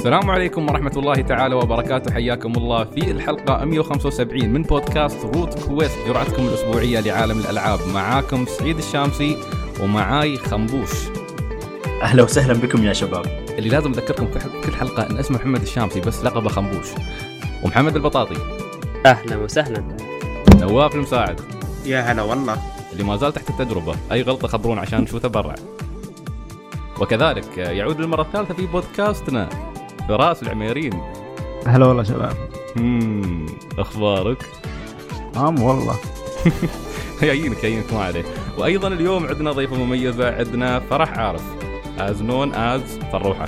السلام عليكم ورحمة الله تعالى وبركاته. حياكم الله في الحلقة 175 من بودكاست روت كويست، جرعتكم الأسبوعية لعالم الألعاب. معاكم سعيد الشامسي ومعاي خنبوش. أهلا وسهلا بكم يا شباب. اللي لازم أذكركم في كل حلقة أن اسمه محمد الشامسي بس لقبه خنبوش. ومحمد البطاطي. أهلا وسهلا. نواف المساعد. يا هلا والله. اللي ما زال تحت التجربة، أي غلطة خبرون عشان نشوفه برا. وكذلك يعود للمرة الثالثة في بودكاستنا فراس العميرين. هلا والله شباب. أخبارك؟ والله يعينك ما عليه. وأيضا اليوم عندنا ضيفة مميزة، عندنا فرح عارف as known as فروحة.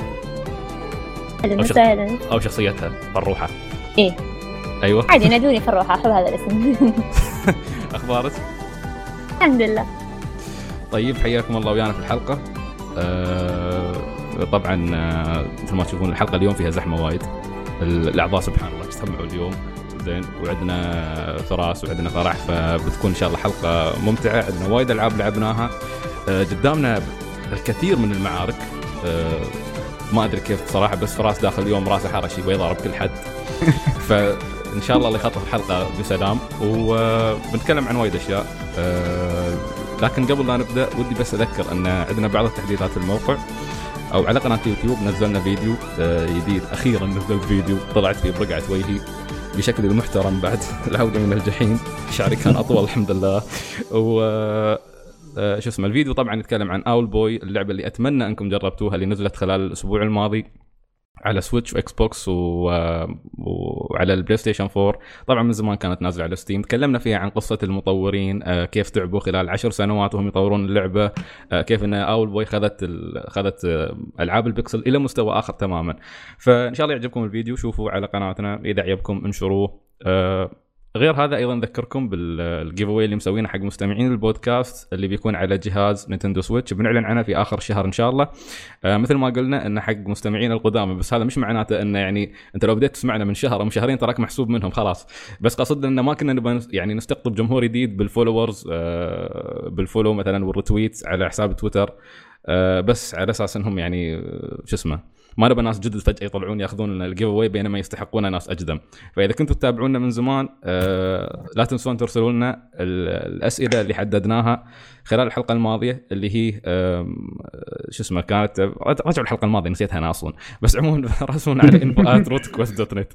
أو شخصيتها فروحة. إيه أيوة عادي نادوني فروحة، أحب هذا الاسم. أخبارك؟ الحمد لله. طيب حياكم الله ويانا في الحلقة. طبعا مثل ما تشوفون الحلقة اليوم فيها زحمة وايد، الأعضاء سبحان الله اجتمعوا اليوم زين، وعندنا فراس وعندنا فرح، فبتكون إن شاء الله حلقة ممتعة. عندنا وايد ألعاب لعبناها، قدامنا الكثير من المعارك. ما أدري كيف بصراحة، بس فراس داخل اليوم راسه حرشي ويضرب كل حد. فإن شاء الله اللي يخطف الحلقة بسلام، وبنتكلم عن وايد أشياء. لكن قبل لا نبدأ ودي بس أذكر أن عندنا بعض التحديثات في الموقع أو على قناة يوتيوب. نزلنا فيديو جديد، أخيرا نزلت فيديو طلعت فيه برقعة وجهي بشكل المحترم بعد العودة من الجحيم. شعري كان أطول الحمد لله. شو اسمه الفيديو طبعا يتكلم عن أول بوي، اللعبة اللي أتمنى أنكم جربتوها، اللي نزلت خلال الأسبوع الماضي على سويتش وإكس بوكس وعلى البلاي ستيشن 4. طبعا من زمان كانت نازلة على ستيم. تكلمنا فيها عن قصة المطورين، كيف تعبوا خلال 10 سنوات وهم يطورون اللعبة، كيف ان اول بوي خذت العاب البكسل الى مستوى اخر تماما. فان شاء الله يعجبكم الفيديو، شوفوا على قناتنا، اذا عجبكم انشروه. غير هذا ايضا نذكركم بالجيف اواي اللي مسوينه حق مستمعين البودكاست، اللي بيكون على جهاز نينتندو سويتش، بنعلن عنه في اخر الشهر ان شاء الله. مثل ما قلنا انه حق مستمعين القدامى، بس هذا مش معناته انه يعني انت لو بديت تسمعنا من شهر او من شهرين تراك محسوب منهم خلاص. بس قصدنا انه ما كنا نبغى يعني نستقطب جمهور جديد بالفولورز، بالفولو مثلا والريتويت على حساب تويتر، بس على اساس انهم يعني شو اسمه ما نبغى ناس جدد فجأة يطلعون ياخذون الجيف اواي بينما يستحقون ناس أقدم. فإذا كنتوا تتابعونا من زمان لا تنسون ترسلوا لنا الأسئلة اللي حددناها خلال الحلقة الماضية، اللي هي شو اسمه كانت، رجعوا الحلقة الماضية نسيتها أنا أصلا، بس عموما راسلونا على info@rootquest.net.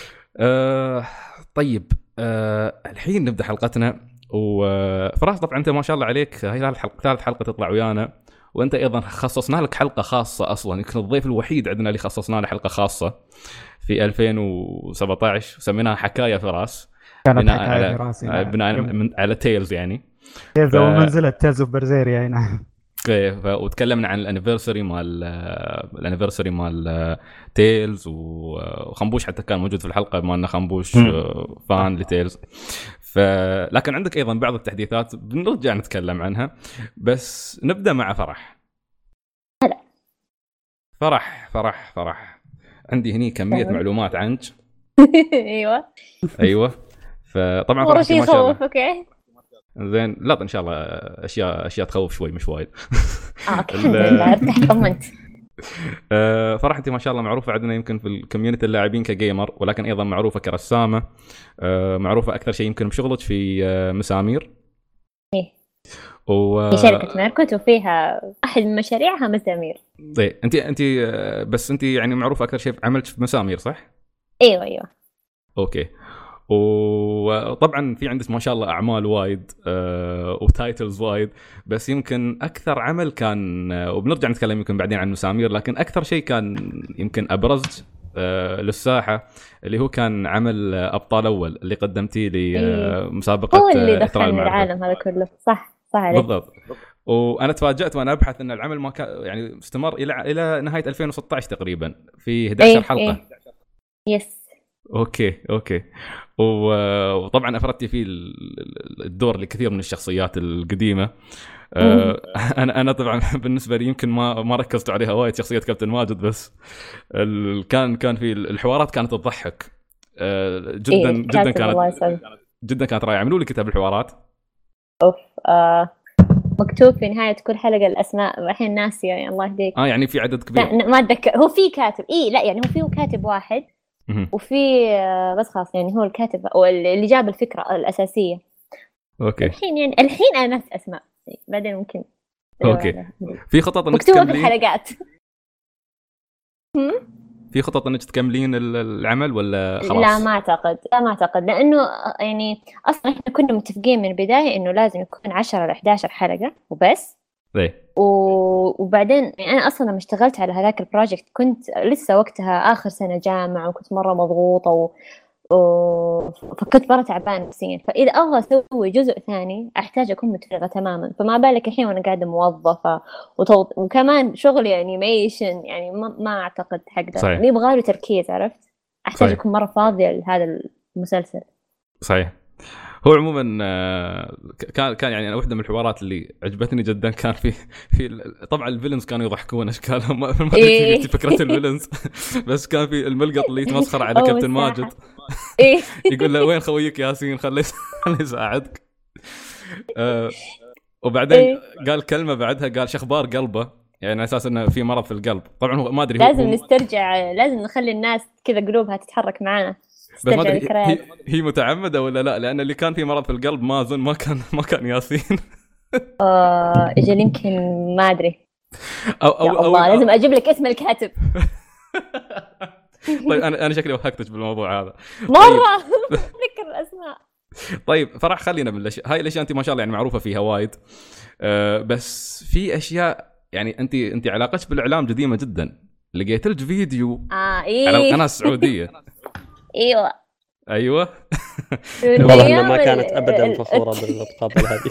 طيب الحين نبدأ حلقتنا. وفراس طبعا أنت ما شاء الله عليك هاي ثالث حلقة تطلع ويانا، وانت ايضا خصصنا لك حلقه خاصه. اصلا يمكن الضيف الوحيد عندنا اللي خصصنا له حلقه خاصه في 2017 سميناها حكايه فراس، بناء على تيلز يعني تيلز او منزله تيلز اوف برزيريا هنا. وتكلمنا عن الانيفرساري مال تيلز، وخنبوش حتى كان موجود في الحلقه بما انه خنبوش فان لتيلز. لكن عندك ايضا بعض التحديثات بنرجع نتكلم عنها. بس نبدا مع فرح. هلا فرح عندي هني كميه معلومات عنك. ايوه فطبعا فرح ما شاء الله اوكي زين. لا ان شاء الله اشياء تخوف شوي مش وايد. اوكي ارتاح طمنت. فرح انت ما شاء الله معروفه عندنا يمكن في الكوميونتي اللاعبين كجيمر، ولكن ايضا معروفه كرسامه، معروفه اكثر شيء يمكن بشغلك في مسامير. ايه في شركه ماركوت وفيها احد من مشاريعها مسامير. طيب انت بس انت يعني معروفه اكثر شيء عملت في مسامير صح؟ ايوه اوكي. وطبعا في عندك ما شاء الله اعمال وايد وتايتلز وايد، بس يمكن اكثر عمل كان، وبنرجع نتكلم يمكن بعدين عن مسامير، لكن اكثر شيء كان يمكن ابرز للساحه اللي هو كان عمل ابطال اول اللي قدمتيه لمسابقه هو اللي دخلني العالم هذا كله. صح عليك بالضبط. وانا تفاجأت وانا ابحث ان العمل ما كان يعني استمر الى نهايه 2016 تقريبا في 11 حلقه. يس اوكي. وطبعا افردتي فيه الدور لكثير من الشخصيات القديمه. انا طبعا بالنسبه لي يمكن ما ركزت عليها وايد شخصيه كابتن ماجد، بس كان في الحوارات كانت تضحك جدا كانت رائعه. عملوا لي كتاب الحوارات. مكتوب في نهاية كل حلقة الأسماء، الحين ناسية يعني الله يهديك. يعني في عدد كبير. لا ما أتذكر، هو في كاتب لا يعني هو فيه كاتب واحد وفي بس خلاص يعني هو الكاتب اللي جاب الفكرة الأساسية. اوكي الحين يعني الحين أنا نفس أسماء، بعدين ممكن اوكي. في خطط انك مكتوبة في تكملين الحلقات. في خطط انك تكملين العمل ولا خلاص؟ لا ما أعتقد لأنه يعني أصلا إحنا كنا متفقين من البداية إنه لازم يكون 10 ل 11 حلقة وبس. ليه؟ وبعدين يعني أنا أصلا لما اشتغلت على هذاك البروجكت كنت لسه وقتها آخر سنة جامعة وكنت مرة مضغوطة فكنت مرة تعبانة نفسيا، فإذا أبغى أسوي جزء ثاني أحتاج أكون متفرغة تماما، فما بالك الحين وأنا قاعدة موظفة وكمان شغلي أنيميشن، يعني ما أعتقد حقدر. اللي يبغى له تركيز، عرفت، أحتاج أكون مرة فاضية لهذا المسلسل. صحيح. هو عموما كان يعني أنا واحدة من الحوارات اللي عجبتني جدا كان في طبعا الفيلنز كانوا يضحكون اشكالهم، ما ادري كيف فكرة الفيلنز بس كان في الملقط اللي يتمسخر على كابتن ماجد يقول له وين خويك ياسين خليه يساعدك. وبعدين قال كلمة بعدها، قال شخبار قلبه، يعني على اساس انه في مرض في القلب. طبعا هو ما ادري لازم نسترجع، لازم نخلي الناس كذا قلوبها تتحرك معنا. بس ما ادري هي متعمده ولا لا، لان اللي كان فيه مرض في القلب ما اظن ما كان ياسين. اجل يمكن ما ادري. أو الله لازم اجيب لك اسم الكاتب. طيب انا شكلي وهقتك بالموضوع هذا مره. ذكر الاسماء. طيب فرح خلينا بالاشياء هاي. الاشياء انت ما شاء الله يعني معروفه فيها وايد، بس في اشياء يعني انت علاقتك بالاعلام قديمه جدا. لقيت لك فيديو إيه؟ على القناه السعوديه. ايوه والله انها ما كانت ابدا فخوره بالمقابله هذه.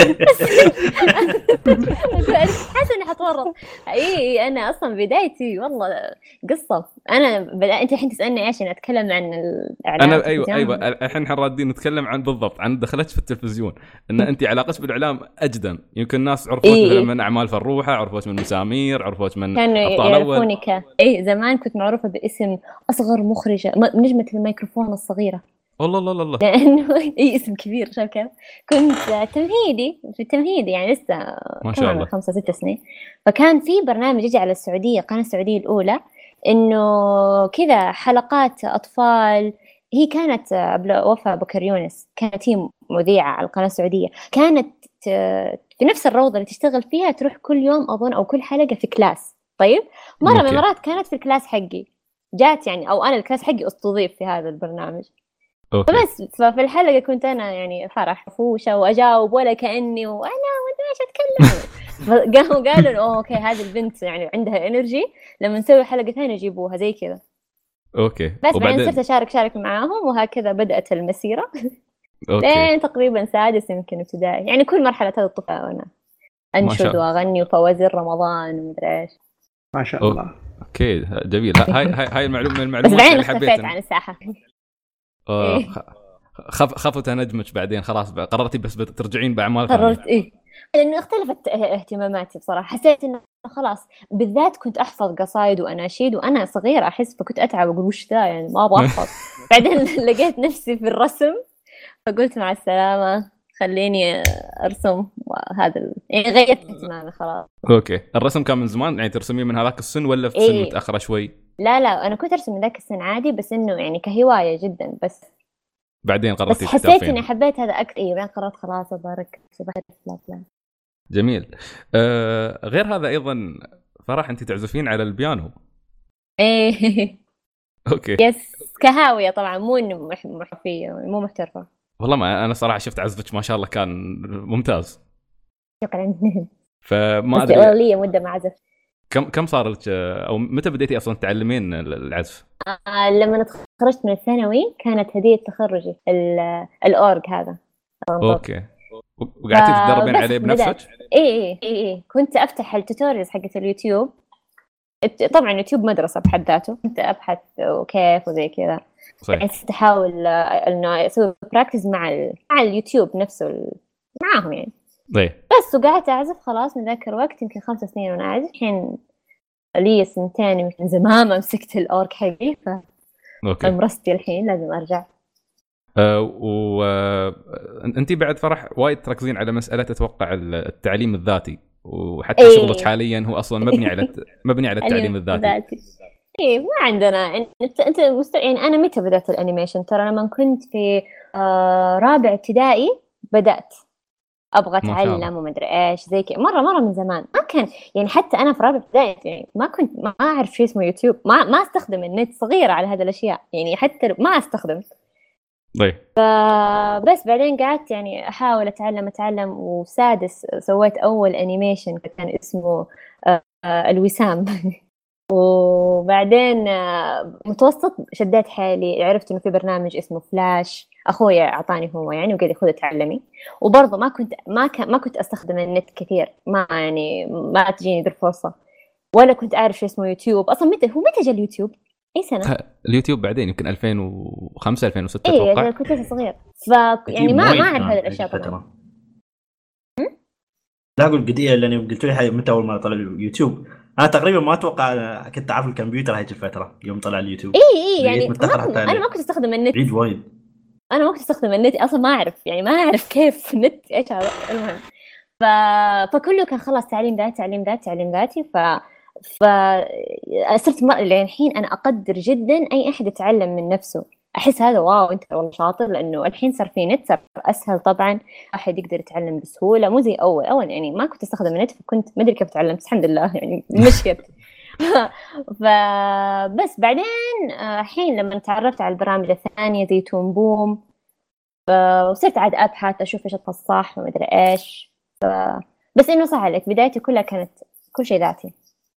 حاسه اني حتورط. انا اصلا بدايتي والله قصه. انت الحين تسالني ايش اتكلم عن الاعلام. انا ايوه الحين رادين نتكلم عن بالضبط عن دخلت في التلفزيون، ان انت علاقتك بالاعلام اجدم. يمكن الناس عرفوك من اعمال فروحه، عرفوك من مسامير، عرفوك من ابطال اول. زمان كنت معروفه باسم اصغر مخرجه، نجمه الميكروفون الصغيره. الله لانه اسم كبير. شايف كيف كنت تمهيدي يعني لسه ما شاء الله 5-6 سنين. فكان في برنامج يجي على السعوديه، قناه السعوديه الاولى، انه كذا حلقات اطفال. هي كانت قبل وفاة بكر يونس، كانت هي مذيعه على القناه السعوديه. كانت في نفس الروضه اللي تشتغل فيها، تروح كل يوم اظن او كل حلقه في كلاس. طيب مره من المرات كانت في الكلاس حقي، جات يعني، او انا الكلاس حقي استضيف في هذا البرنامج. بس ففي الحلقة كنت أنا يعني فرح فوشة وأجاوب ولا كأني وأنا ايش أتكلم. قالوا أوكي هذه البنت يعني عندها إنرجي، لما نسوي حلقة ثانية يجيبوها زي كذا. أوكي. بس بعدين صرت أشارك معاهم، وهكذا بدأت المسيرة. لين تقريبا 6 يمكن ابتدائي، يعني كل مرحلة هذا الطفل وأنا أنشد وأغني وفوازير رمضان ومدري إيش. ما شاء الله. أوكي جميل. هاي المعلومة بس بعدين اختفيت عن الساحة. خفت نجمك بعدين خلاص قررتي بس ترجعين بأعمال قررت لأنه اختلفت اهتماماتي بصراحة. حسيت إنه خلاص، بالذات كنت أحفظ قصايد وأناشيد وأنا صغيرة أحس، فكنت أتعب وأقول وش ذا يعني ما أبغى أحفظ. بعدين لقيت نفسي في الرسم، فقلت مع السلامة خليني أرسم. وهذا يعني غيرت اهتمامي خلاص. أوكي. الرسم كان من زمان يعني ترسمين من هذاك السن ولا في سن متأخرة شوي؟ لا أنا كنت أرسم من ذاك السن عادي، بس إنه يعني كهواية جدا. بس بعدين قررتي بس حسيت إني حبيت هذا أكثر. بعدين قررت خلاص أبارك. جميل. غير هذا أيضا فرح أنت تعزفين على البيانو. أوكي. يس كهاوية طبعا، مو محرفية، مو محترفة. والله ما أنا صراحة شفت عزفك ما شاء الله كان ممتاز. شكرا. فما أدري. بس لي مدة ما عزف. كم صار لك أو متى بديتي أصلا تعلمين العزف؟ لما تخرجت من الثانوي كانت هدية تخرجي الأورج هذا. أوكي. وقعدتي تدربين عليه بنفسك؟ إيه كنت أفتح التوتوريالز حقت اليوتيوب. طبعا يوتيوب مدرسة بحد ذاته، كنت أبحث وكيف وزي كذا. بحيث تحاول إنه أسوي براكتس مع اليوتيوب نفسه معاهم يعني. بس وقعدت أعزف خلاص من ذاك الوقت يمكن 5 سنين وأنا أعزف. الحين لي 2 يمكن زمان ما مسكت الأورج حقي، فمرستي الحين لازم أرجع. وانت بعد فرح وايد تركزين على مساله اتوقع التعليم الذاتي، وحتى شغلك حاليا هو اصلا مبني على التعليم الذاتي. ايه ما عندنا انت يعني انا متى بدأت الانيميشن؟ ترى لما كنت في رابع ابتدائي بدأت ابغى اتعلم وما ادري ايش زي كذا، مره من زمان. ما كان يعني حتى انا في رابع ابتدائي يعني ما اعرف شيء اسمه يوتيوب، ما استخدم النت، صغيره على هذه الاشياء يعني، حتى ما استخدم. طيب بس بعدين قعدت يعني احاول اتعلم، وسادس سويت اول انيميشن كان اسمه الوسام. وبعدين متوسط شديت حالي، عرفت انه في برنامج اسمه فلاش، اخويا اعطاني هو يعني وقال لي خذي اتعلمي. وبرضه ما كنت استخدم النت كثير، ما تجيني ذي الفرصه، ولا كنت اعرف شو اسمه يوتيوب اصلا. متى جاء اليوتيوب؟ اي سنه اليوتيوب؟ بعدين يمكن 2005 2006 اتوقع. ايه كنت صغير يعني ما اعرف هذه الاشياء طبعا. لا اقول قديه لاني قلت لي متى اول ما طلع اليوتيوب. انا تقريبا ما اتوقع كنت اعرف الكمبيوتر هذيك الفتره يوم طلع اليوتيوب. اي يعني انا ما كنت استخدم النت. عيد وايد. انا ما كنت استخدم النت اصلا، ما اعرف كيف النت ايش هذا. المهم فكله كان خلاص تعليم ذاتي. صرت الحين انا اقدر جدا اي احد يتعلم من نفسه. احس هذا واو انت والله شاطر، لانه الحين صار في نت، صار اسهل طبعا، احد يقدر يتعلم بسهوله، مو زي اول يعني ما كنت استخدم النت، فكنت ما ادري كيف اتعلم، بس الحمد لله يعني مشيت. بس بعدين الحين لما تعرفت على البرامج الثانيه زي توم بوم، وصرت عاد ابحث اشوف ايش الصح وما ادري ايش. بس انه صح عليك، بدايتي كلها كانت كل شيء ذاتي.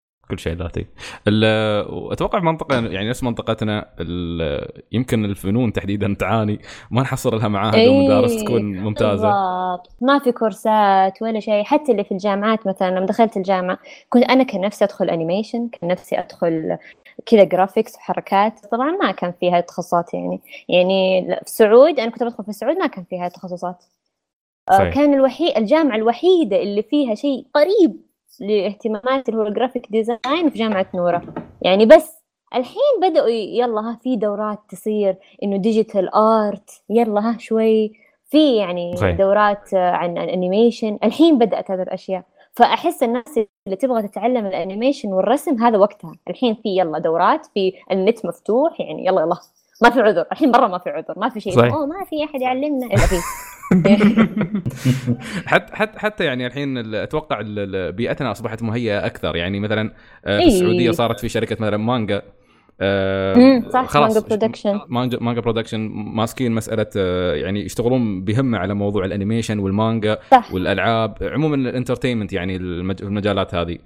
اتوقع منطقه يعني نفس منطقتنا، يمكن الفنون تحديدا تعاني، ما نحصل لها معاهد ومدارس تكون ممتازه. ما في كورسات ولا شيء. حتى اللي في الجامعات مثلا، لما دخلت الجامعه كنت انا كان نفسي ادخل انيميشن، كان نفسي ادخل كذا جرافيكس وحركات. طبعا ما كان فيها تخصصات يعني في السعود، انا كنت بدخل في السعود ما كان فيها تخصصات. كان الجامعه الوحيده اللي فيها شيء قريب لاهتمامات اللي هو الجرافيك ديزاين في جامعة نورة يعني. بس الحين بدأوا يلا في دورات تصير إنه ديجيتال آرت، يلا شوي في يعني دورات عن الأنيميشن. الحين بدأت هذه الأشياء، فأحس الناس اللي تبغى تتعلم الأنيميشن والرسم هذا وقتها. الحين في يلا دورات، في النت مفتوح يعني، يلا ما في عذر الحين، برا ما في عذر، ما في شيء ما في أحد يعلمنا إلا فيه. حتى يعني الحين اتوقع بيئتنا اصبحت مهيئه اكثر. يعني مثلا في السعوديه صارت في شركه مثلا مانجا، خلاص مانجا برودكشن ماسكين مساله، يعني يشتغلون بهمه على موضوع الانيميشن والمانجا والالعاب عموما الانترتينمنت يعني المجالات هذه.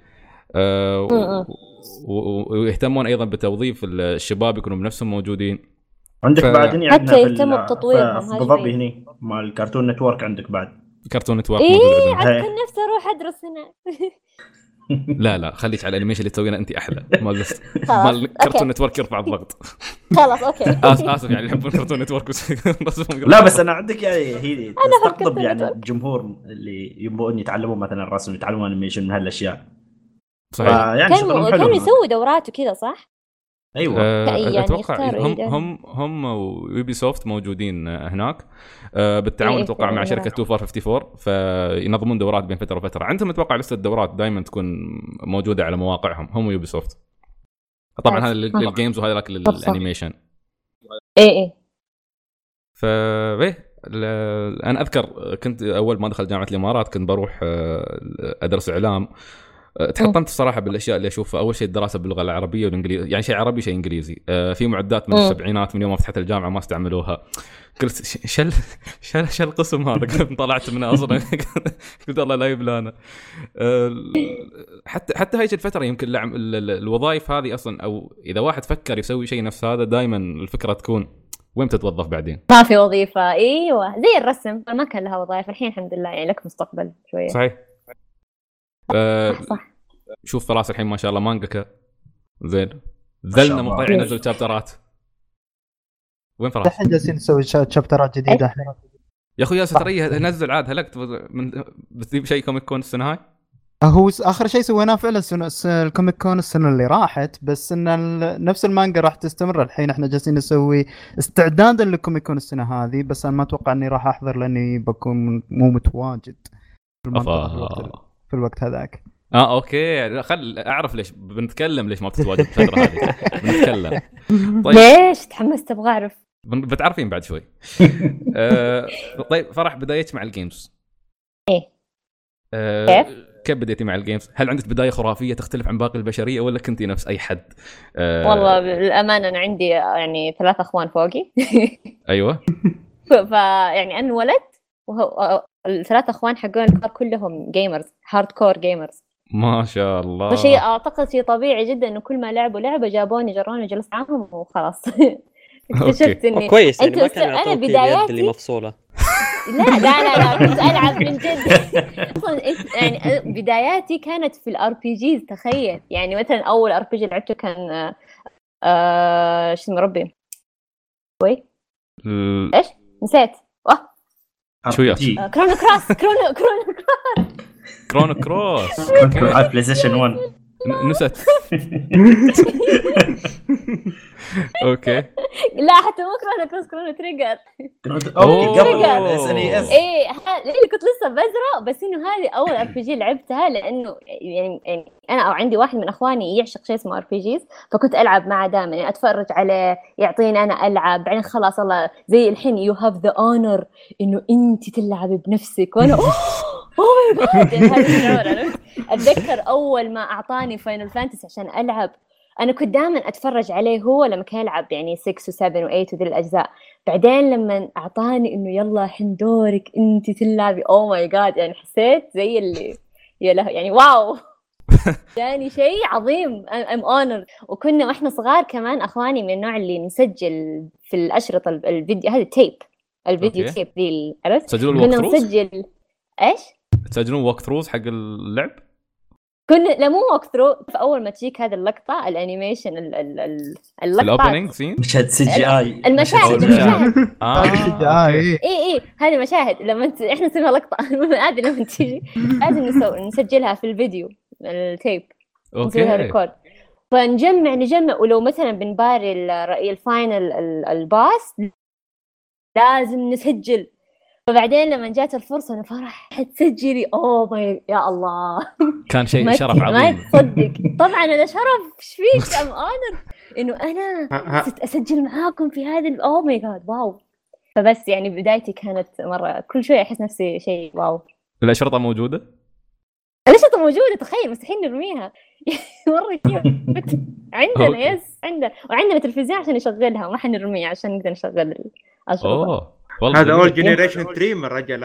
ويهتمون ايضا بتوظيف الشباب يكونوا بنفسهم موجودين. عندك بعدين يعني حتى يهتموا بتطويرهم. في ابو ظبي هني مع الكرتون نتورك عندك بعد كرتون نتورك موجود عندنا. كان نفسي اروح ادرس هنا. لا خليك على الانيميشن اللي تسوينه انت احلى. مال كرتون نتورك يرفع الضغط. خلاص اوكي. اسف يعني يحبون كرتون نتورك. لا بس انا عندك يعني هي تستقطب يعني الجمهور اللي يبغون يتعلمون مثلا الرسم، يتعلمون انيميشن من هالاشياء. صحيح. يعني كانوا يسووا دورات وكذا صح. ايوه يعني اتوقع هم ويوبي سوفت موجودين هناك بالتعاون اتوقع مع شركه 2454، فينظمون دورات بين فتره وفتره. عندهم اتوقع لسه الدورات دائما تكون موجوده على مواقعهم هم ويوبي سوفت. طبعا هذا للجيمز وهذا لك للانيميشن. ايه انا اذكر كنت اول ما دخلت جامعه الامارات كنت بروح ادرس اعلام. تحطمت الصراحه بالاشياء اللي اشوفها. اول شيء الدراسه باللغه العربيه والانجليزيه، يعني شيء عربي شيء انجليزي. في معدات من السبعينات من يوم ما فتحت الجامعه ما استعملوها. قلت شل القسم هذا. طلعت منه اصلا. قلت الله لا يبلانا. حتى هاي الفتره يمكن الوظائف هذه اصلا، او اذا واحد فكر يسوي شيء نفس هذا دائما الفكره تكون وين تتوظف بعدين. ما في وظيفه. ايوه زي الرسم ما كان لها وظائف، الحين الحمد لله يعني لك مستقبل شويه. صحيح. صح. شوف فراس الحين ما شاء الله مانجاكا زين، ذلنا مطيع نزل شابترات. وين فراس؟ الحين جالسين نسوي شابترات جديده احنا. يا اخوي يا ستريه نزل عاد هلكت بتجيب شيء كوميك كون السنه هاي. هو اخر شيء سويناه فعلا الكوميك كون السنه اللي راحت، بس ان نفس المانجا راح تستمر. الحين احنا جالسين نسوي استعدادا للكوميك كون السنه هذه، بس انا ما اتوقع اني راح احضر لاني بكون مو متواجد في المنطقه في الوقت هذاك. اوكي، خل اعرف ليش بنتكلم، ليش ما بتتواجد الفتره هذه بنتكلم. طيب ليش تحمست ابغى اعرف؟ بتعرفين بعد شوي. طيب فرح، بدايتك مع الجيمز ايه كيف بديتي مع الجيمز؟ هل عندك بدايه خرافيه تختلف عن باقي البشريه ولا كنتي نفس اي حد؟ والله بالامانه انا عندي يعني 3 اخوان فوقي. ايوه. يعني انا ولدت وهو ال3 اخوان حقون الكبار كلهم جيمرز، هارد كور جيمرز ما شاء الله. وشيء اعتقد شيء طبيعي جدا انه كل ما لعبوا لعبه جابوني جروني جلست معاهم وخلاص. اكتشفت اني كويس يعني ما كان يعطوك اليد اللي مفصوله. لا كنت العب من جد. اصلا يعني بداياتي كانت في الار بي جيز. تخيل يعني مثلا اول ار بي جي لعبته كان شو اسمه ربي ايش نسيت شو يا كرونو كروس. كرونو كروس على بلاي ستيشن 1. نسيت. اوكي لا حتى مو كرونو كروس، كرونو تريجر. قبل اس ان اس. ايه اللي كنت لسه بزرع، بس انه هذه اول ار بي جي لعبتها، لانه يعني انا او عندي واحد من اخواني يعشق شيء اسمه ار بي جيز، فكنت العب معه دائما، يعني اتفرج عليه يعطيني انا العب، بعدين خلاص الله زي الحين يو هاف ذا اونر انه انت تلعبي بنفسك، وانا اوه ماي جاد. هذا الشعور. اتذكر اول ما اعطاني فاينل فانتسي عشان العب، انا كنت دائما اتفرج عليه هو لما كان يلعب يعني 6 و7 و8 وذي الاجزاء، بعدين لما اعطاني انه يلا الحين دورك انت تلعبي، اوه ماي جاد، يعني حسيت زي اللي يا له يعني واو. يعني شيء عظيم. ام اونر. وكنا واحنا صغار كمان اخواني من النوع اللي نسجل في الاشرطه الفيديو، هذا التيب الفيديو تيب ذي، عرفت؟ كنا نسجل ايش؟ تسجلون ووك ثروز حق اللعب؟ كنا لا مو ووك ثرو، في اول ما تجيك هذه اللقطه الانيميشن اللقطه الاوبننج سين مشهد سي جي اي، المشاهد اي هذه مشاهد لما احنا نسويها لقطه. هذه لما تيجي لازم نسجلها في الفيديو التيب، نسويها ريكورد، فنجمع ولو مثلا بنباري الفاينل الباس لازم نسجل. فبعدين لما جات الفرصة أنا فرح تسجلي، أوه ماي يا الله، كان شيء شرف عظيم. ما تصدق طبعا أنا شرف، إيش فيك أم أونر إنه أنا أسجل معاكم في هذا، أوه ماي جاد واو. فبس يعني بدايتي كانت مرة كل شوي أحس نفسي شيء واو. الأشرطة موجودة؟ الأشرطة موجودة، تخيل مستحيل نرميها. مرة كيوت. عندنا يس عندنا، وعندنا تلفزيون عشان نشغلها، وما حنرميها عشان نقدر نشغل الأشرطة. هذا اول جنريشن 3 من الرجل.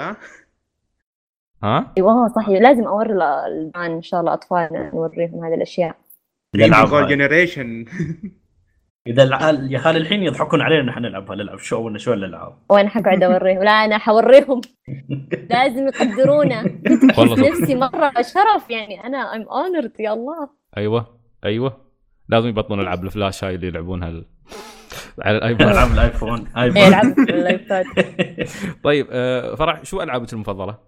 ايوه صح، لازم اوري الان ان شاء الله اطفالنا نوريهم هذه الاشياء. اول جنريشن. اذا العيال يا خالي الحين يضحكون علينا نحن نلعب شو ولا شو الالعاب، وانا حقعد اوريهم. لا انا حوريهم. لازم يقدرونا. والله نفسي مره شرف، يعني انا ام اونرد يا الله. ايوه لازم يبطلون العاب الفلاش هاي اللي يلعبونها على الايباد. العاب الايفون العاب الايباد. طيب فرح، شو العابك المفضله؟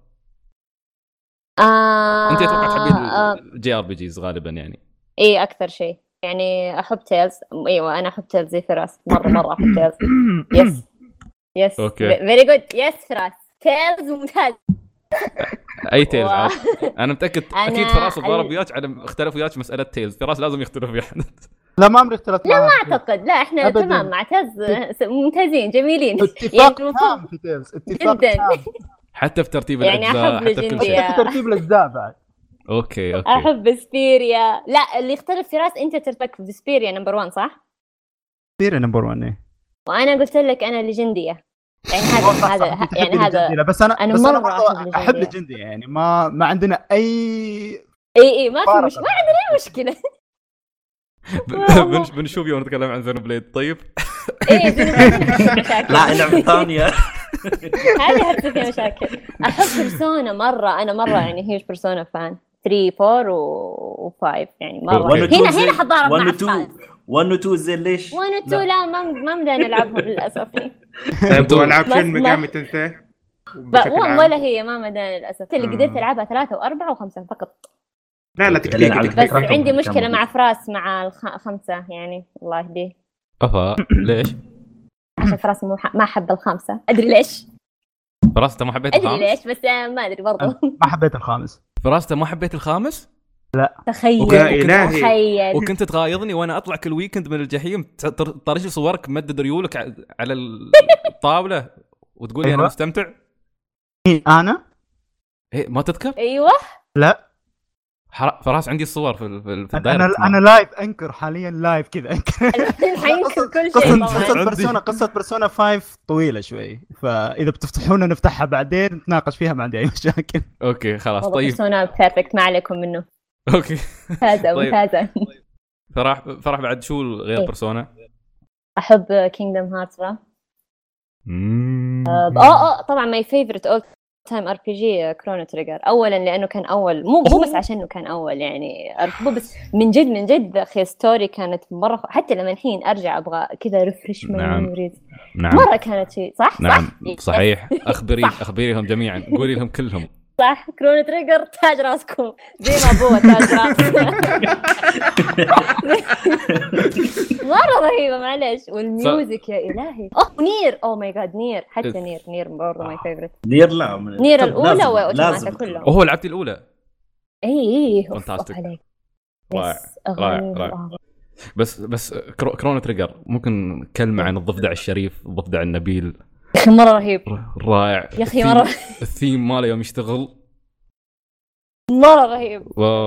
انت اتوقع تحبين جي ار بي جيز غالبا يعني. ايه اكثر شيء يعني احب تيلز. ايوه انا احب تيلز زي فراس، مره احب تيلز. يس اوكي فيري جود. يس فراس تيلز ممتاز. اي تيلز عاد. انا متاكد اكيد فراس ضرب وياك على اختلف وياك مساله تيلز. فراس لازم يختلف ويانا. لا ما عمري اختلفت لا ما اعتقد، لا احنا تمام مع تيلز، ممتازين جميلين. اتفاق تام في تيلز، اتفاق تام حتى في ترتيب يعني الاجزاء، حتى في كل شيء، حتى في ترتيب الاجزاء بعد. اوكي احب سبيريا. لا اللي يختلف في راس انت ترتبك في سبيريا نمبر 1 صح؟ سبيريا نمبر 1 ايه، وانا قلت لك انا ليجنديه. يعني هذا يعني هذا بس انا مرة احب ليجنديه، يعني ما عندنا اي ما في ما عندنا اي مشكله. بنشوف يوم نتكلم عن زينو بليد. طيب ايه لا لعبه ثانيه هذه هرت فيها مشاكل. احب بيرسونا مره، انا مره يعني هيوج بيرسونا فان 3 4 و5 يعني مره. هنا حضارة 1 و 2 1 و 2 زي ليش 1 و 2 لا ما بدنا نلعبها للاسف. ابغى العب شن ميجامي تنسي ولا هي ما مداني للاسف. اللي قدرت العبها 3 و4 و5 فقط. لا تكتيك بس عندي مشكله مع فراس مع الخمسه يعني الله يهديه. ليش؟ عشان فراس ما حب الخامسة، ادري ليش. فراسته ما حبيت الخامس؟ ادري ليش بس ما ادري برضه. ما حبيت الخامس. فراسته ما حبيت الخامس؟ لا تخيل وكنت تغايظني وانا اطلع كل ويكند من الجحيم طرش صورك ممدد ريولك على الطاوله وتقول لي انا مستمتع. انا ما تذكر؟ ايوه لا فراس عندي الصور في الدايركت. انا لايف انكر حاليا لايف كذا انكر. الحين حينكر كل شيء. قصة بيرسونا 5 طويلة شوي، فاذا بتفتحونا نفتحها بعدين نتناقش فيها، ما عندي اي مشاكل. اوكي خلاص طيب. بيرسونا بيرفكت ما عليكم منه. اوكي ممتازة. فرح بعد شو غير بيرسونا؟ احب كينجدم هارتس. طبعا ماي فيفورت اول تايم ار بي جي كرونو تريجر. اولا لانه كان اول، مو بس عشانه كان اول يعني، بس من جد اخي ستوري كانت مره، حتى لما الحين ارجع ابغى كذا ريفرش ميموريز. نعم مره كانت شيء صح. نعم صحيح. اخبريهم جميعا، قولي لهم كلهم صح. كرونو تريجر تاج راسكم زي ما ابوه تاج راس. مره رهيبه معلش. والميوزك يا الهي. نير ماي جاد نير. حتى نير برضه ماي فيفورت. نير لا نير الاولى واوتوماتا كلهم. هو لعبت الاولى. اي فانتاستيك رائع. بس كرونو تريجر ممكن كلمه عن الضفدع الشريف، الضفدع النبيل. مرة رهيب رائع يا أخي. مرة الثيم ماله يوم يشتغل مرة رهيب.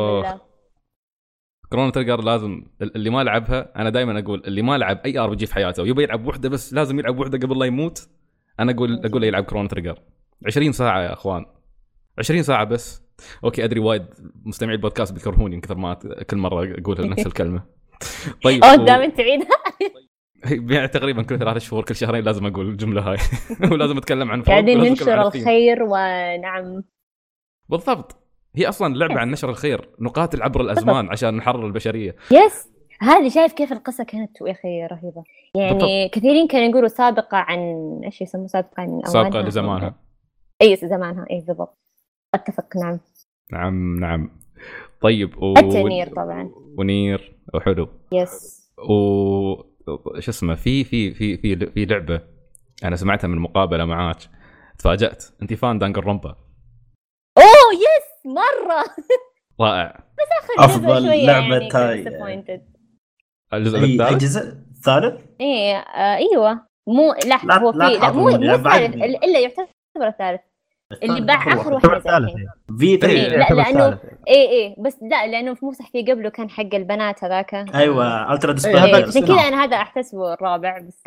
كرونو تريجر لازم اللي ما لعبها، أنا دائما أقول اللي ما لعب أي RPG في حياته ويبي يلعب وحدة بس لازم يلعب وحدة قبل لا يموت، أنا أقول يلعب كرونو تريجر. 20 ساعة يا أخوان، 20 ساعة بس. أوكي أدري وايد مستمعي البودكاست بيكرهوني كثر ما كل مرة أقول نفس الكلمة. طيب دائما تعيدها. يعني تقريبا كل 3 شهور كل شهرين لازم اقول الجمله هاي. ولازم اتكلم عن قاعدين ننشر الخير. ونعم بالضبط، هي اصلا لعبه عن نشر الخير، نقاتل عبر الازمان عشان نحرر البشريه. يس هذه شايف كيف القصه كانت يا اخي رهيبه يعني. بالضبط. كثيرين كانوا يقولوا سابقه عن ايش يسموه، سابقه لزمانها. اي زمانها اي بالضبط. اتفق. نعم. طيب حتى نير طبعا. ونير وحلو. يس شو اسمه في لعبه انا سمعتها من مقابله معاك تفاجأت. انت فان دانجنرومبا؟ يس مره رائع. بس اخر افضل لعبه يعني الجزء الثالث. الجزء الثالث ايوه مو لا هو في مو الثالث الا يعتبر الثالث اللي باع اخر واحد في 3. لا لانه اي بس لا لانه مو صح في قبله كان حق البنات هذاك. ايوه الترا ديسبير. عشان كذا انا هذا احتسبه الرابع بس.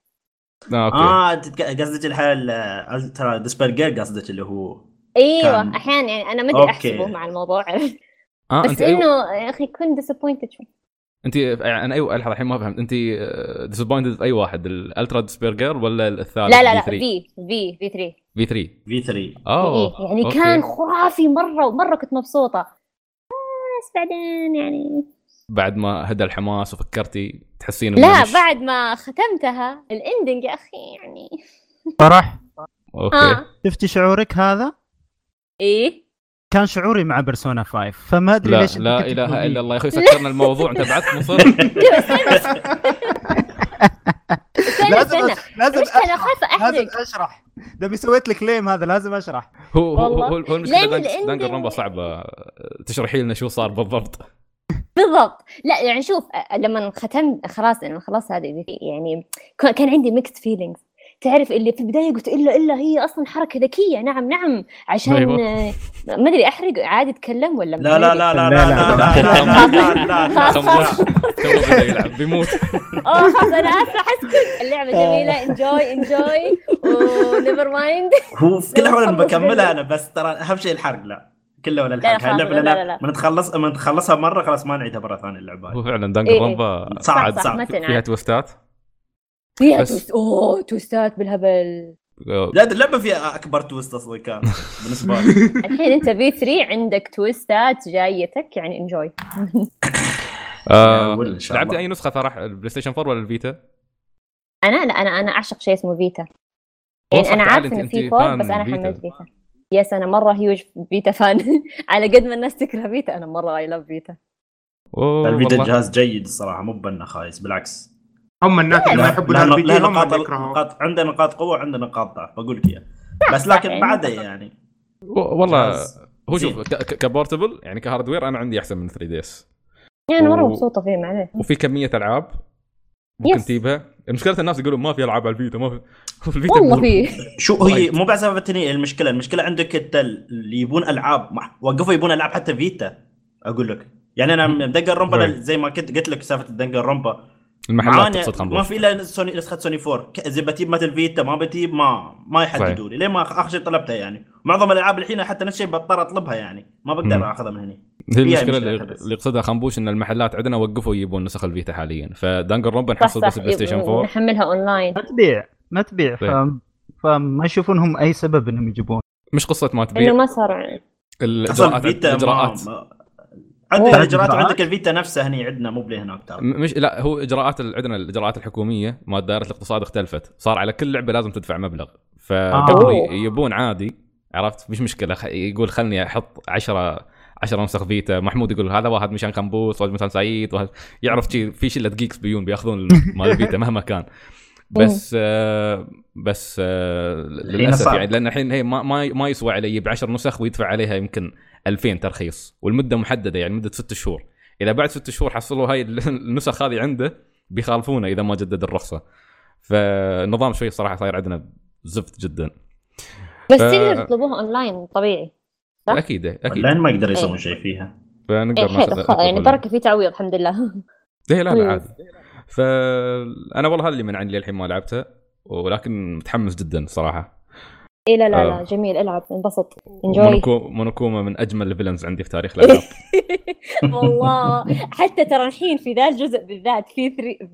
قصدك الحال الترا ديسبير قصدك اللي هو ايوه احيانا يعني انا ما ادري احسبه مع الموضوع. بس انه يا اخي كنت ديسابوينتد شوي. انت انا ايوه الحين ما فهمت، انت ديسابوينتد في اي واحد، الالترا ديسبيرجر ولا الثالث؟ لا في 3 يعني كان خرافي مره كنت مبسوطه. بس بعدين يعني بعد ما هدى الحماس وفكرتي تحسين لا بعد ما ختمتها الاندنج يا اخي يعني فرح. اوكي شفتي شعورك هذا؟ ايه كان شعوري مع بيرسونا 5 فما ادري ليش. لا اله الا الله يا اخي سكرنا الموضوع. انت بعدك مصر. لازم اشرح. ده بيسويت لك كليم هذا لازم اشرح. هو المشكله دانجنرومبا صعبه تشرحي لنا شو صار بالضبط. لا يعني شوف لما ختمت خلاص هذه يعني كان عندي ميكست فيلينجز. تعرف اللي في البدايه قلت الا هي اصلا حركه ذكيه. نعم عشان أيوة. ما ادري احرق عادي اتكلم ولا لا يلعب بيموت. خلاص انا اسف حسكت. اللعبه جميله انجوي ونيفر مايند. هو في كل الاحوال بكملها انا بس ترى اهم شيء الحرق. لا كله ولا الحرق. هاي اللعبه لا من نخلصها مره خلاص ما نعيدها مره ثانيه. اللعبه هو فعلا دانجنرومبا صعب فيها تويستات. فيها تويستات بالهبل. لا اللعبه فيها اكبر تويست اصلا كان بالنسبه لي. الحين انت في 3 عندك تويستات جايتك يعني انجوي. لعبت اي نسخه فرح البلاي ستيشن 4 ولا الفيتا؟ انا اعشق شيء اسمه فيتا يعني. انا عارف انه في 4 بس انا حملت فيتا. يس انا مره هيوج فيتا فان. على قد ما الناس تكره فيتا انا مره اي لاف فيتا. الفيتا جهاز جيد الصراحه، مو بأنه خايس، بالعكس. هم الناس اللي ما يحبوا الار بي جي هم اللي يكرهوا. عندنا نقاط قوه وعندنا نقاط ضعف، بقول لك اياها. بس لكن بعدها يعني والله هو شوف كبورتبل يعني كهاردوير انا عندي احسن من 3 دي اس يعني مره مبسوطه فيه معليه. وفي كميه العاب ممكن تجيبها. المشكله الناس يقولون ما في العاب على الفيتا، ما في الفيتا والله في. شو هي مو بس التنين المشكله عندك اللي يبون العاب وقفوا يبون العاب حتى فيتا. اقول لك يعني انا دنجر رومبا زي ما كنت قلت لك سالفه الدنجر رومبا المحلات تقصد خنبوش ما في الا سوني نسخه سوني 4 اذا بتجيب مثل فيتا ما بتجيب ما يحددوا لي ليه ما اخر شيء طلبتها يعني. معظم الالعاب الحين حتى نفس الشيء بضطر اطلبها يعني ما بقدر اخذها من هنا. هي المشكله اللي يقصدها خنبوش ان المحلات عندنا وقفوا يجيبون نسخ الفيتا حاليا. فدنجر رومبا نحصل بس بلاي ستيشن 4 نحملها اونلاين ما تبيع فما يشوفون اي سبب انهم يجيبون. مش قصه ما تبيع انه ما صار الاجراءات عندك الاجراءات وعندك الفيتا نفسها هني عندنا مو بلي هناك مش لا هو اجراءات عندنا الاجراءات الحكوميه ما دائره الاقتصاد اختلفت. صار على كل لعبه لازم تدفع مبلغ. فقبل يبون عادي عرفت مش مشكله يقول خلني احط 10 نسخ فيتا. محمود يقول هذا واحد مشان خنبوس واحد مثلا سعيد يعرف شيء في شله جيكس بيون بياخذون مال الفيتا مهما كان. بس للاسف يعني لان الحين هي ما يسوى عليه ب10 نسخ ويدفع عليها يمكن 2000 ترخيص والمده محدده يعني مده 6 شهور. اذا بعد 6 شهور حصلوا هاي النسخ هذه عنده بيخالفونه اذا ما جدد الرخصه. فالنظام شوي صراحه صاير عندنا زفت جدا. بس تقدر تطلبوها اونلاين طبيعي صح؟ اكيد لان ما يقدر يسوي شيء فيها. فنقدر يعني بركه في تعويض الحمد لله. لا عادي. فانا والله هذا اللي من عندي الحين ما لعبته ولكن متحمس جدا صراحه. ايه لا جميل العب انبسط انجوي. مونوكوما من اجمل الفيلنز عندي في تاريخ الالعاب. والله حتى ترى الحين في ذا الجزء بالذات في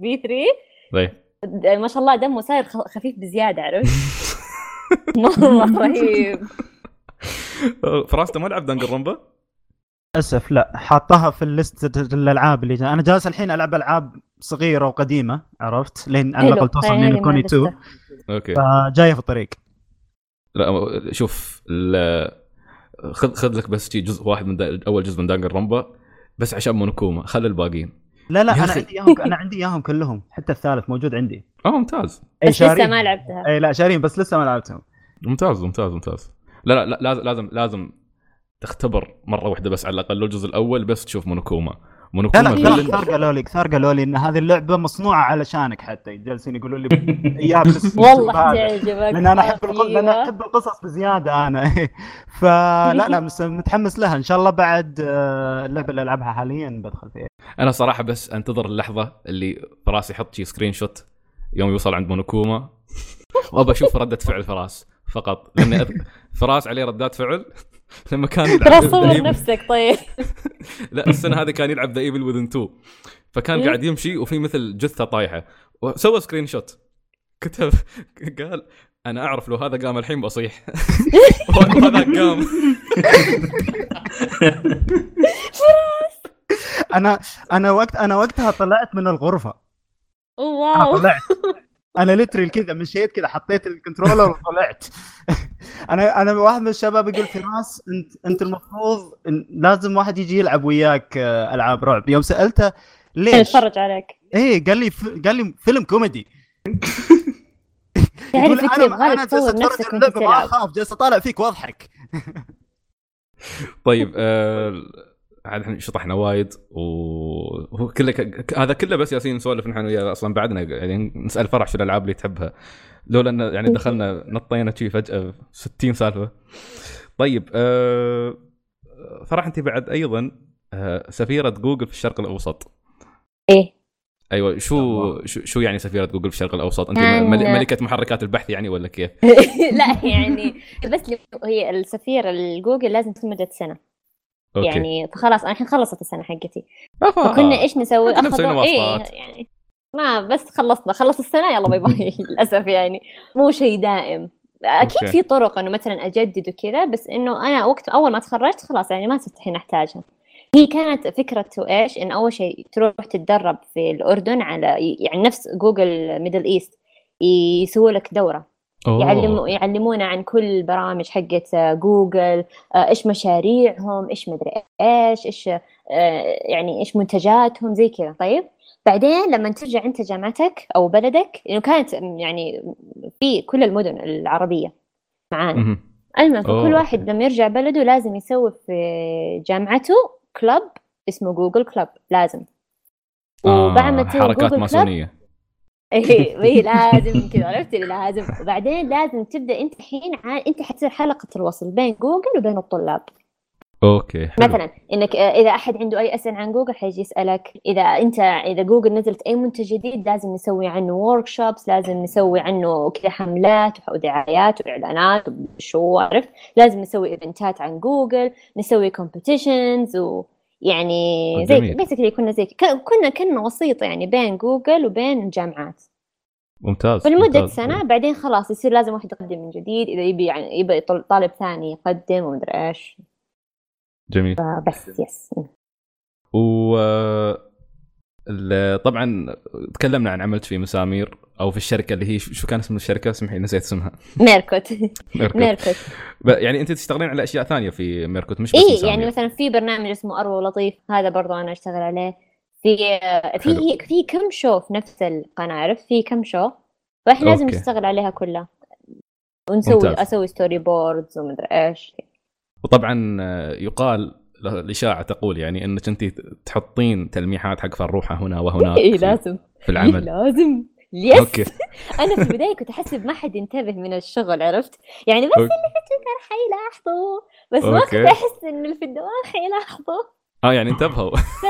3 ما شاء الله دمه صاير خفيف بزياده عرفت. والله رهيب. فراسته ما لعب دنجر رومبا للاسف لا حاطها في الليست الالعاب اللي انا جالس الحين العب العاب صغيره وقديمه عرفت لين على الاقل توصل لين كوني 2. اوكي فجايه في الطريق. لا شوف خذ لك بس جزء واحد من اول جزء من دانجر رومبا بس عشان مونوكوما خلي الباقيين. لا انا عندي اياهم كلهم حتى الثالث موجود عندي. ممتاز. بس لسه ما لعبتها. اي لا شارين بس لسه ما لعبتهم. ممتاز. لا لازم تختبر مره واحده بس على الاقل الجزء الاول بس تشوف مونوكوما. لا كثار قالوا لي ان هذه اللعبه مصنوعه علشانك حتى جالسين يقولوا لي اياها والله تعجبك لان انا احب القصص بزياده انا. فلا متحمس لها ان شاء الله. بعد اللعبه اللي العبها حاليا بدخل فيها. انا صراحه بس انتظر اللحظه اللي فراس يحط شي سكرين شوت يوم يوصل عند مونوكوما وابى اشوف رده فعل فراس فقط لان فراس عليه ردات فعل لما كان يلعب تصور نفسك. طيب لا السنه هذه كان يلعب ذا ايفل وذن 2 فكان قاعد يمشي وفي مثل جثه طايحه وسوى سكرين شوت كتب قال انا اعرف لو هذا قام الحين بصيح. وهذا قام. انا وقتها طلعت من الغرفه. واو انا ليتري كذا مشيت كذا حطيت الكنترولر وطلعت. انا واحد من الشباب يقول فراس انت المفروض لازم واحد يجي يلعب وياك العاب رعب. يوم سالته ليش اتفرج عليك ايه قال لي فيلم كوميدي. تعرف انا تصور نفسك وانت تلعب اخاف جالس اطالع فيك واضحك. طيب الحين شطحنا وايد وهو كله هذا كله بس ياسين نسولف نحن وياه اصلا بعدنا يعني نسال فرح شو الالعاب اللي تحبها لولا ان يعني دخلنا نطينا شيء فجاه 60 سالفه. طيب فرح انت بعد ايضا سفيره جوجل في الشرق الاوسط. ايه ايوه شو يعني سفيره جوجل في الشرق الاوسط؟ انت ملكه محركات البحث يعني ولا كيف؟ لا يعني بس هي السفيره الجوجل لازم تمدد سنه. أوكي. يعني فخلاص انا الحين خلصت السنه حقتي. فكنا ايش نسوي يعني ما بس خلص السنه يلا باي باي. للاسف يعني مو شيء دائم. اكيد أوكي. في طرق انه مثلا اجدد وكذا بس انه انا وقت اول ما تخرجت خلاص يعني ما صرت الحين احتاجها. هي كانت فكرته ايش ان اول شيء تروح تتدرب في الاردن على يعني نفس جوجل ميدل ايست يسووا لك دوره يعلمونا عن كل البرامج حقت جوجل، إيش مشاريعهم، إيش مدري إيش يعني إيش منتجاتهم زي كذا. طيب بعدين لما ترجع أنت جامعتك أو بلدك، لأنه كانت يعني في كل المدن العربية معانا، المهم فكل واحد لما يرجع بلده لازم يسوي في جامعته كلب اسمه جوجل كلب، لازم. وبعد ما تسوي حركات جوجل ماسونية. ايه لازم كذا، عرفت اللي لازم. وبعدين لازم تبدا انت الحين انت حتصير حلقه الوصل بين جوجل وبين الطلاب. اوكي حلو. مثلا انك اذا احد عنده اي اسئله عن جوجل حيجي يسالك، اذا جوجل نزلت اي منتج جديد لازم نسوي عنه ورك شوبس، لازم نسوي عنه كذا حملات ودعايات واعلانات وشو عرفت، لازم نسوي ايفنتات عن جوجل، نسوي كومبيتيشنز يعني زي بيسكلي كنا زي كنا وسيط يعني بين جوجل وبين الجامعات. ممتاز. فلمدة سنة بعدين خلاص يصير لازم واحد يقدم من جديد، إذا يبي طالب ثاني يقدم ومدري إيش. جميل. بس يس. طبعا تكلمنا عن عملت في مسامير او في الشركه اللي هي شو كان اسم الشركه؟ سمحي نسيت اسمها. ميركوت. يعني انت تشتغلين على اشياء ثانيه في ميركوت مش بس مسامير؟ يعني مثلا في برنامج اسمه اروى ولطيف، هذا برضو انا اشتغل عليه. في كم شو في نفس القناه، عرفت في كم شو، فاحنا لازم نشتغل عليها كلها اسوي ستوري بوردز ومدري ايش. وطبعا يقال الإشاعة تقول يعني انك انت تحطين تلميحات حق فروحة هنا وهناك. لازم في العمل. لازم يس. أوكي. انا في البدايه كنت احسب ما حد ينتبه من الشغل، عرفت يعني، بس اللي في تويتر حيلاحظوا، بس ما كنت احس ان اللي في الدوام حيلاحظوا. يعني انتبهوا.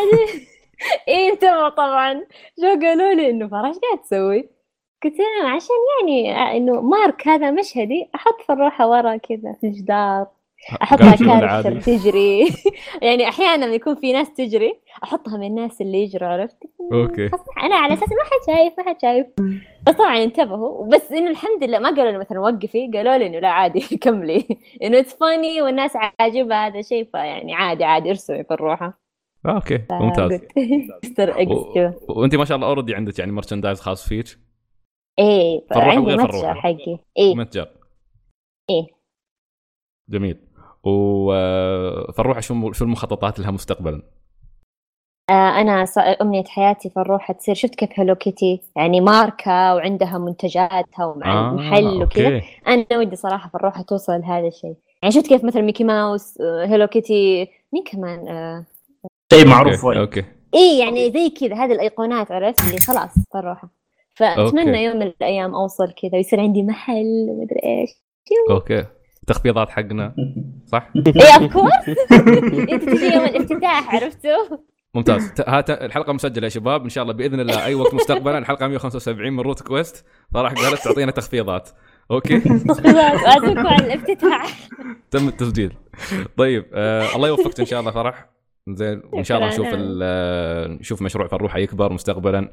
ايه انتبهوا طبعا. جو قالوا لي انه فرح قاعد تسوي؟ قلت لهم عشان يعني انه مارك هذا مشهدي، احط فروحه ورا كذا في الجدار، احطها كاركتر تجري. يعني احيانا يكون في ناس تجري احطها من الناس اللي يجروا، عرفت. اوكي. انا على اساس ما حد شايف. بس طبعا انتبهوا، بس انه الحمد لله ما قالوا لي مثلا وقفي، قالوا لي انه لا عادي كملي، انه اتس فاني والناس عاجبها هذا الشيء، فيعني عادي ارسمي في الروحه. اوكي ممتاز. وانت ما شاء الله اوريدي عندك يعني مرشندايز خاص فيك. ايه عندي متجر حقي. ايه متجر. ايه جميل. وفروحة شو المخططات لها مستقبلا؟ أنا أمنية حياتي فروحة تصير، شفت كيف هلو كيتي يعني ماركة وعندها منتجاتها ومع محل وكذا. أنا ودي صراحة فروحة توصل لهذا الشيء. يعني شفت كيف مثلا ميكي ماوس، هلو كيتي، مين كمان شيء معروف وين. أوكي. إيه يعني زي كذا هذه الأيقونات، عرفت اللي خلاص فروحة. فأتمنى يوم من الأيام أوصل كذا ويصير عندي محل ومدري إيش. أوكي. تخفيضات حقنا صح؟ إيه أوف كورس. أنت تجي يوم الافتتاح، عرفته؟ ممتاز. الحلقه مسجله يا شباب، ان شاء الله باذن الله اي وقت مستقبلا. الحلقه 175 من روت كويست، فراح قالت تعطينا تخفيضات. اوكي تخفيضات اعزمكم على الافتتاح. تم التسجيل. طيب الله يوفقك ان شاء الله فرح. زين وان شاء الله نشوف مشروع فروحه يكبر مستقبلا،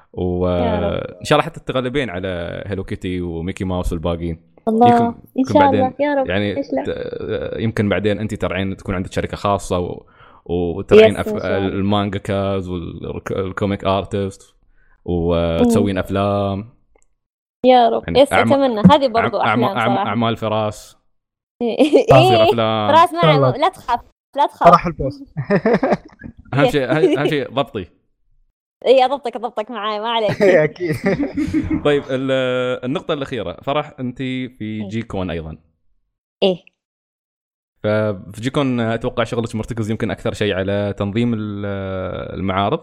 وان شاء الله حتى تغلبين على هيلو كيتي وميكي ماوس والباقيين. الله ان شاء الله يا رب. يعني يمكن بعدين انت ترعين تكون عندك شركه خاصه وترعين المانجاكاز والكوميك ارتست وتسوين افلام يا رب. يعني اتمنى هذه برضو احلام صراحه. اعمال فراس. افلام فراس ما لا تخاف صراحه البوس. اهم شيء ضبطي. اي اضبطك معاي ما عليك. اكيد. طيب النقطه الاخيره، فرح انت في جي كون ايضا. ايه. ففي جي كون اتوقع شغلك مرتكز يمكن اكثر شيء على تنظيم المعارض.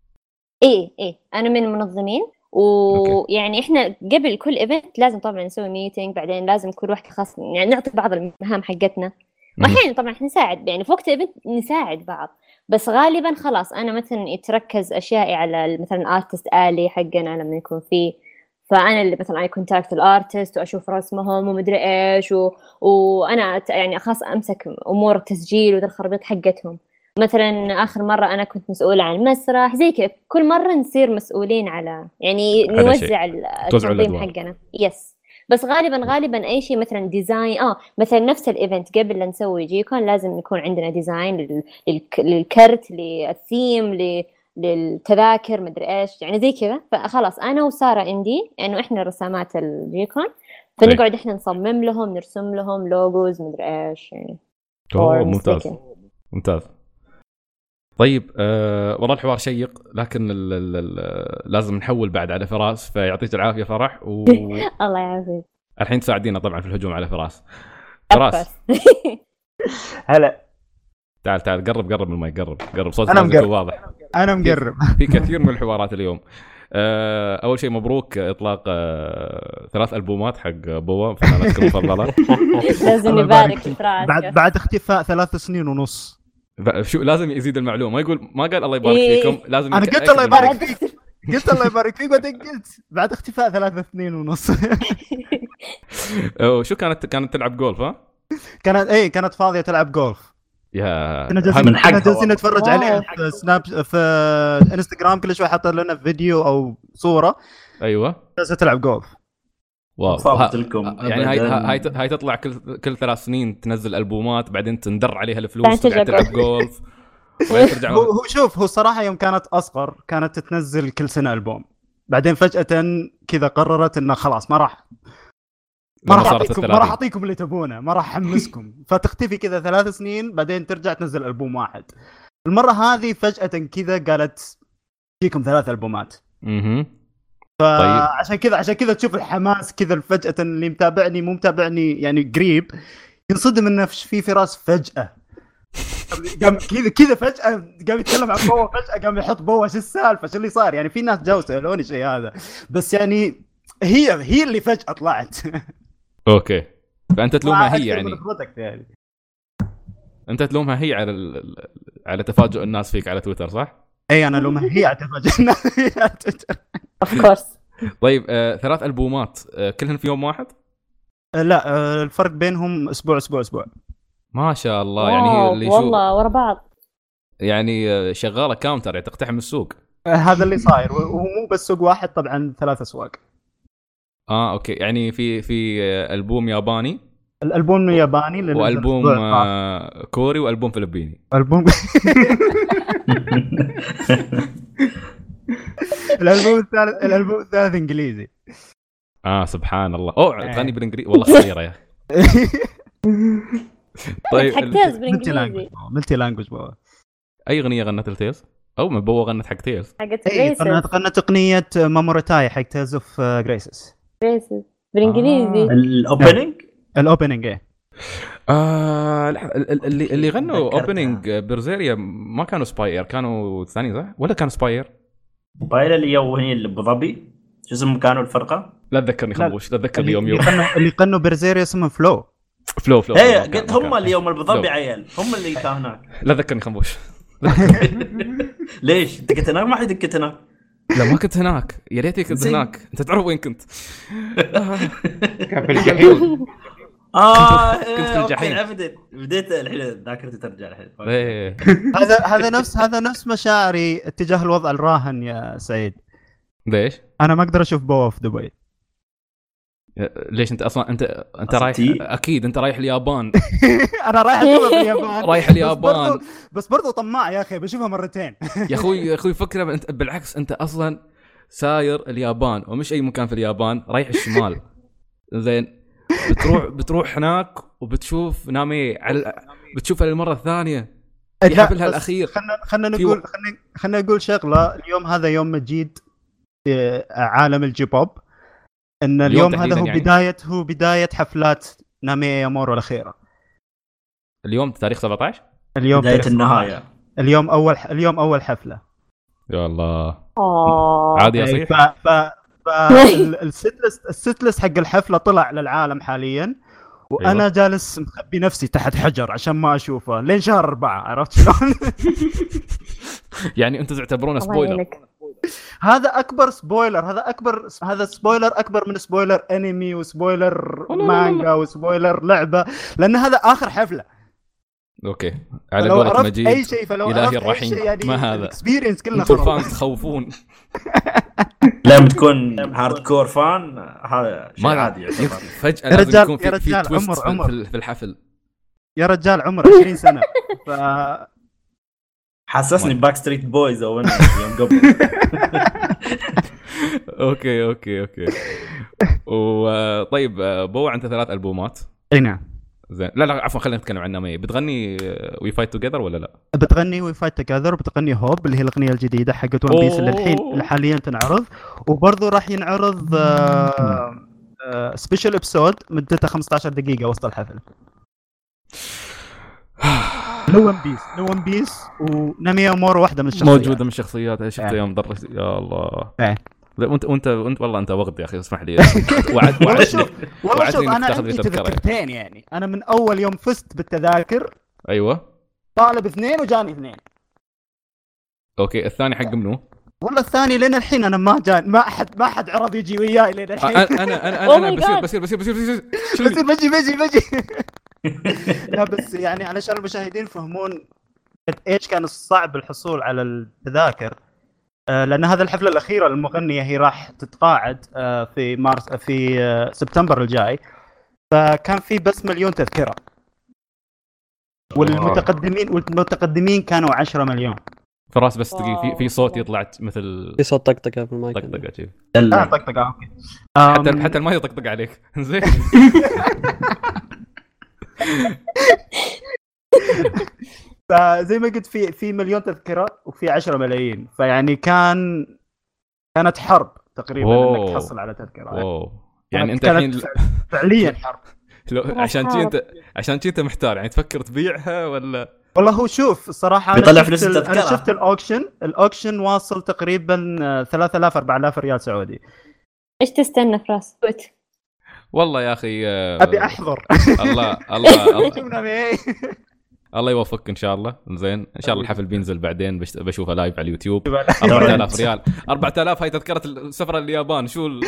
ايه انا من المنظمين، ويعني احنا قبل كل ايفنت لازم طبعا نسوي ميتينج، بعدين لازم كل واحد خاص يعني نعطي بعض المهام حقتنا، واحيانا طبعا نساعد يعني في وقت ايفنت نساعد بعض، بس غالبا خلاص انا مثلا يتركز اشيائي على مثلا ارتست آلي حقنا لما يكون فيه، فانا اللي مثلا اي كونتاكت الارتست واشوف رسمهم ومدري ايش وانا يعني خاص امسك امور التسجيل وذا الخربيط حقتهم. مثلا اخر مره انا كنت مسؤوله عن المسرح زي كذا، كل مره نصير مسؤولين على يعني نوزع التنظيم حقنا. يس بس غالبا اي شيء مثلا ديزاين مثلا نفس الايفنت قبل لا نسوي جيكون لازم يكون عندنا ديزاين للكرت للثيم للتذاكر مدري ايش يعني زي كذا. فخلاص انا وساره اندي انه احنا رسامات الجيكون، فنقعد احنا نصمم لهم، نرسم لهم لوجوز مدري ايش يعني. ممتاز ممتاز. طيب والله الحوار شيق، لكن لازم نحول بعد على فراس، فيعطيك العافيه فرح الله يعافيك. الحين تساعدينا طبعا في الهجوم على فراس. فراس هلا تعال قرب من المايك، قرب صوتك أنا مقرب. واضح. انا مقرب. في كثير من الحوارات اليوم. اول شيء مبروك اطلاق 3 ألبومات حق بوا فنانتك المفضله. لازم نبارك فراس بعد اختفاء 3 سنين ونص. شو لازم يزيد المعلومه، ما يقول ما قال الله يبارك فيكم، لازم انا قلت الله يبارك فيك، قلت الله يبارك فيك بعدين قلت بعد اختفاء 3 سنين ونص. شو كانت تلعب جولف؟ ها كانت فاضيه تلعب جولف. يا كنا جالسين نتفرج عليه في سناب في انستغرام، كل شوي حاط لنا فيديو او صوره. ايوه جالسه تلعب جولف. واو يعني هاي تطلع كل 3 سنين تنزل ألبومات، بعدين تندر عليها الفلوس ترجع تلعب جولف وترجع. هو شوف، هو الصراحه يوم كانت اصغر كانت تنزل كل سنه ألبوم، بعدين فجاه كذا قررت انه خلاص ما راح اعطيكم اللي تبونه، ما راح احمسكم. فتختفي كذا 3 سنين، بعدين ترجع تنزل ألبوم واحد. المره هذه فجاه كذا قالت فيكم 3 ألبومات. عشان كذا تشوف الحماس كذا فجاه، اللي متابعني مو متابعني يعني قريب ينصدم انه في فراس فجاه قام كذا فجاه قام يتكلم عن بوا، فجاه قام يحط بوا. شو السالفه، شو اللي صار؟ يعني في ناس جاوا سالوني شيء هذا، بس يعني هي اللي فجاه طلعت. اوكي، فانت تلومها هي يعني انت تلومها هي على تفاجؤ الناس فيك على تويتر، صح؟ اي انا لومها هي على تفاجؤ الناس على تويتر. اوف كورس. طيب 3 ألبومات كلهن في يوم واحد؟ لا الفرق بينهم اسبوع. ما شاء الله. يعني اللي والله ورا بعض يعني شغاله كاونتر، يعني تقتحم السوق. هذا اللي صاير، ومو بس سوق واحد طبعا، 3 اسواق. اوكي، يعني في ألبوم ياباني، الألبوم الياباني والبوم كوري، والبوم فلبيني. البوم الألبوم الثالث انجليزي. سبحان الله. تغني بالانجليزي والله صغيره يا اخي. طيب حق تيلز بالانجليزي، ملتي لانجوج بوا. اي اغنيه غنت التيلز؟ او من بوا غنت حق تيلز؟ حقت جريسس. غنت اغنيه ماموريتاي حق تيلز اوف جريسس بالانجليزي. الاوبننج ايه. اللي غنوا اوبننج برزيريا ما كانوا سباير، كانوا ثاني صح ولا كانوا سباير اللي هي ابو ظبي، شو اسمهم كانوا الفرقه؟ لا تذكرني خنبوش، لا تذكرني يوم اللي غنوا برزيريا اسمهم فلو. ايه قلت هم اليوم ابو ظبي عيال، هم اللي كانوا هناك. لا تذكرني خنبوش. ليش انت كنت هناك؟ ما حد كنت هناك. لا ما كنت هناك، يا ريتني كنت هناك. انت تعرف وين كنت؟ كان في الجحيم. كنت في الجحيم. بديت الحين ذاكرتي ترجع الحين. هذا نفس مشاعري اتجاه الوضع الراهن يا سعيد. ليش؟ انا ما اقدر اشوف بوا في دبي. ليش انت اصلا انت رايح؟ اكيد انت رايح اليابان. انا رايح اشوفها في اليابان. رايح اليابان بس برضو طماع يا اخي، بشوفها مرتين. يا اخوي فكره انت بالعكس، انت اصلا ساير اليابان ومش اي مكان في اليابان، رايح الشمال. زين بتروح هناك وبتشوف نامي بتشوفها للمره الثانيه في حفلها الاخير. خلنا نقول شغله. اليوم هذا يوم مجيد في عالم الجي بوب، ان اليوم هذا هو بدايه حفلات نامي يامورو الاخيره. اليوم تاريخ 17 اليوم بدايه النهايه. اليوم اول حفله. يا الله عادي يصيح. الستلس حق الحفله طلع للعالم حاليا، وانا جالس مخبي نفسي تحت حجر عشان ما اشوفه لين شهر 4. عرفت شلون؟ يعني انتم تعتبرونه سبويلر؟ هذا اكبر سبويلر، هذا سبويلر اكبر من سبويلر انمي وسبويلر مانجا وسبويلر لعبه، لان هذا اخر حفله. اوكي، على قولة مجيد اي شيء، فلو الهي الرحيم يعني ما هذا اكسبيرينس كلنا فان تخوفون. لما تكون هارد كور فان هذا شيء عادي. فجأة لازم يكون في تويست في الحفل. يا رجال عمر 20 سنة. حسسني باك ستريت بويز او يوم قبل. اوكي وطيب بو انت 3 ألبومات. اي نعم. زين لا عفوا خلينا نتكلم عن نامي. بتغني وي فايت توجذر ولا لا؟ بتغني وي فايت توجذر، بتغني هوب اللي هي الاغنيه الجديده حقت ون بيس اللي حاليا تنعرض، وبرضه راح ينعرض سبيشال ابسود مدته 15 دقيقه وسط الحفل. نو ون بيس ونامي امورو واحده من الشخصيات موجوده من الشخصيات. شفت يوم ضرت يا الله. وانت والله انت وقت يا اخي اسمح لي. والله شوف انا عندي تذكرتين يعني. انا من اول يوم فزت بالتذاكر ايوه طالب 2 وجاني 2. اوكي الثاني حق منو؟ والله الثاني لين الحين انا ما جاني، ما حد عرض يجي وياي لين الحين. انا بصير بجي لا بس يعني علشان المشاهدين يفهمون ايش كان الصعب الحصول على التذاكر، لان هذا الحفله الاخيره للمغنيه هي راح تتقاعد في سبتمبر الجاي، فكان في بس 1,000,000 تذكره، والمتقدمين كانوا 10 مليون. فراس بس دقيقة في صوت يطلع مثل في صوت طقطقه في المايك. طقطقه كذي. طقطقه اوكي. حتى المايك يطقطق عليك. زين. فزي ما قلت في 1,000,000 تذكره وفي 10 ملايين، فيعني كانت حرب تقريبا انك تحصل على تذكره. يعني انت الحين فعليا حرب. عشان انت محتار يعني تفكر تبيعها ولا؟ والله هو شوف الصراحه انا شفت الاوكشن واصل تقريبا 3,000-4,000 ريال سعودي. ايش تستنى فراس؟ والله يا اخي ابي احضر. الله يوفقك ان شاء الله. زين ان شاء الله الحفل بينزل بعدين بشوفه لايف على اليوتيوب. 4,000 ريال 4,000 هاي تذكره السفره لليابان. شو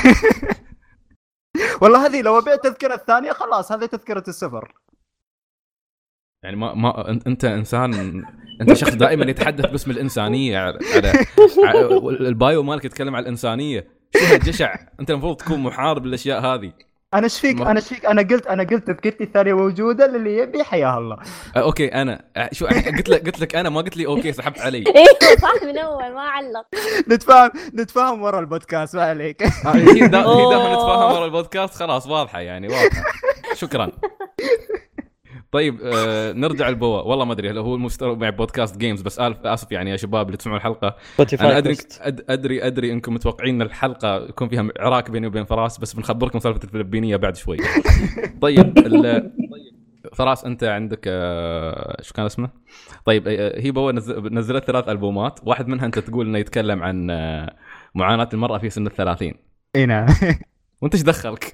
والله هذه لو ابيع التذكره الثانيه خلاص هذه تذكره السفر. يعني ما انت انسان، انت شخص دائما يتحدث باسم الانسانيه على البايو مالك يتكلم على الانسانيه. شو هالجشع؟ انت المفروض تكون محارب للاشياء هذه. انا ايش فيك انا قلت تذكرتي الثانيه موجوده للي يبي حياه الله. اوكي انا شو قلت لك انا ما قلت لي اوكي سحبت علي. ايوه صح من اول ما علق. نتفاهم ورا البودكاست ما عليك. هي دائما نتفاهم ورا البودكاست. خلاص واضحه يعني واضحه. شكرا. طيب نرجع لبوا. والله ما ادري هل هو المستوى مع بودكاست جيمز، بس اسف يعني يا شباب اللي تسمعوا الحلقه. انا ادري انكم متوقعين ان الحلقه يكون فيها عراك بيني وبين فراس، بس بنخبركم سالفه الفلبينيه بعد شوي. طيب فراس انت عندك شو كان اسمه؟ طيب هي بوا نزلت 3 ألبومات، واحد منها انت تقول انه يتكلم عن معاناه المراه في سن 30. اي نعم. وانت ايش دخلك؟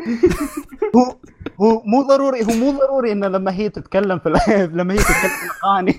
هو مو ضروري انه لما هي تتكلم في الاغاني.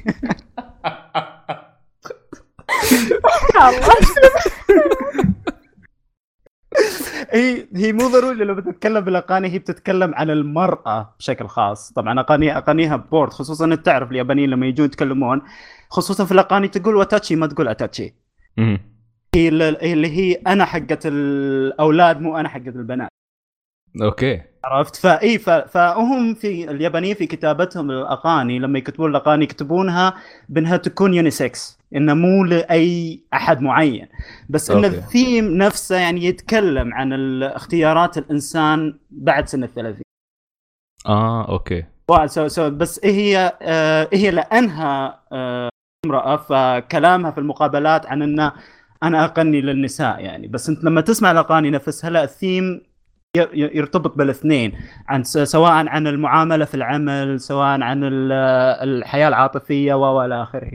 هي مو ضروري لما بتتكلم بالاغاني هي بتتكلم عن المرأة بشكل خاص. طبعا اغانيها بورد، خصوصا انت تعرف اليابانيين لما يجون يتكلمون خصوصا في الاغاني تقول واتاتشي ما تقول اتاتشي. هي اللي هي انا حقت الاولاد مو انا حقت البنات. اوكي عرفت. فهم في اليابانيين في كتابتهم الاغاني لما يكتبون الاغاني يكتبونها بانها تكون يونيسكس، انه مو لاي احد معين، بس ان الثيم نفسه يعني يتكلم عن اختيارات الانسان بعد سن 30. اوكي. بس هي لانها امراه فكلامها في المقابلات عن ان انا اغني للنساء يعني. بس انت لما تسمع الاغاني نفسها لا الثيم يرتبط بالاثنين، عن سواء عن المعامله في العمل، سواء عن الحياه العاطفيه والى اخره.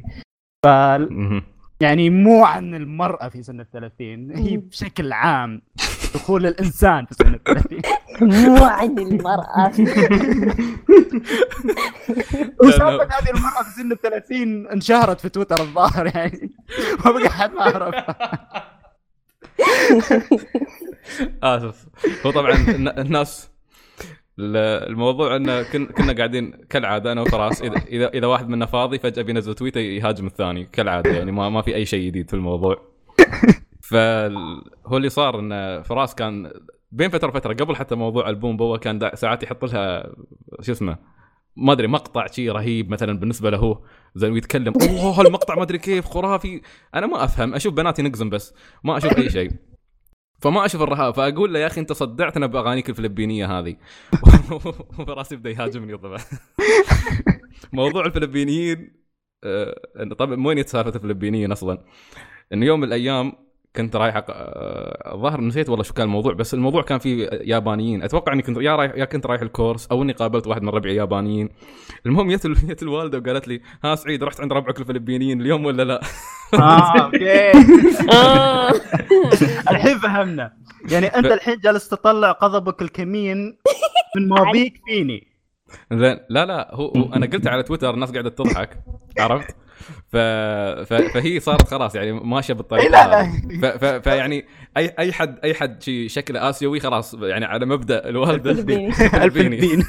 يعني مو عن المراه في سن 30، هي بشكل عام دخول الانسان في سن 30. مو عن المراه. وسالفه هذه المراه في سن 30 انشهرت في تويتر الظاهر يعني ما بقى حد ما عرفها. اسف. هو طبعا الناس الموضوع انه كنا قاعدين كالعاده انا وفراس، اذا واحد منا فاضي فجاه بينزل تويتر يهاجم الثاني كالعاده يعني ما في اي شيء جديد في الموضوع. فهو اللي صار ان فراس كان بين فتره قبل حتى موضوع البوم بوا كان ساعات يحط لها شو اسمه ما ادري مقطع شيء رهيب مثلا بالنسبه له زي ويتكلم هالمقطع ما ادري كيف خرافي. انا ما افهم، اشوف بناتي نقزم بس ما اشوف اي شيء. فما اشوف الرهاب، فاقول له يا اخي انت صدعتنا باغانيك الفلبينيه هذه. فراسي بدا يهاجمني طبعا. موضوع الفلبينيين طبعا وين سالفه الفلبينيين اصلا؟ انه يوم من الايام كنت رايح ظهر نسيت والله شو كان الموضوع، بس الموضوع كان فيه يابانيين. اتوقع اني كنت كنت رايح الكورس او اني قابلت واحد من ربعي يابانيين. المهم جت الوالده وقالت لي ها سعيد رحت عند ربعك الفلبينيين اليوم ولا لا؟ اوكي. الحين فهمنا. يعني انت الحين جالس تطلع غضبك الكمين من ماضيك فيني. زين لا هو انا قلت على تويتر الناس قاعده تضحك عرفت. فهي صارت خلاص يعني ماشيه بالطريقه هذه. فيعني اي حد شيء شكله اسيوي خلاص يعني على مبدا الوالده الفلبيني.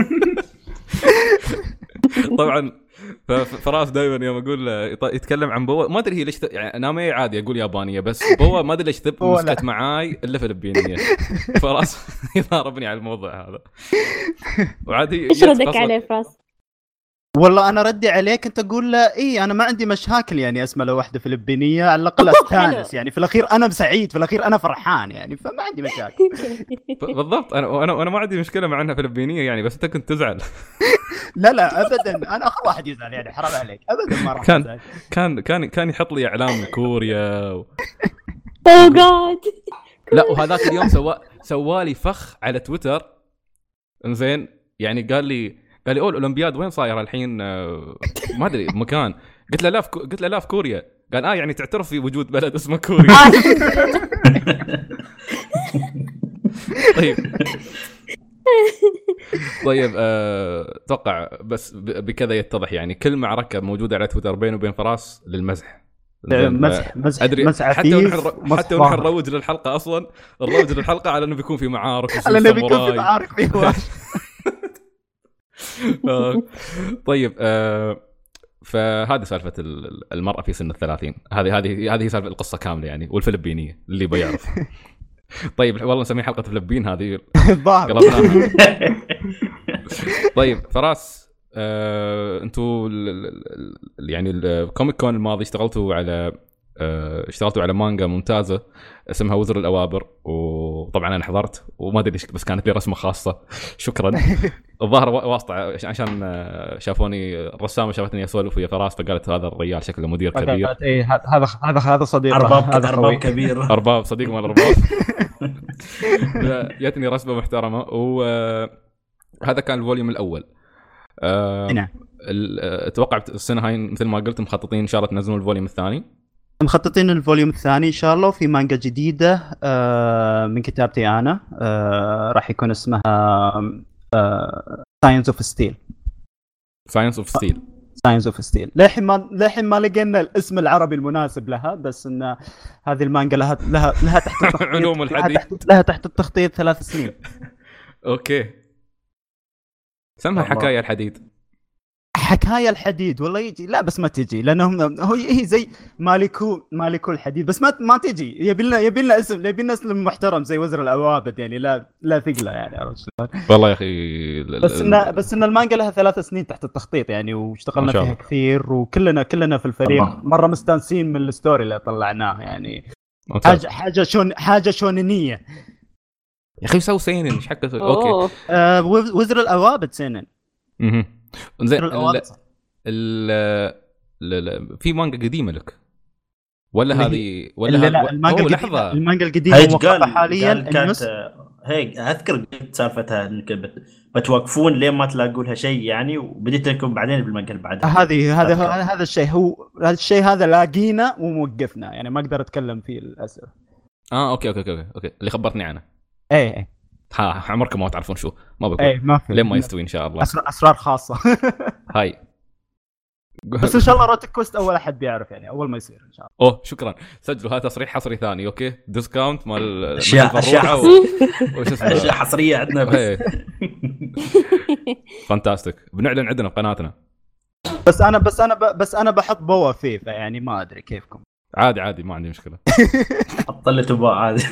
طبعا فراس دائما يوم اقول يتكلم عن بوا ما ادري هي ليش يعني انا ما عادي اقول يابانيه بس بوا ما ادري ليش مسكت معاي الا فلبينيه. فراس يضاربني على الموضوع هذا. وعادي ايش ردك عليه فراس؟ والله انا ردي عليك انت تقول له ايه انا ما عندي مشاكل يعني اسمع لو واحده فلبينيه على الاقل استانس يعني في الاخير انا سعيد في الاخير انا فرحان يعني فما عندي مشاكل. بالضبط انا ما عندي مشكله مع انها فلبينيه يعني بس انت كنت تزعل. لا ابدا انا اخر واحد يزعل يعني حرام عليك ابدا ما راح كان يحط لي اعلام كوريا اوه جاد. لا وهذاك اليوم سوالي فخ على تويتر انزين يعني قال لي اوه الاولمبياد وين صايره الحين ما ادري مكان. قلت له لا في كوريا. قال يعني تعترف في وجود بلد اسمه كوريا. طيب اتوقع بس بكذا يتضح يعني كل معركه موجوده على تويتر بينه وبين فراس للمزح. مزح ادري حتى ونحن نروج للحلقه اصلا نروج للحلقه على انه بيكون في معارك على انه بيكون في معارك فيه. طيب فهذه سالفه المراه في سن 30. هذه سالفه القصه كامله يعني والفلبينيه اللي بيعرف. طيب والله نسميها حلقه فلبين هذه قلبناها. طيب فراس انتوا يعني الكوميك كون الماضي اشتغلتوا على مانجا ممتازه اسمها وزر الاوابر وطبعا انا حضرت وما ادري بس كانت لي رسمه خاصه شكرا. الظاهر واسطه عشان شافوني الرسامه شافتني اسولف ويا فراس فقالت هذا الرجال شكله مدير كبير. ايه هذا صديق ارباب كبير ارباب صديق مال ارباب. جاتني رسمه محترمه وهذا كان الفوليوم الاول. نعم. اتوقع السنه هاي مثل ما قلت مخططين ان شاء الله تنزلون الفوليوم الثاني. مخططين الفوليوم الثاني ان شاء الله وفي مانجا جديده من كتابتي انا راح يكون اسمها ساينس اوف ستيل. للحين ما لقينا الاسم العربي المناسب لها بس ان هذه المانجا لها تحت التخطيط علوم الحديث لها تحت التخطيط 3 سنين. اوكي سمها حكاية الحديد والله يجي لا بس ما تجي لانهم هي زي مالكو الحديد بس ما تجي يبي لنا اسم محترم زي وزر الاوابد يعني لا ثقله يعني والله يا اخي بس ان المانجا لها 3 سنين تحت التخطيط يعني واشتغلنا فيها كثير وكلنا في الفريق مره مستانسين من الستوري اللي طلعناه يعني حاجه شونينيه يا اخي سووا سينن ايش حقه اوكي وزر الاوابد سينن زين في مانجا قديمه لك ولا هذه ولا المانجا القديمه موقفه حاليا هيك اذكر قلت سالفتها انك بتوقفون لين ما تلاقوا لها شيء يعني وبديت لكم بعدين بالمانجا اللي بعدها. هذا الشيء هذا لاقينا وموقفنا يعني ما اقدر اتكلم فيه للاسف. اوكي اللي خبرتني عنه. ايه عمركم ما تعرفون شو ما بقول ما لين ما يستوي ان شاء الله اسرار خاصه. هاي بس ان شاء الله روت كويست اول احد بيعرف يعني اول ما يصير ان شاء الله. شكرا سجلوا هذا تصريح حصري ثاني اوكي ديسكاونت مال اشياء حصريه عندنا فانتاستيك بنعلن عندنا بقناتنا. بس انا بحط بوا فيه يعني ما ادري كيفكم. عادي ما عندي مشكله. حط اللي تبغاه عادي.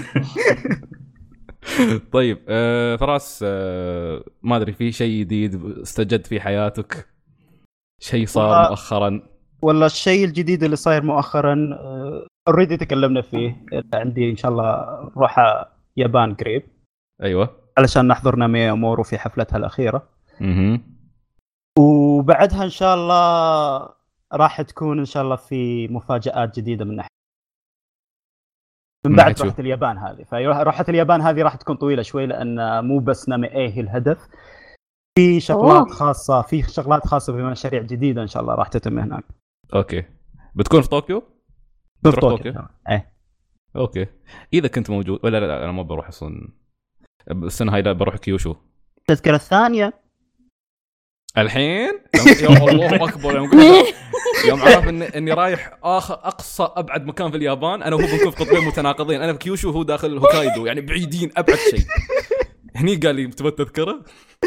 طيب فراس ما ادري في شيء جديد استجد في حياتك شيء صار مؤخرا؟ ولا الشيء الجديد اللي صاير مؤخرا اوريدي تكلمنا فيه. عندي ان شاء الله راح يابان قريب. ايوه علشان نحضر نامي امورو في حفلتها الاخيره. اها. وبعدها ان شاء الله راح تكون ان شاء الله في مفاجآت جديده من ناحيه من بعد راحه اليابان هذه. فراحه اليابان هذه راح تكون طويله شوي لان مو بس نامي هي الهدف، في شغلات خاصه، في شغلات خاصه بمشاريع جديده ان شاء الله راح تتم هناك. اوكي بتكون في طوكيو؟ في طوكيو ايه. اوكي اذا كنت موجود ولا لا انا ما بروح اصلا السنه هاي، لا بروح كيوشو. التذكره الثانيه الحين يا الله اكبر يوم عرف اني رايح اقصى ابعد مكان في اليابان، انا وهو بنكون في قطبين متناقضين، انا في كيوشو وهو داخل هوكايدو، يعني بعيدين ابعد شيء. هني قال لي تبغى تذكره؟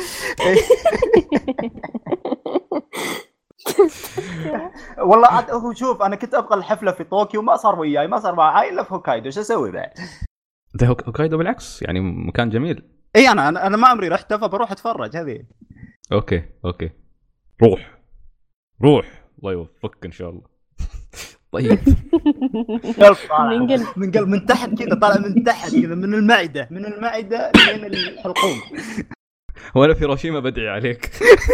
والله عاد هو شوف انا كنت ابغى الحفله في طوكيو ما صار وياي، ما صار معي الا في هوكايدو، شو اسوي بعد؟ ده هوكايدو بالعكس يعني مكان جميل. اي انا ما عمري رحت فبروح اتفرج هذه. اوكي روح الله يوفقك ان شاء الله. طيب من قلب من تحت كذا، طالع من تحت كذا، من المعده لين الحلقوم. وانا في هيروشيما بدعي عليك.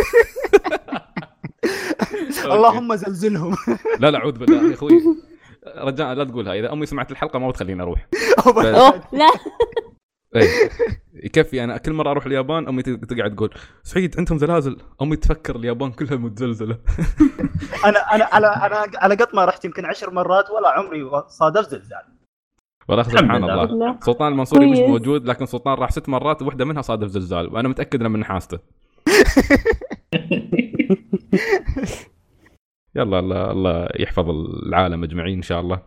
اللهم زلزلهم. لا اعوذ بالله يا اخوي، رجاء لا تقولها، اذا امي سمعت الحلقه ما بتخليني اروح. لا ايه يكفي، انا كل مره اروح اليابان امي تقعد تقول سعيد عندهم زلازل، امي تفكر اليابان كلها متزلزله. انا على قد ما رحت يمكن 10 مرات ولا عمري صادفت زلزال. والله سبحان الله. سلطان المنصوري مش موجود، لكن سلطان راح 6 مرات وواحده منها صادف زلزال، وانا متاكد انه من نحاسته. يلا الله يحفظ العالم اجمعين ان شاء الله.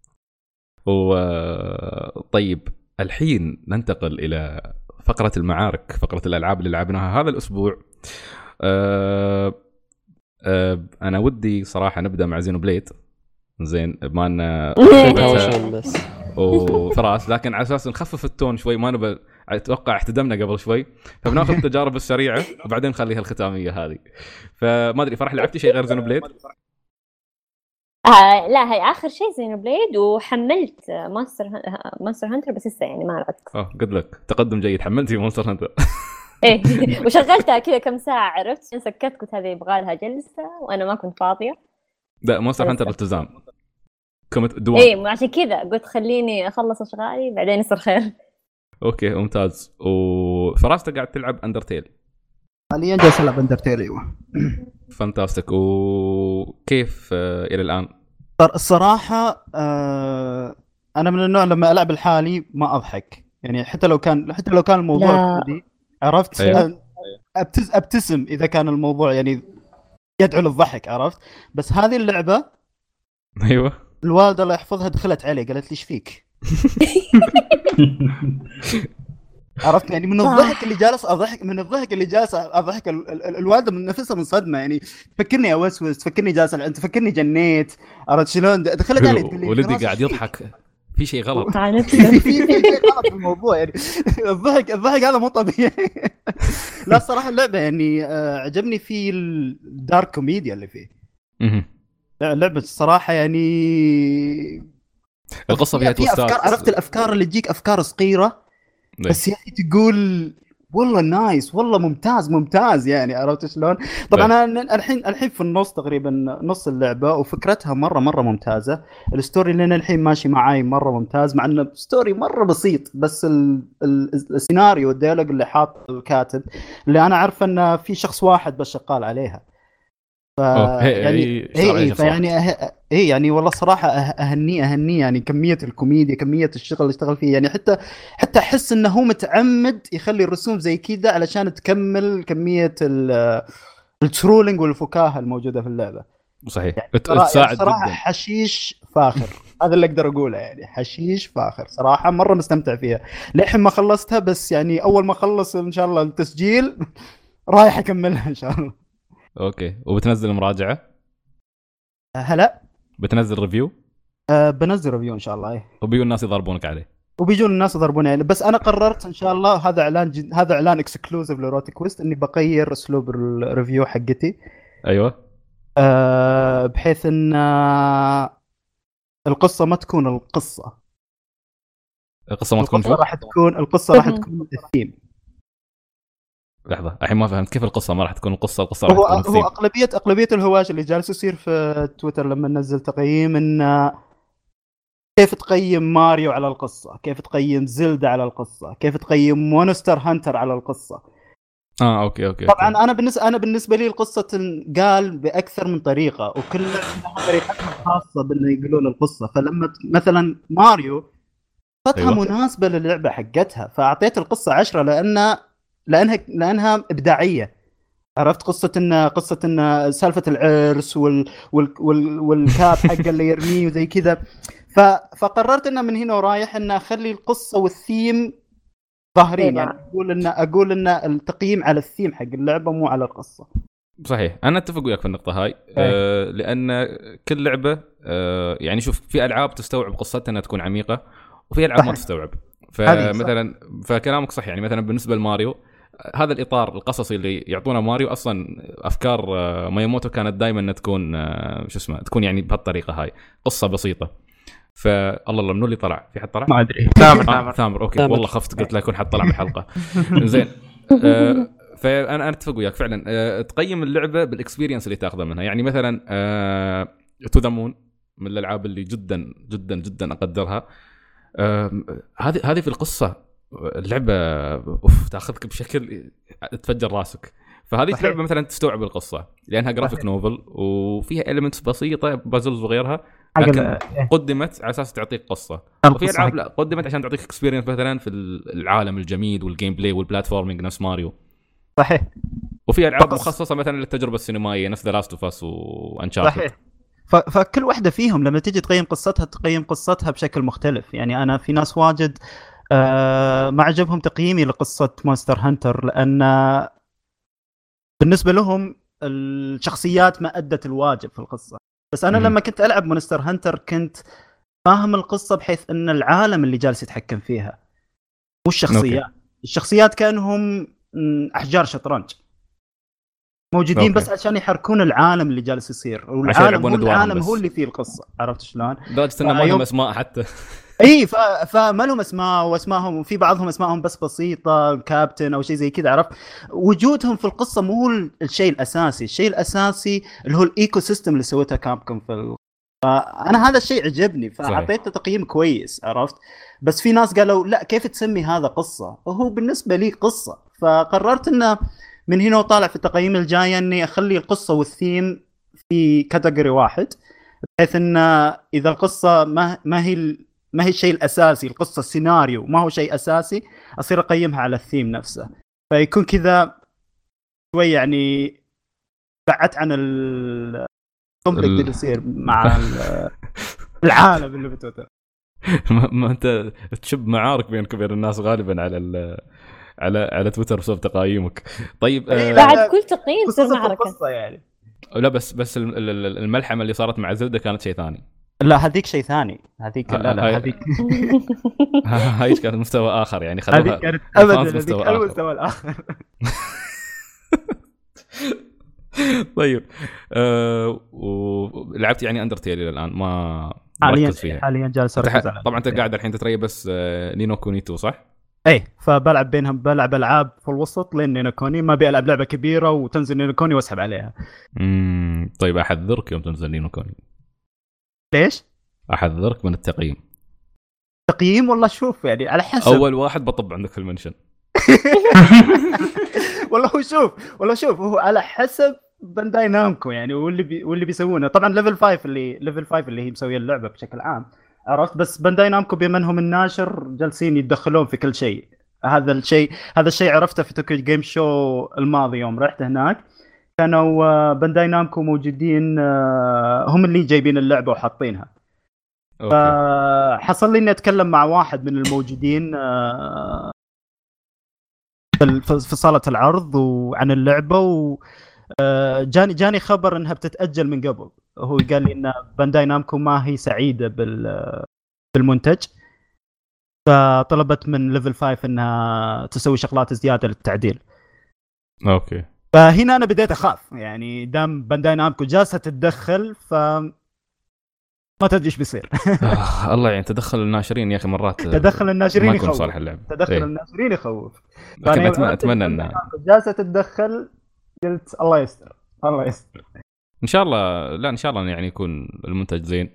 طيب الحين ننتقل الى فقره المعارك، فقره الالعاب اللي لعبناها هذا الاسبوع. انا ودي صراحه نبدا مع زينو بليد، زين ما لنا بس وفراس، لكن على اساس نخفف التون شوي، ما نبغى اتوقع احتدمنا قبل شوي، فبناخذ التجارب السريعه وبعدين نخليها الختاميه هذه. فما ادري فرح لعبتي شيء غير زينو بليد؟ لا هي اخر شيء زينو بليد، وحملت مونستر هانتر بس لسه يعني ما لعبت. قلت لك تقدم جيد، حملتي مونستر هانتر. ايه وشغلتها كذا كم ساعه، عرفت سكت قلت هذه يبغى لها جلسه وانا ما كنت فاضيه. لا مونستر هانتر التزام دوام. ايه عشان كذا قلت خليني اخلص اشغالي بعدين يصير خير. اوكي ممتاز. وفراس قاعد تلعب اندرتيل حاليا؟ جالس العب اندرتيل ايوه. فانتاستيك. وكيف الى الان؟ الصراحه انا من النوع لما العب الحالي ما اضحك، يعني حتى لو كان الموضوع كوميدي، عرفت؟ أيوة. ابتسم اذا كان الموضوع يعني يدعو للضحك، عرفت؟ بس هذه اللعبه ايوه الوالده الله يحفظها دخلت علي قالت لي ايش فيك؟ عرفت يعني من الضحك اللي جالس اضحك الوالده من نفسها من صدمه، يعني تفكرني اوسوس، تفكرني جالس انت تفكرني جنيت، عرفت شلون؟ دخلت علي تقول لي ولدي قاعد يضحك، في شيء غلط في شيء غلط في الموضوع، يعني الضحك هذا مو طبيعي. لا الصراحه اللعبه يعني عجبني في الدارك كوميديا اللي فيه. لعبه الصراحه يعني القصه فيها توستات، عرفت الافكار اللي تجيك افكار صغيره بس يعني تقول والله نايس، والله ممتاز يعني، عرفت شلون؟ طبعا انا الحين في النص تقريبا نص اللعبه، وفكرتها مره ممتازه. الستوري اللي انا الحين ماشي معاي مره ممتاز، مع انه ستوري مره بسيط، بس السيناريو والديالوج اللي حاط الكاتب اللي انا عارف انه في شخص واحد بس شغال عليها، يعني والله صراحه اهني يعني كميه الكوميديا، كميه الشغل اللي اشتغل فيه، يعني حتى احس انه هو متعمد يخلي الرسوم زي كذا علشان تكمل كميه الترولينج والفكاهه الموجوده في اللعبه. صحيح يعني تساعد صراحه جدا. حشيش فاخر. هذا اللي اقدر اقوله، يعني حشيش فاخر صراحه، مره مستمتع فيها. للحين ما خلصتها، بس يعني اول ما اخلص ان شاء الله التسجيل رايح اكملها ان شاء الله. اوكي. وبتنزل مراجعه؟ هلا بتنزل ريفيو؟ بنزل ريفيو ان شاء الله. ايه وبيجوا الناس يضربونك عليه؟ وبيجون الناس يضربوني عليه، بس انا قررت ان شاء الله هذا اعلان اكسكلوزيف لروتي كويست اني بغير اسلوب الريفيو حقتي. ايوه. بحيث ان القصه ما تكون القصه القصه ما تكون القصه راح تكون الثيم. لحظه الحين ما فهمت كيف القصه ما راح تكون القصه راح تكون الثيم. هو اغلبيه الهواش اللي جالس يصير في تويتر لما ننزل تقييم ان كيف تقيم ماريو على القصه، كيف تقيم زلدا على القصه، كيف تقيم مونستر هانتر على القصه. اوكي طبعا انا بالنسبه لي القصه تنقال باكثر من طريقه، وكل لها طريقتها الخاصه بانه يقولون القصه. فلما مثلا ماريو قصتها مناسبه للعبه حقتها، فاعطيت القصه 10 لانها ابداعيه. عرفت قصه ان سالفه العرس والكاب حق اللي يرميه وزي كذا. فقررت ان من هنا ورايح ان اخلي القصه والثيم ظاهرين، يعني اقول ان التقييم على الثيم حق اللعبه مو على القصه. صحيح، انا اتفق وياك في النقطه هاي. لان كل لعبه يعني شوف، في العاب تستوعب قصتها انها تكون عميقه، وفي العاب ما تستوعب. فمثلا فكلامك صح، يعني مثلا بالنسبه لماريو هذا الاطار القصصي اللي يعطونا ماريو، اصلا افكار مايموتو كانت دائما تكون تكون يعني بهالطريقه هاي، قصه بسيطه. فالله منو اللي طلع؟ في حد طلع؟ ما ادري. ثامر. اوكي ثامر. والله خفت قلت لا يكون حد طلع بالحلقه. زين. فانا اتفق وياك فعلا. تقيم اللعبه بالاكسبيرينس اللي تاخذه منها. يعني مثلا تو ذا مون من الالعاب اللي جدا جدا جدا اقدرها. هذه في القصه اللعبه تاخذك بشكل تفجر راسك. فهذه اللعبه مثلا تستوعب القصه لانها جرافيك نوفل وفيها إيليمنتس بسيطه بازلز وغيرها، لكن قدمت على اساس تعطيك قصه. وفي العاب لا قدمت عشان تعطيك اكسبيرينس مثلا في العالم الجميل والجيم بلاي والبلاتفورمينج نفس ماريو. صحيح. وفي العاب مخصصه مثلا للتجربه السينمائيه نفس ذا لاست اوف اس وانشارتد. صحيح. فكل واحده فيهم لما تيجي تقيم قصتها بشكل مختلف. يعني انا في ناس واجد ما عجبهم تقييمي لقصه مونستر هانتر، لان بالنسبه لهم الشخصيات ما ادت الواجب في القصه. بس انا لما كنت العب مونستر هانتر كنت فاهم القصه بحيث ان العالم اللي جالس يتحكم فيها مو الشخصيات. الشخصيات كانهم احجار شطرنج موجودين بس عشان يحركون العالم اللي جالس يصير، والعالم هو اللي فيه القصه. عرفت شلون؟ لدرجه انه ما لهم اسماء حتى. اي فما لهم اسماء، واسمائهم في بعضهم اسمائهم بس بسيطه، كابتن او شيء زي كذا. عرفت وجودهم في القصه مو الشيء الاساسي. الشيء الاساسي اللي هو الايكو سيستم اللي سويتها كابكوم فانا هذا الشيء عجبني فاعطيته تقييم كويس. عرفت بس في ناس قالوا لا كيف تسمي هذا قصه، وهو بالنسبه لي قصه. فقررت انه من هنا وطالع في التقييم الجايه اني اخلي القصه والثيم في كاتيجوري واحد، بحيث ان اذا القصه ما هي الشيء الاساسي، القصه السيناريو ما هو شيء اساسي، اصير اقيمها على الثيم نفسه. فيكون كذا شوي يعني بعدت عن الكونفليكت اللي يصير مع العالم اللي بتوتر. ما انت تشب معارك بينك وبين الناس غالبا على تويتر بسبب تقايمك. طيب بعد كل تقييم تصير معركه يعني. لا بس الملحمه اللي صارت مع زلدة كانت شيء ثاني. لا هذيك شيء ثاني. هذيك لا هذيك هاي كانت مستوى اخر يعني. خلوها هذيك كانت ابدا المستوى الاخر. طيب ولعبت يعني اندرتيل الى الان ما مركز فيها حاليا جالس اركز على. طبعا انت قاعد الحين تتريا بس نينو كوني 2 صح؟ ايه فبلعب بينهم، بلعب العاب في الوسط لين نينو كوني. ما بيلعب لعبه كبيره وتنزل نينو كوني واسحب عليها. طيب احذرك يوم تنزل نينو كوني. ليش؟ احذرك من التقييم. تقييم والله شوف يعني على حسب. اول واحد بطب عندك في المنشن. والله شوف هو على حسب بانداي نامكو يعني، واللي بيسوونه. طبعا ليفل 5 اللي هي مسويه اللعبه بشكل عام. عرفت بس بانداي نامكو بمنهم الناشر جالسين يتدخلون في كل شيء. هذا الشيء عرفته في توكيو جيم شو الماضي يوم رحت هناك. كانوا بانداي نامكو موجودين، هم اللي جايبين اللعبه وحاطينها. حصل لي اني اتكلم مع واحد من الموجودين في صالة العرض وعن اللعبة، وجاني خبر انها بتتأجل من قبل. هو قال لي ان بانداي نامكو ما هي سعيدة بالمنتج، فطلبت من ليفل 5 انها تسوي شغلات زيادة للتعديل. اوكي. فهنا انا بديت اخاف يعني دام بانداي نامكو جالسه تتدخل ما تدري ايش بيصير. الله يعني تدخل الناشرين يا اخي مرات تدخل الناشرين ما يكون يخوف. صالح اللعب. تدخل الناشرين يخوف. لكن اتمنى ان جالسه تتدخل قلت الله يستر الله يستر ان شاء الله. لا ان شاء الله يعني يكون المنتج زين.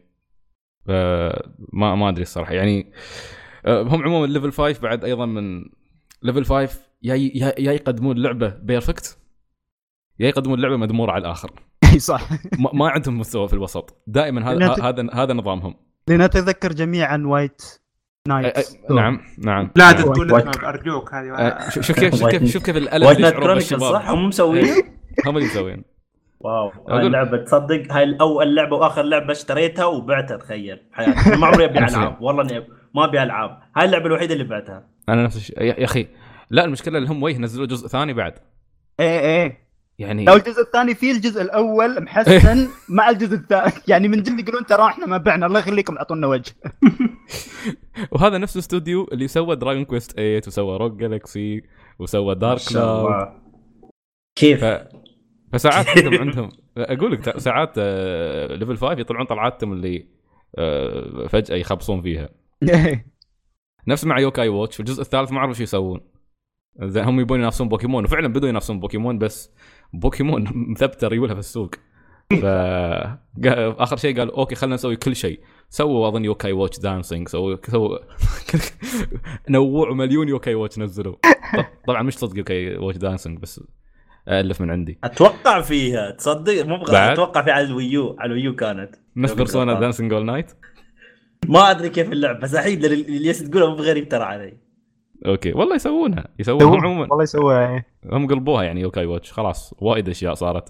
ما ادري الصراحه يعني. هم عموما ليفل 5 بعد ايضا من ليفل 5 يا يقدمون لعبه بيرفكت يا يقدمون لعبه مدموره على الاخر. اي صح. ما عندهم مستوى في الوسط دائما. هذا نظامهم. لنتذكر جميعا وايت نايت. نعم لا تقول ارجوك هذه شوف كيف الالم وايت نايت يشعروا كرونيكلز بالشباب. صح هم مسويين. هم اللي مسوين. واو هاي اللعبه تصدق هاي اول لعبه واخر لعبه اشتريتها وبعتها تخيل بحياتي. ما عمري ابي العاب والله اني ما ابي العاب. هاي اللعبه الوحيده اللي بعتها انا نفس الشيء يا اخي. لا المشكله اللي هم نزلوا جزء ثاني بعد. ايه يعني لو الجزء الثاني فيه الجزء الاول محسن مع الجزء الثاني يعني من جد يقولون ترى احنا ما بعنا الله يخليكم اعطونا وجه. وهذا نفس الاستوديو اللي سوى دراجون كويست 8 وسوى روك جالكسي وسوى دارك كلاود. كيف فساعات عندهم اقول لك ساعات ليفل 5 يطلعون طلعاتهم اللي فجأة يخبصون فيها. نفس مع يوكاي واتش في الجزء الثالث ما عرفوا شو يسوون. زين هم يبون ينافسون بوكيمون وفعلا بدوا ينافسون بوكيمون بس بوكيمون مثبته ريولها في السوق. اخر شيء قال اوكي خلينا نسوي كل شيء. سووا اظن يوكاي واتش دانسينج سووا نوعوا مليون يوكاي واتش نزلوا. طبعا مش صدق يوكاي واتش دانسينج بس الف من عندي. اتوقع فيها تصدق مو بغلط. اتوقع في على الويو كانت نفس بيرسونا دانسينج اول نايت. ما ادري كيف اللعبه بس الحين اللي تقولها مو غريب ترى علي. اوكي والله يسوونها عموما والله يسووها. هم قلبوها يعني يوكاي واتش خلاص وايد اشياء صارت.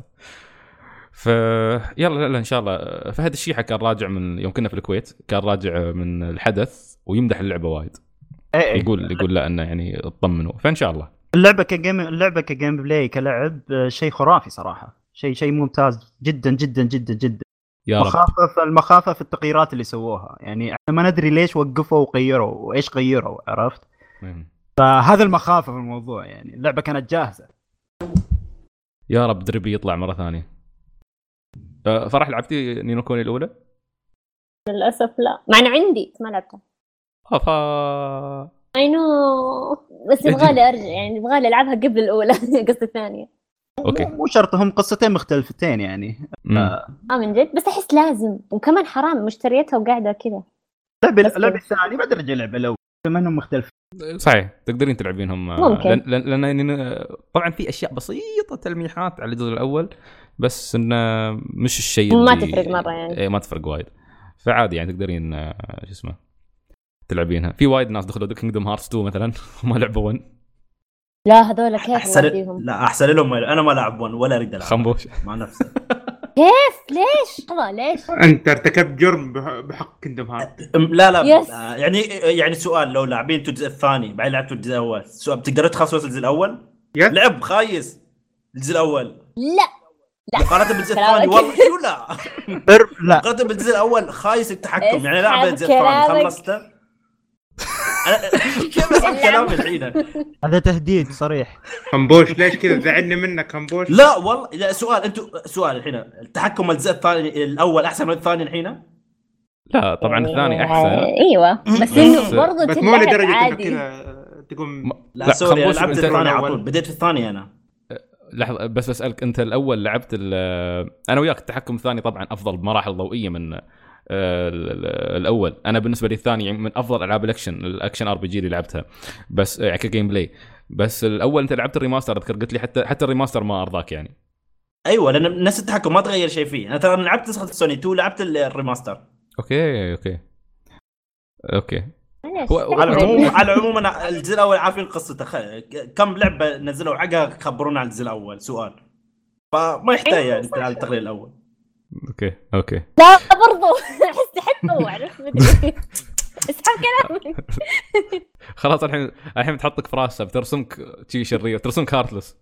يلا لا ان شاء الله. فهد الشيحة كان راجع من يوم كنا في الكويت كان راجع من الحدث ويمدح اللعبه وايد. يقول لا انه يعني اطمنوا فان شاء الله. اللعبه كجيم بلاي كلعب شيء خرافي صراحه. شيء ممتاز جدا جدا جدا جدا. المخافه في التغييرات اللي سووها يعني احنا ما ندري ليش وقفوا وغيروا وايش غيروا عرفت. فهذا المخافه في الموضوع يعني اللعبه كانت جاهزه. يا رب دربي يطلع مره ثانيه. فرح لعبتي نينو كوني الاولى؟ للاسف لا مع انه عندي ما لعبتها. اي نو بس يبغالي ارجع يعني يبغالي العبها قبل الاولى قصة الثانيه. اوكي مو شرط هم قصتين مختلفتين يعني. من جد بس احس لازم وكمان حرام مشتريتها وقاعده كذا. اللعبه الثانيه ما ادري اللعبه الاولى بما انهم مختلفين. صحيح تقدرين تلعبينهم ممكن. لان طبعا في اشياء بسيطه تلميحات على الجزء الاول بس انه مش الشيء ما تفرق مره يعني. ما تفرق وايد فعادي يعني تقدرين شو اسمه تلعبينها. في وايد ناس دخلوا كينجدوم هارتس 2 مثلا وما لعبوا 1. لا هذول كيف احسن لهم. انا ما لعب 1 ولا اريد العب خنبوش مع نفسي. كيف ليش طبعا ليش انت ارتكبت جرم بحق كينجدوم هارت. لا يعني سؤال لو لاعبين الجزء الثاني بعدين لعبتوا الجزء الاول سؤال بتقدروا تخلصوا الجزء الاول؟ لعب خايس الجزء الاول. لا قارنت بالجزء الثاني والله شو لا قارنت بالجزء الاول خايس التحكم يعني لعبه الجزء الثاني خلصته. كيف اسمع كلامي الحين؟ هذا تهديد صريح. خنبوش ليش كذا زعلني منك خنبوش؟ لا والله لا سؤال انتوا سؤال الحين التحكم الجزء الثاني الاول احسن من الثاني الحين؟ لا طبعا الثاني احسن. ايوه بس انه برضه بس مو لدرجه انه كذا تقوم. لا سوري لعبت الثاني على طول بديت في الثاني انا. لحظه بس اسالك انت الاول لعبت انا وياك التحكم الثاني طبعا افضل بمراحل ضوئيه من الاول. انا بالنسبه لي الثاني من افضل العاب الاكشن ار بي جي اللي لعبتها بس يعني كجيم بلاي. بس الاول انت لعبت الريماستر اذكر قلت لي حتى الريماستر ما ارضاك يعني. ايوه لان نفس التحكم ما تغير شيء فيه. انا ترى لعبت نسخه سوني 2 لعبت الريماستر. اوكي على العموم انا الجزء الاول عارفين قصته. كم لعبه نزلوا عقها خبرونا عن الجزء الاول سؤال فما يحتاج يعني على التقرير الاول. اوكي لا برضو احس تحبه عرفت مدري اسحب كلامي. خلاص الحين بتحطك في راسها بترسمك شيء شرير ترسمك هارتلس.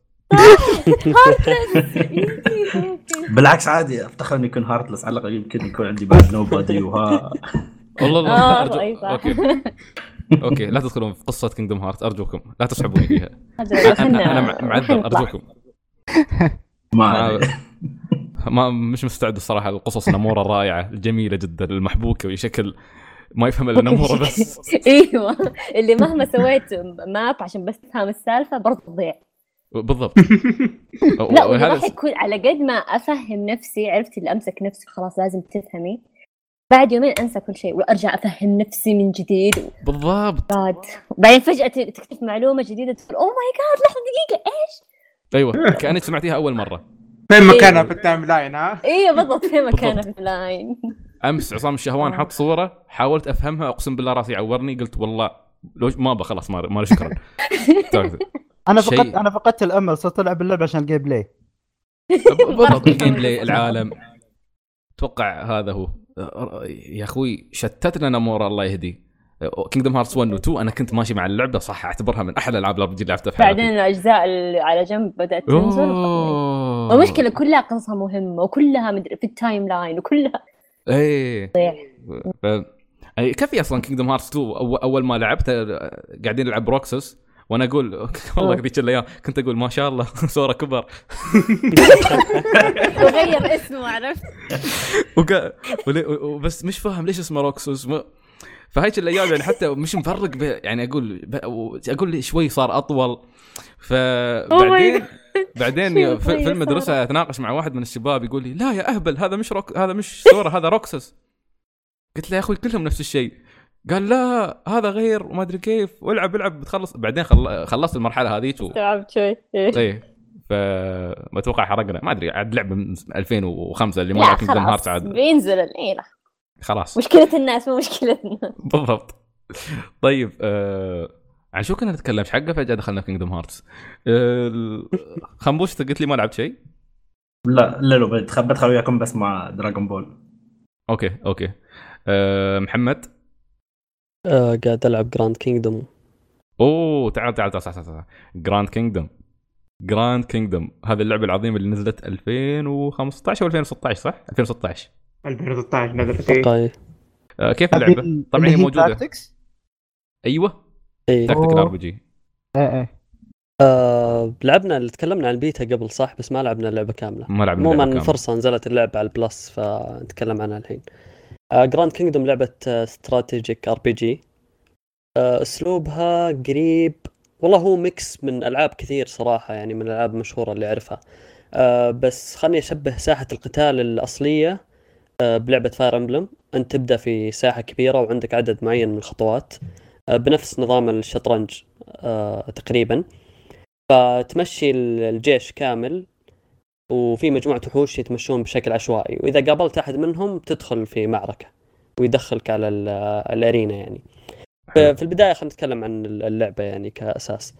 بالعكس عادي افتخر اني يكون هارتلس على الاقل يمكن يكون عندي بعد نوبادي وها والله اوكي لا تدخلون في قصه كينجدوم هارت ارجوكم لا تسحبوني فيها. انا معذر ارجوكم. ما مش مستعد الصراحه. القصص نموره الرائعه الجميله جدا المحبوكه بشكل ما يفهم الا نموره بس. ايوه اللي مهما سويت ماب عشان بس تفهم السالفه برضه تضيع. بالضبط. لا راح يكون على قد ما افهم نفسي، عرفت اللي امسك نفسي خلاص لازم تفهمي، بعد يومين انسى كل شيء وارجع افهم نفسي من جديد. بالضبط. بعدين فجاه تكتشف معلومه جديده تقول اوه ماي جاد لحظه دقيقه ايش. ايوه كانك سمعتيها اول مره. فين مكانها في التايم لاين؟ ها ايوه بالضبط فين مكانها في اللاين. امس عصام الشهوان حط صوره حاولت افهمها، اقسم بالله راسي عورني، قلت والله لو ما بخلص ما شكرا. انا فقدت الامل، صرت العب اللعبه عشان الجيم بلاي. بالضبط الجيم بلاي العالم اتوقع هذا هو. يا اخوي شتتنا نمور الله يهدي. كينغدم هارتس 1 و 2 انا كنت ماشي مع اللعبه صح، اعتبرها من احلى الالعاب اللي لعبتها في حياتي. بعدين الاجزاء اللي على جنب بدات تنزل والمشكله كلها قصصها مهمه وكلها في التايم لاين وكلها ايه. كيف اصلا كينغدم هارتس 2 اول ما لعبت قاعدين نلعب روكسس وانا اقول والله ذيك الايام كنت اقول ما شاء الله سورة كبر. وغير اسمه عرفت. بس مش فاهم ليش اسمه روكسس. فهيك الايام يعني حتى مش مفرق يعني اقول شوي صار اطول. بعدين في المدرسه اتناقش مع واحد من الشباب يقول لي لا يا اهبل هذا مش سورة هذا روكسس. قلت له يا اخوي كلهم نفس الشيء. قال لا هذا غير وما ادري كيف والعب بتخلص. بعدين خلصت المرحله هذيك استوعبت شوي. ايه فما اتوقع حرقنا ما ادري عاد لعبه من 2005 اللي ما لعب كينغدم هارتس عاد بينزل الليله خلاص. مشكله الناس مو مشكلتنا. بالضبط. طيب عن شو كنا نتكلم ايش حقه فجاه دخلنا في كينغدم هارتس. خنبوش قلت لي ما لعبت شيء. لا بتخبط وياكم بس مع دراغون بول. اوكي محمد قاعد العب جراند كينغدوم. اوه تعال صح جراند كينغدوم هذه اللعبه العظيمه اللي نزلت 2015 او 2016 صح 2016 نزلت فيه. كيف اللعبه طبعا هي موجوده تاكتكس؟ ايوه تاكتيك ار بي جي. لعبنا اللي تكلمنا عن البيتا قبل صح بس ما لعبنا اللعبه كامله. عموما فرصه نزلت اللعبه على البلس فنتكلم عنها الحين. جراند كينغدوم لعبه استراتيجيك ار بي جي. اسلوبها قريب والله هو ميكس من العاب كثير صراحه يعني من الالعاب المشهوره اللي اعرفها. بس خلني اشبه ساحه القتال الاصليه بلعبه فاير امبلم. انت تبدا في ساحه كبيره وعندك عدد معين من الخطوات بنفس نظام الشطرنج تقريبا. فتمشي الجيش كامل وفي مجموعه وحوش يتمشون بشكل عشوائي، واذا قابلت احد منهم تدخل في معركه ويدخلك على الارينا يعني. في البدايه خلينا نتكلم عن اللعبه يعني كاساس.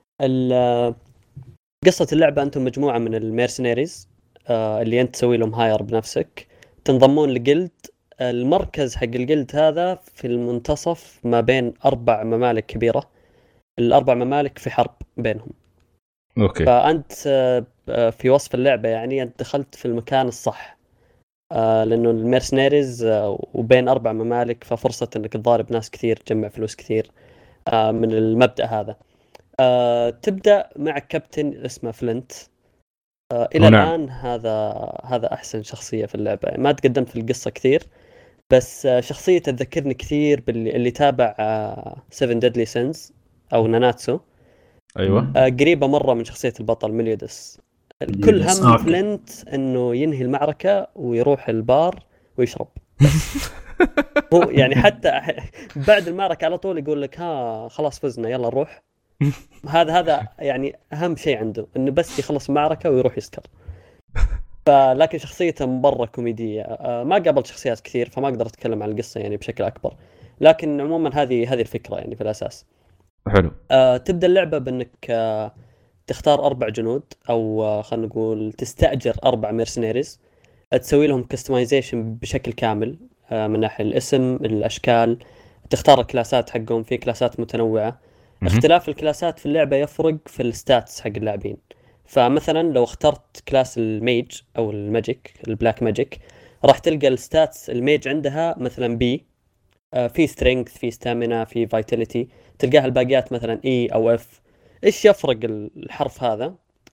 قصه اللعبه انتم مجموعه من الميرسينيريز اللي انت تسوي لهم هاير بنفسك، تنضمون لجلد. المركز حق الجلد هذا في المنتصف ما بين 4 ممالك كبيره. ال4 ممالك في حرب بينهم. اوكي. فانت في وصف اللعبه يعني انت دخلت في المكان الصح لانه الميرسينيريز وبين 4 ممالك ففرصه انك تضارب ناس كثير تجمع فلوس كثير من المبدا هذا. تبدا مع كابتن اسمه فلنت. الى الان هذا احسن شخصيه في اللعبه. ما تقدمت في القصه كثير بس شخصيته تذكرني كثير باللي تابع 7 Deadly Sins او ناناتسو. ايوه قريبه مره من شخصيه البطل ميليودس. كل هم فلنت انه ينهي المعركه ويروح البار ويشرب. هو يعني حتى بعد المعركه على طول يقول لك ها خلاص فزنا يلا نروح. هذا يعني اهم شيء عنده انه بس يخلص المعركه ويروح يسكر. لكن شخصيته مره كوميديه. ما قابلت شخصيات كثير فما اقدر اتكلم عن القصه يعني بشكل اكبر، لكن عموما هذه الفكره يعني في الاساس. حلو. تبدا اللعبه بانك تختار 4 جنود او خلينا نقول تستاجر 4 ميرسينيريز تسوي لهم كستمايزيشن بشكل كامل من ناحيه الاسم الاشكال. تختار الكلاسات حقهم، في كلاسات متنوعه. اختلاف الكلاسات في اللعبه يفرق في الستاتس حق اللاعبين. فمثلا لو اخترت كلاس الميج او الماجيك البلاك ماجيك راح تلقى الستاتس الميج عندها مثلا بي، في سترينث في ستامينا في فايتاليتي. تلقاها الباقيات مثلا اي او اف. ايش يفرق الحرف هذا؟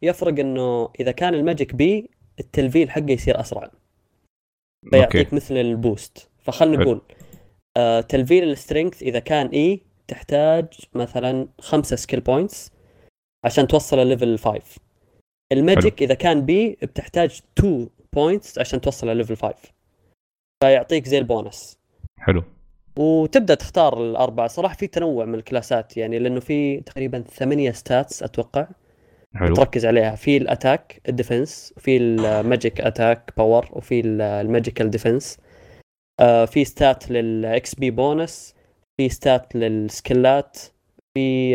يفرق انه اذا كان الماجيك بي التلفيل حقه يصير اسرع فيعطيك مثل البوست. فخلنا نقول تلفيل السترينث اذا كان اي تحتاج مثلا 5 سكيل بوينتس عشان توصل الليفل 5. الماجيك اذا كان بي بتحتاج 2 بوينتس عشان توصل الليفل 5 فيعطيك زي البونس. حلو. وتبدا تختار الاربعه. صراحه في تنوع من الكلاسات يعني لانه في تقريبا 8 ستاتس اتوقع حلو. تركز عليها. في الاتاك الديفنس وفي الماجيك اتاك باور وفي الماجيكال ديفنس. في ستات للاكس بي بونس في ستات للسكيلات في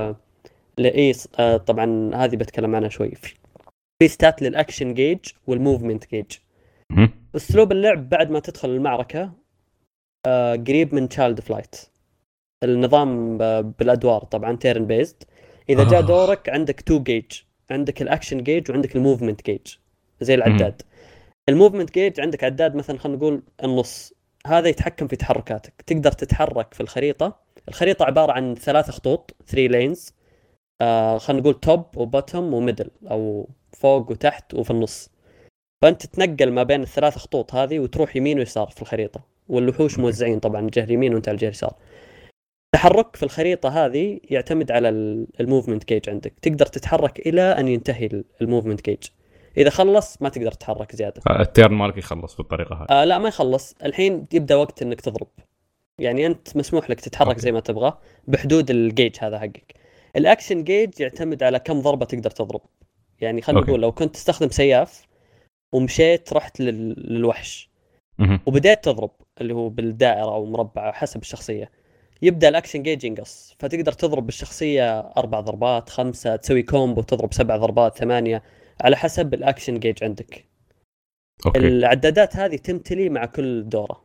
طبعا هذه بتكلم عنها شوي. في ستات للاكشن جيج والموفمنت جيج. اسلوب اللعب بعد ما تدخل المعركه قريب من تشايلد فلايت. النظام بالادوار طبعا تيرن بيزد. اذا جاء دورك عندك 2 جيج عندك الاكشن جيج وعندك الموفمنت جيج زي العداد. الموفمنت جيج عندك عداد مثلا خلينا نقول النص هذا يتحكم في تحركاتك. تقدر تتحرك في الخريطه عباره عن 3 خطوط 3 لينز خلينا نقول توب وبوتوم وميدل او فوق وتحت وفي النص. فانت تتنقل ما بين ال3 خطوط هذه وتروح يمين ويسار في الخريطه. والوحوش موزعين طبعا الجهه اليمين وانت على الجهه اليسار. التحرك في الخريطه هذه يعتمد على الموفمنت جيج عندك. تقدر تتحرك الى ان ينتهي الموفمنت جيج. اذا خلص ما تقدر تتحرك زياده. التيرن مالك يخلص بالطريقه هذه. لا ما يخلص. الحين يبدا وقت انك تضرب. يعني انت مسموح لك تتحرك زي ما تبغى بحدود الجيج هذا حقك. الاكشن جيج يعتمد على كم ضربه تقدر تضرب. يعني خلينا نقول لو كنت تستخدم سياف ومشيت رحت للوحش وبدأت تضرب اللي هو بالدائرة أو مربع حسب الشخصية يبدأ الأكشن جيج ينقص. فتقدر تضرب بالشخصية 4 ضربات 5 تسوي كومبو تضرب 7 ضربات 8 على حسب الأكشن جيج عندك. العدادات هذه تمتلي مع كل دورة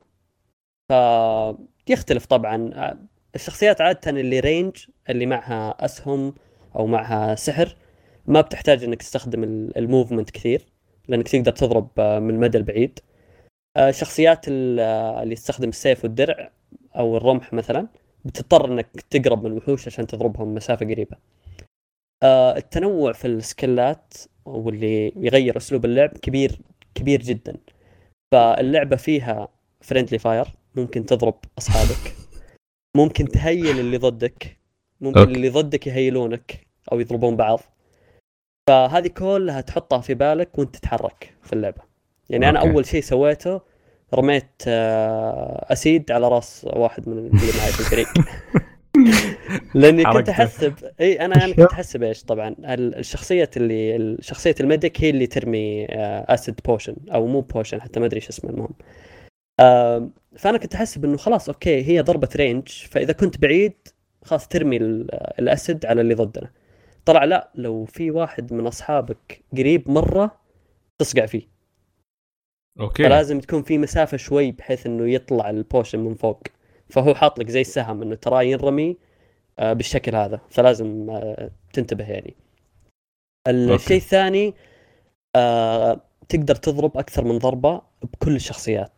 فيختلف طبعا. الشخصيات عادة اللي رينج اللي معها أسهم أو معها سحر ما بتحتاج أنك تستخدم الموفمنت كثير لأنك تقدر تضرب من المدى البعيد. شخصيات اللي يستخدم السيف والدرع أو الرمح مثلا بتضطر أنك تقرب من الوحوش عشان تضربهم مسافة قريبة. التنوع في السكيلات واللي يغير أسلوب اللعب كبير جدا. فاللعبة فيها فريندلي فاير ممكن تضرب أصحابك ممكن تهيل اللي ضدك ممكن اللي ضدك يهيلونك أو يضربون بعض. فهذه كلها تحطها في بالك وانت تتحرك في اللعبة. يعني أنا أول شيء سويته رميت أسيد على رأس واحد من اللي معي في الفريق لأني كنت أحسب أنا كنت أحسب إيش طبعا الشخصية الميديك هي اللي ترمي أسيد بوشن أو مو بوشن حتى ما أدري إيش اسمه المهم. فأنا كنت أحسب إنه خلاص أوكي هي ضربة رينج فإذا كنت بعيد خلاص ترمي الأسيد على اللي ضدنا. طلع لا لو في واحد من أصحابك قريب مرة تصقع فيه. فلازم تكون في مسافة شوي بحيث إنه يطلع البوشن من فوق. فهو حاط لك زي السهم إنه ترى ينرمي بالشكل هذا فلازم تنتبه يعني. الشيء الثاني تقدر تضرب أكثر من ضربة بكل الشخصيات.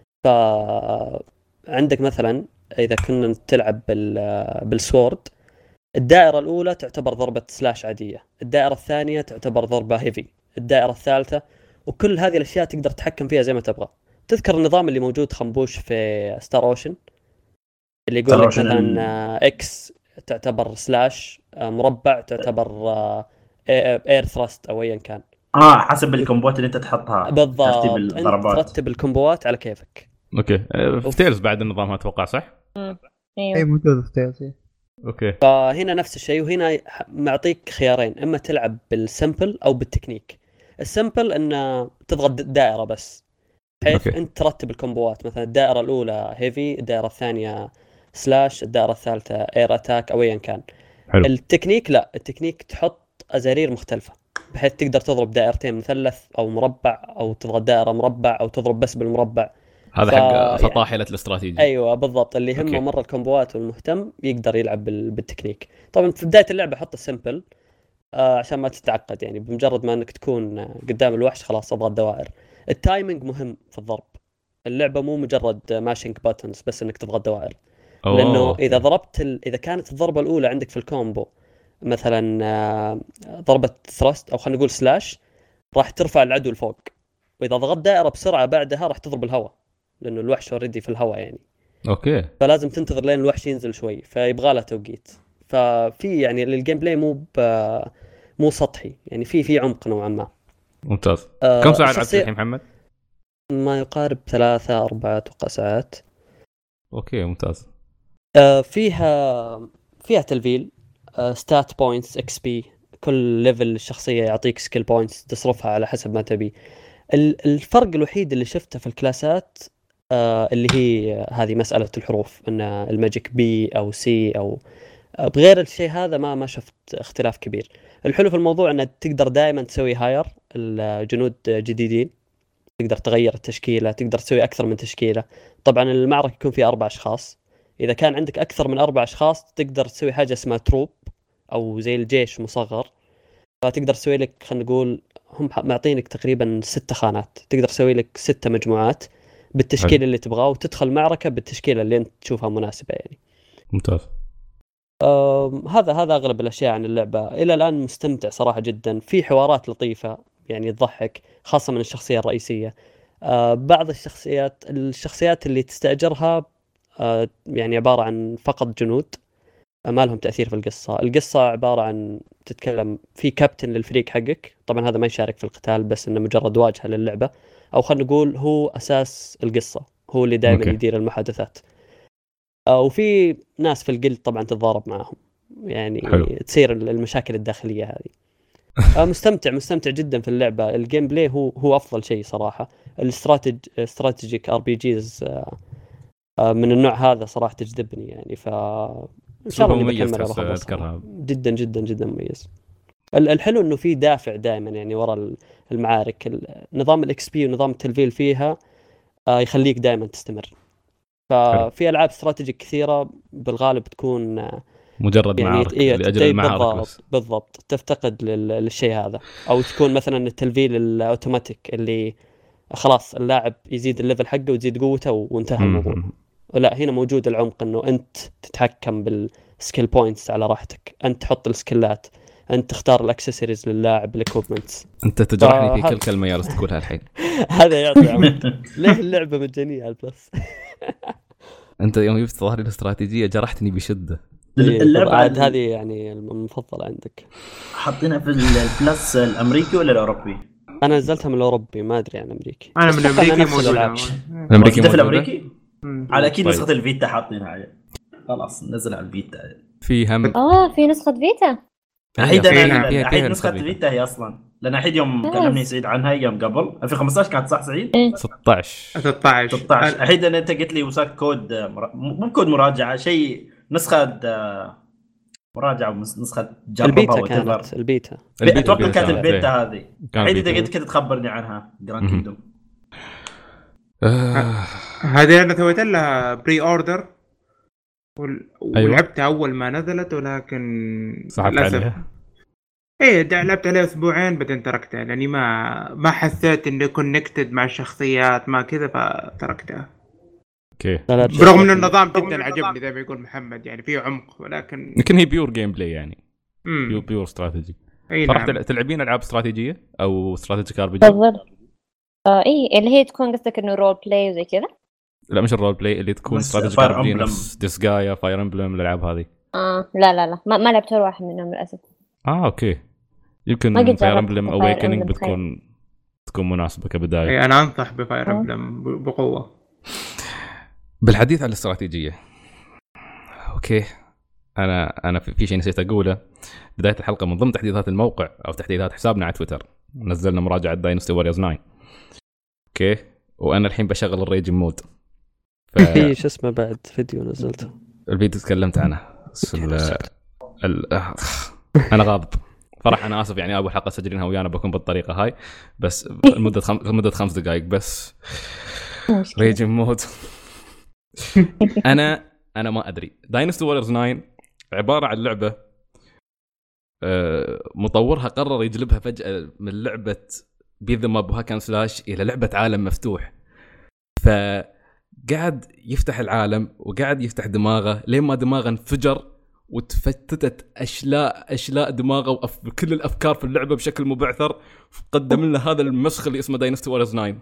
فعندك مثلا إذا كنا تلعب بالسورد الدائرة الأولى تعتبر ضربة سلاش عادية. الدائرة الثانية تعتبر ضربة هيفي. الدائرة الثالثة وكل هذه الأشياء تقدر تتحكم فيها زي ما تبغى. تذكر النظام اللي موجود خنبوش في ستار أوشن اللي يقول لك مثلا إكس تعتبر سلاش مربع تعتبر اير ثراست أو أيا كان حسب الكومبوات اللي أنت تحطها بالضبط. أنت ترتب الكومبوات على كيفك. أوكي في تيلز بعد النظام أتوقع صح؟ أيوة موجود في تيلز. اوكي فهنا نفس الشيء وهنا معطيك خيارين اما تلعب بالسمبل او بالتكنيك. السمبل انه تضغط دائره بس بحيث انت ترتب الكومبوات مثلا الدائره الاولى هيفي الدائره الثانيه سلاش الدائره الثالثه اير اتاك او ايا كان. حلو. التكنيك لا التكنيك تحط ازارير مختلفه بحيث تقدر تضرب دائرتين مثلث او مربع او تضغط دائره مربع او تضرب بس بالمربع. هذا حق فطاحلة الاستراتيجية. ايوه بالضبط اللي يهمه مره الكومبوات والمهتم يقدر يلعب بالتكنيك. طبعا في بدايه اللعبه حط السمبل عشان ما تتعقد يعني بمجرد ما انك تكون قدام الوحش خلاص اضغط دوائر. التايمينج مهم في الضرب. اللعبه مو مجرد ماشينج باتنز بس انك تضغط دوائر لانه اذا ضربت اذا كانت الضربه الاولى عندك في الكومبو مثلا ضربة ثرست او خلينا نقول سلاش راح ترفع العدو لفوق، واذا ضغط دائرة بسرعة بعدها راح تضرب الهواء لانه الوحش اوريدي في الهواء يعني. اوكي. فلازم تنتظر لين الوحش ينزل شوي، فيبغى له توقيت. ففي يعني الجيم بلاي مو سطحي يعني، في عمق نوعا ما. ممتاز. كم ساعة لعبت الحين محمد؟ ما يقارب 3-4 اتوقع ساعات. اوكي ممتاز. فيها تلفيل، ستات بوينتس، اكس بي، كل ليفل الشخصيه يعطيك سكيل بوينتس تصرفها على حسب ما تبي. الفرق الوحيد اللي شفته في الكلاسات اللي هي هذه مساله الحروف، ان الماجيك بي او سي او بغير الشيء هذا ما شفت اختلاف كبير. الحلو في الموضوع انك تقدر دائما تسوي هاير الجنود جديدين، تقدر تغير التشكيله، تقدر تسوي اكثر من تشكيله. طبعا المعركه يكون فيها 4 أشخاص، اذا كان عندك اكثر من 4 أشخاص تقدر تسوي حاجه اسمها تروب او زي الجيش مصغر. فتقدر تسوي لك خلينا نقول هم معطينك تقريبا 6 خانات، تقدر تسوي لك 6 مجموعات بالتشكيل اللي تبغاه، وتدخل معركه بالتشكيله اللي انت تشوفها مناسبه يعني. ممتاز. هذا اغلب الاشياء عن اللعبه. الى الان مستمتع صراحه جدا، في حوارات لطيفه يعني تضحك خاصه من الشخصيه الرئيسيه. بعض الشخصيات اللي تستأجرها يعني عباره عن فقط جنود ما لهم تأثير في القصة عبارة عن تتكلم في كابتن للفريق حقك، طبعا هذا ما يشارك في القتال بس انه مجرد واجهة للعبة، او خلينا نقول هو اساس القصة، هو اللي دائما يدير المحادثات. وفي ناس في الجلد طبعا تتضارب معهم يعني حلو. تصير المشاكل الداخلية هذه. مستمتع جدا في اللعبة. الجيم بلاي هو افضل شيء صراحة. الاستراتيجيك RPGs من النوع هذا صراحة تجذبني يعني. إن شاء الله مميز جدا جدا جدا مميز. الحلو إنه في دافع دائما يعني وراء المعارك. نظام الإكس بي ونظام التلفيل فيها يخليك دائما تستمر. ففي ألعاب استراتيجية كثيرة بالغالب تكون مجرد يعني معارك لأجل المعارك بس. بالضبط تفتقد للشيء هذا، أو تكون مثلا التلفيل الأوتوماتيك اللي خلاص اللاعب يزيد الليفل حقه ويزيد قوته وانتهى الموضوع. لا، هنا موجود العمق انه انت تتحكم بالسكيل بوينتس على راحتك، انت تحط السكيلات، انت تختار الاكسسوارز للاعب، الاكويبمنتس. انت تجرحني في كل كلمه جالس تقولها الحين. هذا يعطي عمق. ليه اللعبه مجانيه على البلس؟ انت يوم جبت ظهري الاستراتيجيه جرحتني بشده. اللعبه هذه يعني المفضله عندك. حاطينها في البلس الامريكي ولا الاوروبي؟ انا نزلتها من الاوروبي، ما ادري عن امريكي. انا من الامريكي موجوده. الامريكي في الامريكي على اكيد. طيب. نسخه الفيتا حاطينها عليه، خلاص نزل على الفيتا. في هم في نسخه فيتا. احيد نسخه الفيتا هي اصلا، لان احيد يوم كلمني سعيد عنها يوم قبل 2015 كانت صح سعيد؟ 16 احيد انت قلت لي وصلت كود مو كود مراجعه، شيء نسخه مراجعه ونسخه جربها. كانت البيتا اتوقع كانت البيتا هذه. احيد انت كنت تخبرني عنها جراند كيندوم. هذه انا سويت لها بري اوردر ولعبتها اول ما نزلت، ولكن صعبت عليها. لعبت عليها اسبوعين بعدين تركتها لاني ما حسيت اني كونكتد مع الشخصيات ما كذا، فتركتها. اوكي. برغم ان النظام جدا عجبني زي ما يقول محمد، يعني فيه عمق، ولكن يمكن هي بيور جيم بلاي يعني. بيور استراتيجي. فرحت تلعبين العاب استراتيجيه او استراتيجيك ار بي جي؟ اللي هي تكون قصدك انه رول بلاي وزي كذا؟ لا مش الرول بلاي، اللي تكون استراتيجيك ار بي جي نفس ديسغايا، فاير امبلم، الالعاب هذه. لا ما لعبت ولا واحد منهم للاسف. اوكي. يمكن فاير امبلم اويكننج تكون مناسبه كبدايه. انا انصح بفاير امبلم بقوه. بالحديث عن الاستراتيجيه، اوكي، انا في شيء نسيت اقوله بدايه الحلقه. من ضمن تحديثات الموقع او تحديثات حسابنا على تويتر نزلنا مراجعه داينستي واريورز 9. اوكي، وانا الحين بشغل الريج مود. في شو اسمه بعد فيديو نزلته، الفيديو تكلمت عنه. انا غاضب فرح. انا اسف يعني، اول حلقه سجلينها ويانا بكون بالطريقه هاي، بس مده 5 دقائق بس. ريج مود. انا ما ادري. داينستي واريورز 9 عباره عن لعبه مطورها قرر يجلبها فجاه من لعبه بيذم اب هاكن سلاش الى لعبه عالم مفتوح. فقاعد يفتح العالم وقاعد يفتح دماغه لين ما دماغه انفجر وتفتتت اشلاء دماغه كل الافكار في اللعبه بشكل مبعثر. قدم لنا هذا المسخ اللي اسمه داينستي ووريرز 9.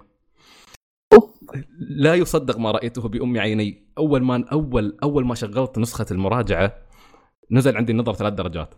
لا يصدق ما رايته بأم عيني. اول ما شغلت نسخه المراجعه نزل عندي النظر 3 درجات.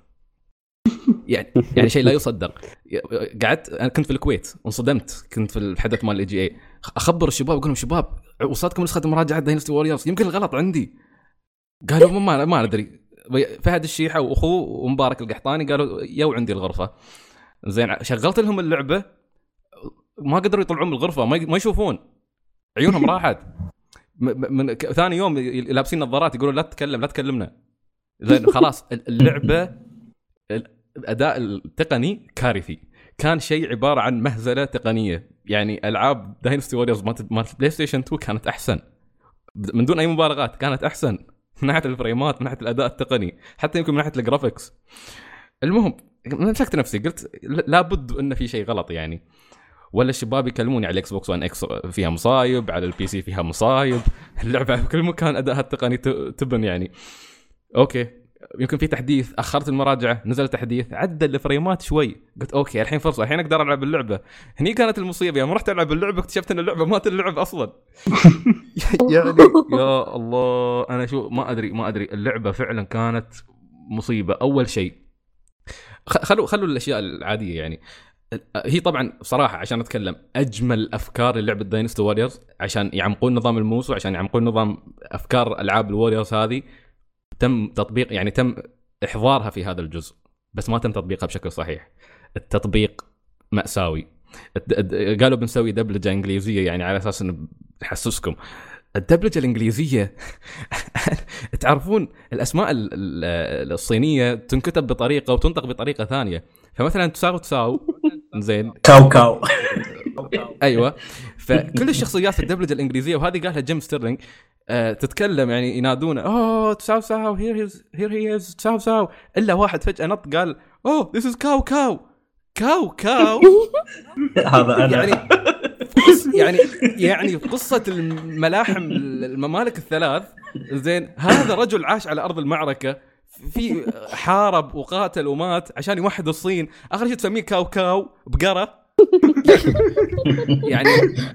يعني شيء لا يصدق. قعدت، انا كنت في الكويت، انصدمت، كنت في الحدث مال EGA، اخبر الشباب اقول لهم شباب وصلتكم نسخه مراجعه داينستي ووريرز، يمكن الغلط عندي. قالوا ما ندري. فهد الشيحه واخوه ومبارك القحطاني قالوا يو عندي الغرفه. زين شغلت لهم اللعبه، ما قدروا يطلعون من الغرفه، ما يشوفون، عيونهم راحت. من ثاني يوم لابسين نظارات يقولوا لا تتكلم لا تكلمنا. زين خلاص اللعبه الاداء التقني كارثي، كان شيء عباره عن مهزله تقنيه. يعني العاب داينستي ووريرز مالت بلاي ستيشن 2 كانت احسن من دون اي مبالغات، كانت احسن من ناحيه الفريمات، من ناحيه الاداء التقني، حتى يمكن من ناحيه الجرافيكس. المهم مسكت نفسي قلت لابد ان في شيء غلط يعني. ولا الشباب يكلموني على الاكس بوكس 1 اكس فيها مصايب، على البي سي فيها مصايب، اللعبه في كل مكان ادائها التقني تبن يعني. اوكي يمكن في تحديث، اخرت المراجعه، نزل تحديث عدل الفريمات شوي، قلت اوكي الحين فرصه، الحين اقدر العب اللعبه. هني كانت المصيبه، يوم رحت العب اللعبه اكتشفت ان اللعبه ما تلعب اصلا. يعني يا الله، انا شو ما ادري اللعبه فعلا كانت مصيبه. اول شيء خلوا الاشياء العاديه يعني. هي طبعا صراحه عشان اتكلم اجمل افكار للعبه داينستي ووريرز، عشان يعمقون نظام الموس وعشان يعمقون نظام افكار العاب الووريرز هذه، تم تطبيق يعني تم احضارها في هذا الجزء، بس ما تم تطبيقها بشكل صحيح. التطبيق مأساوي. قالوا بنسوي دبلجه انجليزيه يعني على اساس انه نحسسكم. الدبلجه الانجليزيه تعرفون الاسماء الصينيه تنكتب بطريقه وتنطق بطريقه ثانيه. فمثلا تساو زين كاو ايوه. فكل الشخصيات في الدبلجه الانجليزيه، وهذه قالها جيم ستيرلينج، تتكلم يعني ينادونه اوه تساو هير هي از تساو، الا واحد فجاه نط قال اوه ذيس از كاو هذا انا يعني قصه الملاحم الممالك الثلاث. زين هذا رجل عاش على ارض المعركه، في حارب وقاتل ومات عشان يوحد الصين، اخر شيء تسميه كاو بقره. يعني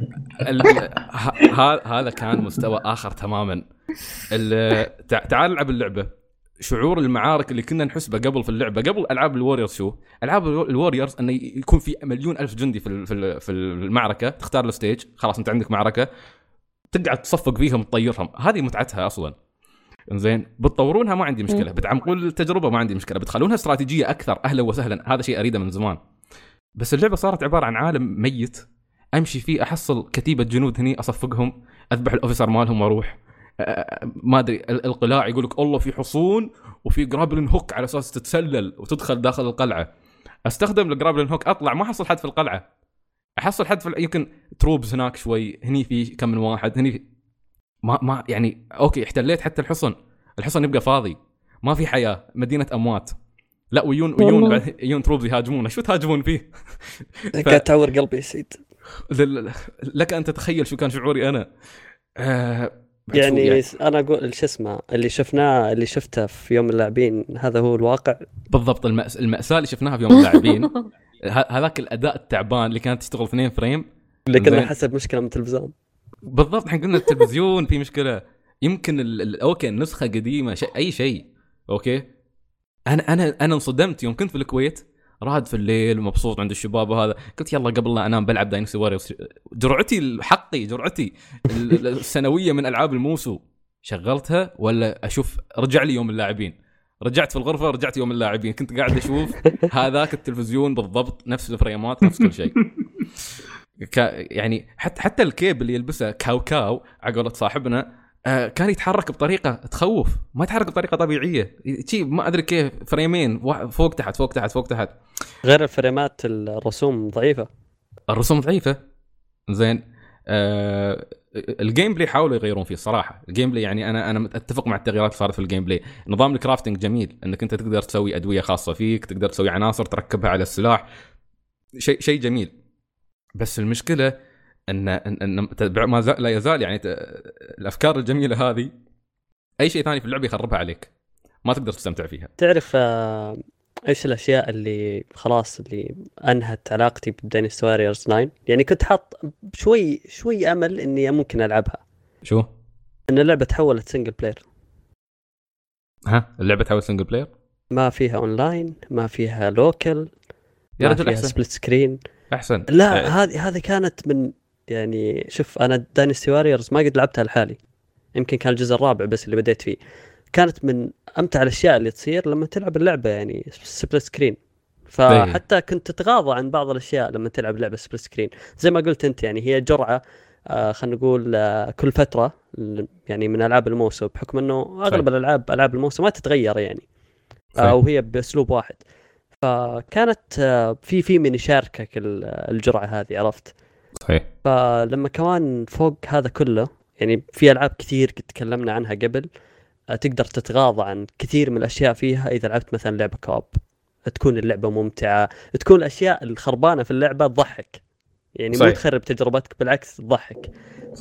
هذا كان مستوى اخر تماما. تعال العب اللعبه، شعور المعارك اللي كنا نحسبه قبل في اللعبه، قبل العاب الووريرز. شو العاب الووريرز؟ انه يكون في مليون الف جندي في المعركه، تختار الستيج، خلاص انت عندك معركه، تقعد تصفق فيهم تطيرهم، هذه متعتها اصلا. زين بتطورونها ما عندي مشكله، بتعمقون التجربه ما عندي مشكله، بتخلونها استراتيجيه اكثر، اهلا وسهلا، هذا شيء اريده من زمان. بس اللعبه صارت عباره عن عالم ميت امشي فيه، احصل كتيبه جنود هني اصفقهم، اذبح الاوفيسر مالهم واروح. ما ادري القلاع يقولك الله في حصون وفي جرابلين هوك على اساس تتسلل وتدخل داخل القلعه. استخدم الجرابلين هوك، اطلع ما احصل حد في القلعه، احصل حد في يمكن تروبز هناك شوي، هني في كم من واحد، هني في ما يعني اوكي احتليت حتى الحصن يبقى فاضي، ما في حياه، مدينه اموات. لا ويون تروبز يهاجمونه، شو تهاجمون فيه؟ قاعد تعور قلبي يا سيد. لك ان تتخيل شو كان شعوري انا. يعني انا اقول شو اسمه اللي شفته في يوم اللاعبين، هذا هو الواقع بالضبط. المأساة اللي شفناها في يوم اللاعبين هذاك الاداء التعبان اللي كانت تشتغل 2 فريم، اللي كنا حسب مشكله من التلفزيون. بالضبط، احنا قلنا التلفزيون في مشكله، يمكن اوكي النسخه قديمه اي شيء. اوكي انا انصدمت يوم كنت في الكويت راد في الليل مبسوط عند الشباب، وهذا قلت يلا قبل لا انام بلعب داينستي ووريرز، جرعتي السنويه من العاب الموسو. شغلتها ولا اشوف، رجع لي يوم اللاعبين، رجعت في الغرفه، رجعت يوم اللاعبين، كنت قاعد اشوف هذاك التلفزيون بالضبط، نفس الفريمات، نفس كل شيء. يعني حتى الكيب اللي يلبسه كاو عقلت صاحبنا كان يتحرك بطريقه تخوف، ما يتحرك بطريقه طبيعيه، شيء ما ادري كيف، فريمين فوق تحت. غير الفريمات الرسوم ضعيفه. زين الجيم بلاي حاولوا يغيرون فيه الصراحه. الجيم بلاي يعني انا اتفق مع التغييرات اللي صارت في الجيم بلاي. نظام الكرافتنج جميل، انك انت تقدر تسوي ادويه خاصه فيك، تقدر تسوي عناصر تركبها على السلاح، شيء جميل. بس المشكله ان ما زال لا يزال يعني الافكار الجميله هذه اي شيء ثاني في اللعبه يخربها عليك. ما تقدر تستمتع فيها. تعرف ايش الاشياء اللي خلاص اللي انهت علاقتي بداينستي واريورز 9؟ يعني كنت حاط شوي امل اني ممكن العبها. شو؟ ان اللعبه تحولت سنجل بلاير. اللعبه تحول سنجل بلاير، ما فيها اونلاين، ما فيها لوكال، يا ما رجل فيها احسن سبليت سكرين. احسن. لا هذه كانت من يعني شوف انا داينستي واريورز ما قد لعبتها لحالي، يمكن كان الجزء الرابع بس اللي بديت فيه. كانت من امتع الاشياء اللي تصير لما تلعب اللعبه يعني سبليت سكرين. فحتى كنت تتغاضى عن بعض الاشياء لما تلعب لعبه سبليت سكرين زي ما قلت انت. يعني هي جرعه خلينا نقول كل فتره يعني من العاب الموسم، بحكم انه اغلب العاب الموسم ما تتغير يعني او هي باسلوب واحد. فكانت في من يشاركك الجرعه هذه، عرفت؟ صحيح. فلما كمان فوق هذا كله يعني في العاب كثير تكلمنا عنها قبل تقدر تتغاضى عن كثير من الاشياء فيها اذا لعبت مثلا لعبه كوب، تكون اللعبه ممتعه، تكون الاشياء الخربانه في اللعبه تضحك يعني. مو تخرب تجربتك، بالعكس تضحك.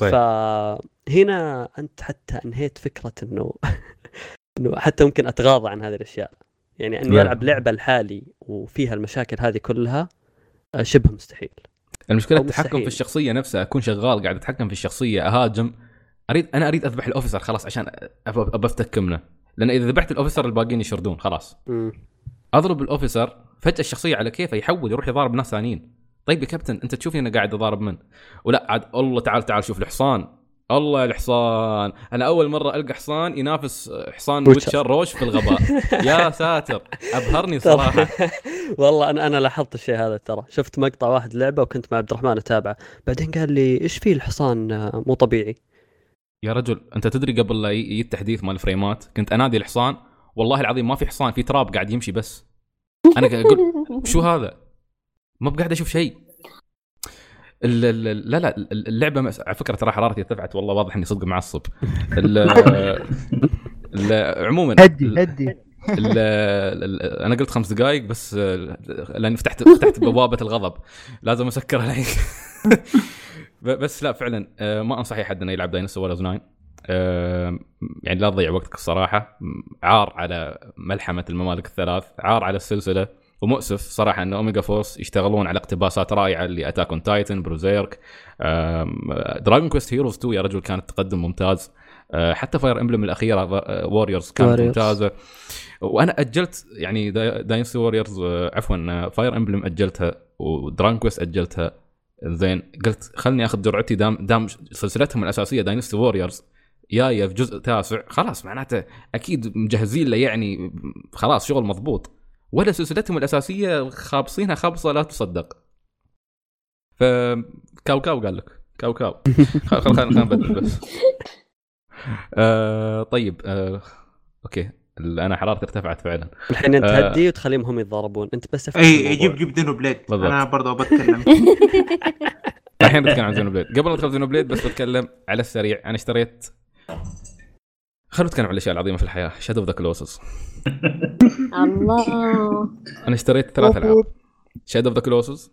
فهنا انت حتى انهيت فكره انه حتى ممكن اتغاضى عن هذه الاشياء. يعني اني العب لعبه لحالي وفيها المشاكل هذه كلها شبه مستحيل. المشكله التحكم في الشخصيه نفسها، اكون شغال قاعد اتحكم في الشخصيه، اهاجم، اريد اذبح الاوفيسر خلاص عشان ابفتك منه، لان اذا ذبحت الاوفيسر الباقيين يشردون خلاص. اضرب الاوفيسر فجاه الشخصيه على كيفه يحول يروح يضارب ناس ثانيين. طيب يا كابتن انت تشوفني انا قاعد اضارب من، ولا عاد الله تعال شوف الحصان. الله الحصان، انا اول مره القى حصان ينافس حصان ويتشر روش في الغباء. يا ساتر ابهرني صراحه. والله انا لاحظت الشيء هذا ترى. شفت مقطع واحد لعبه وكنت مع عبد الرحمن اتابعه، بعدين قال لي ايش فيه الحصان مو طبيعي. يا رجل انت تدري قبل لا يجي التحديث مال الفريمات كنت انادي الحصان، والله العظيم ما في حصان، في تراب قاعد يمشي بس. انا اقول شو هذا، ما بقعد اشوف شيء. لا اللعبه على فكره ترى حرارتي ارتفعت، والله واضح اني صدق معصب. عموما هدي انا قلت 5 دقائق بس لاني فتحت بوابه الغضب، لازم اسكرها الحين. بس لا فعلا ما انصح اي حد انه يلعب داينستي واريورز 9. يعني لا تضيع وقتك الصراحه. عار على ملحمه الممالك الثلاث، عار على السلسله، ومؤسف صراحه ان اوميجا فورس يشتغلون على اقتباسات رائعه لاتاك اون تايتن، بروزيرك، دراجون كويست هيروز 2 يا رجل كانت تقدم ممتاز. حتى فاير امبلم الاخيره واريورز كانت ممتازه. وانا اجلت يعني داينستي واريورز عفوا فاير امبلم اجلتها، ودراجون كويست اجلتها. زين قلت خلني اخذ جرعتي دام سلسلتهم الاساسيه داينستي واريورز جايه في جزء 9 خلاص معناته اكيد مجهزين له يعني خلاص شغل مضبوط، ولا سلسلتهم الاساسيه خابصينها خبصه لا تصدق. فكاو قال لك كاو خلينا نبدل بس. طيب اوكي انا حرارتي ارتفعت فعلا. الحين انت هدي وتخليهم هم يتضاربون، انت بس اي جيب دينو بليد بالضبط. انا برضه بتكلم الحين بتكلم عن زينو بليد. قبل ما ادخل زينو بليد بس بتكلم على السريع. انا اشتريت، خلونا نتكلم عن الاشياء العظيمه في الحياه. شادو اوف ذا كلوسس. الله، انا اشتريت 3 العاب، شادو اوف ذا كلوسس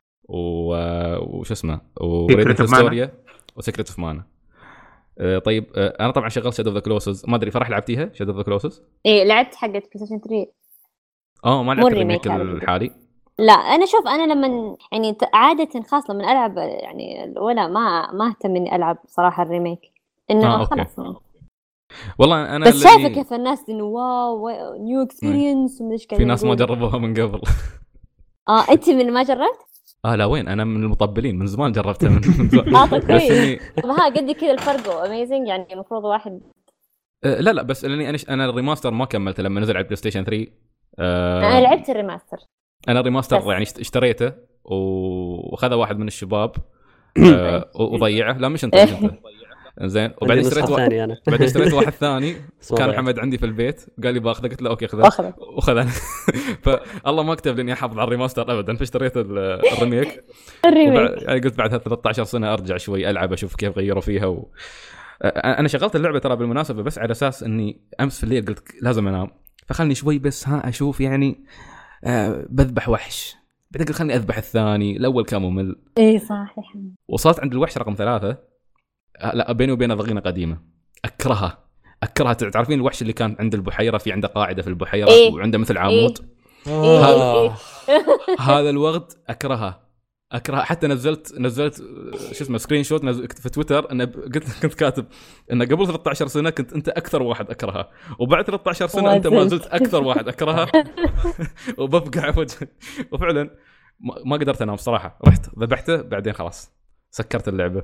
وش اسمه وريدنت ستوريا وسيكريت اوف مانا. طيب انا طبعا شغلت شادو اوف ذا كلوسس، ما ادري فرح لعبتيها شادو اوف ذا كلوسس؟ ايه لعبت حقت بلاي ستيشن 3. ما لعبت الريميك الحالي. لا انا شوف انا لما يعني عاده خاص لما العب يعني الاولى ما اهتم اني العب صراحه الريميك، انه خلاص يعني. والله انا بس شايفه كيف الناس انه واو نيو اكسبيرينس ومش كذا. في ناس ما جربوها من قبل. انت من ما جربت؟ لا وين، انا من المطبلين من زمان جربتها من زمان. طيب كويس. ما قد كذا الفرق اميزنج يعني المفروض واحد. لا بس لاني انا الريماستر ما كملته لما نزل على البلاي ستيشن 3. انا لعبت الريماستر. انا الريماستر يعني اشتريته وخذ واحد من الشباب وضيعه. لا مش انت زين. وبعدين اشتريت واحد ثاني كان محمد عندي في البيت قال لي باخذه، قلت له اوكي خذه وخذ. فالله ما كتب لي اني احافظ على الريماستر ابدا، فاشتريت الريميك. يعني قلت بعد 13 سنه ارجع شوي العب اشوف كيف غيروا فيها انا شغلت اللعبه ترى بالمناسبه بس على اساس اني امس في الليل قلت لازم انام، فخلني شوي بس اشوف يعني بذبح وحش، بعدين قلت خلني اذبح الثاني. الاول كان ممل. اي صحيح. وصلت عند الوحش رقم 3. لا بيني وبينه ضغينه قديمه اكرهها، اكرهها. تعرفين الوحش اللي كان عند البحيره، في عنده قاعده في البحيره إيه. وعنده مثل عمود إيه. هذا الوقت اكرهها. حتى نزلت شو اسمه سكرين شوت في تويتر، انا كنت كاتب ان قبل 13 سنه كنت انت اكثر واحد اكرهها، وبعد 13 سنه انت ما زلت اكثر واحد اكرهها وببقع وجه. وفعلا ما قدرت انام صراحه، رحت ذبحته بعدين خلاص سكرت اللعبه.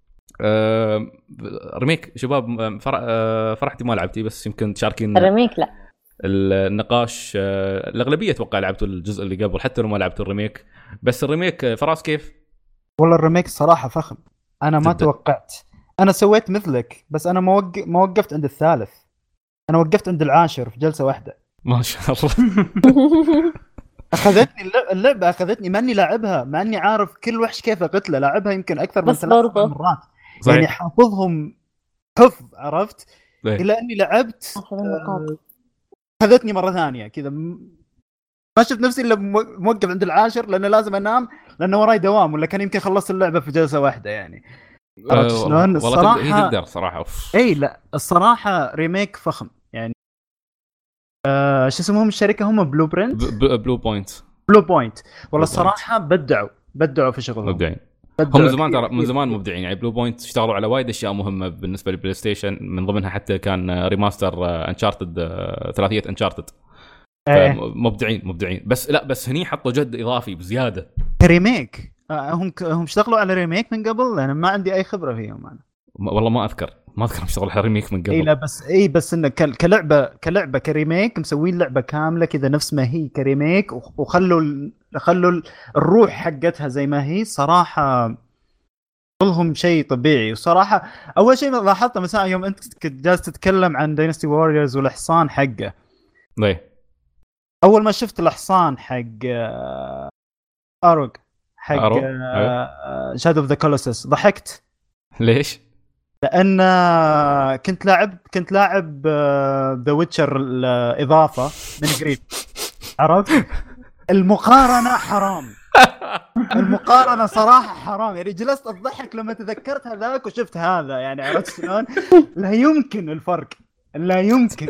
ريميك شباب، فرحتي ما لعبتي، بس يمكن تشاركين الريميك لا النقاش. الاغلبيه اتوقع لعبتوا الجزء اللي قبل حتى لو ما لعبتوا الريميك. بس الريميك فراس كيف؟ والله الريميك صراحه فخم. انا ما جداً. توقعت. انا سويت مثلك، بس انا ما وقفت عند الثالث، انا وقفت عند العاشر في جلسه واحده. ما شاء الله. اخذتني اللعبه، اخذتني ماني لاعبها، مع اني عارف كل وحش كيف اقتله، لاعبها يمكن اكثر من بس 3 برضه. مرات. صحيح. يعني حافظهم حفظ، عرفت؟ ليه؟ الى اني لعبت أخذ النقاط. اخذتني مره ثانيه كذا، ما شفت نفسي الا موقف عند العاشر، لانه لازم انام، لانه وراي دوام، ولا كان يمكن خلصت اللعبه في جلسه واحده يعني. عرفت شلون؟ والله هي تقدر صراحه. اي لا الصراحه ريميك فخم يعني. شو اسمهم الشركه؟ هم بلو برنت، بلو بوينت. والله الصراحه بدعوا في شغلهم. مبدعين هم زمان، ترى من زمان مبدعين يعني. بلو بوينت اشتغلوا على وايد اشياء مهمه بالنسبه للبلاي ستيشن، من ضمنها حتى كان ريماستر انشارتد، ثلاثيه انشارتد. مبدعين. بس هني حطوا جد اضافي بزياده ريميك. هم اشتغلوا على ريميك من قبل، انا ما عندي اي خبره فيهم انا. والله ما اذكر اشتغلوا على ريميك من قبل. اي لا بس انه كلعبه كريميك، مسوين لعبه كامله كذا نفس ما هي كريميك، وخلوا الروح حقتها زي ما هي. صراحه كلهم شيء طبيعي. وصراحه اول شيء لاحظته مساء يوم انت كنت جالس تتكلم عن داينستي واريورز والحصان حقه، ليه؟ اول ما شفت الحصان حق اروغ حق شادو اوف ذا كولوسس ضحكت. ليش؟ لان كنت لاعب ذا ويتشر الاضافه من قريب، عرفت؟ المقارنه حرام. المقارنه صراحه حرام يعني. جلست اضحك لما تذكرت هذاك وشفت هذا، يعني عرفت شلون؟ لا يمكن الفرق، لا يمكن.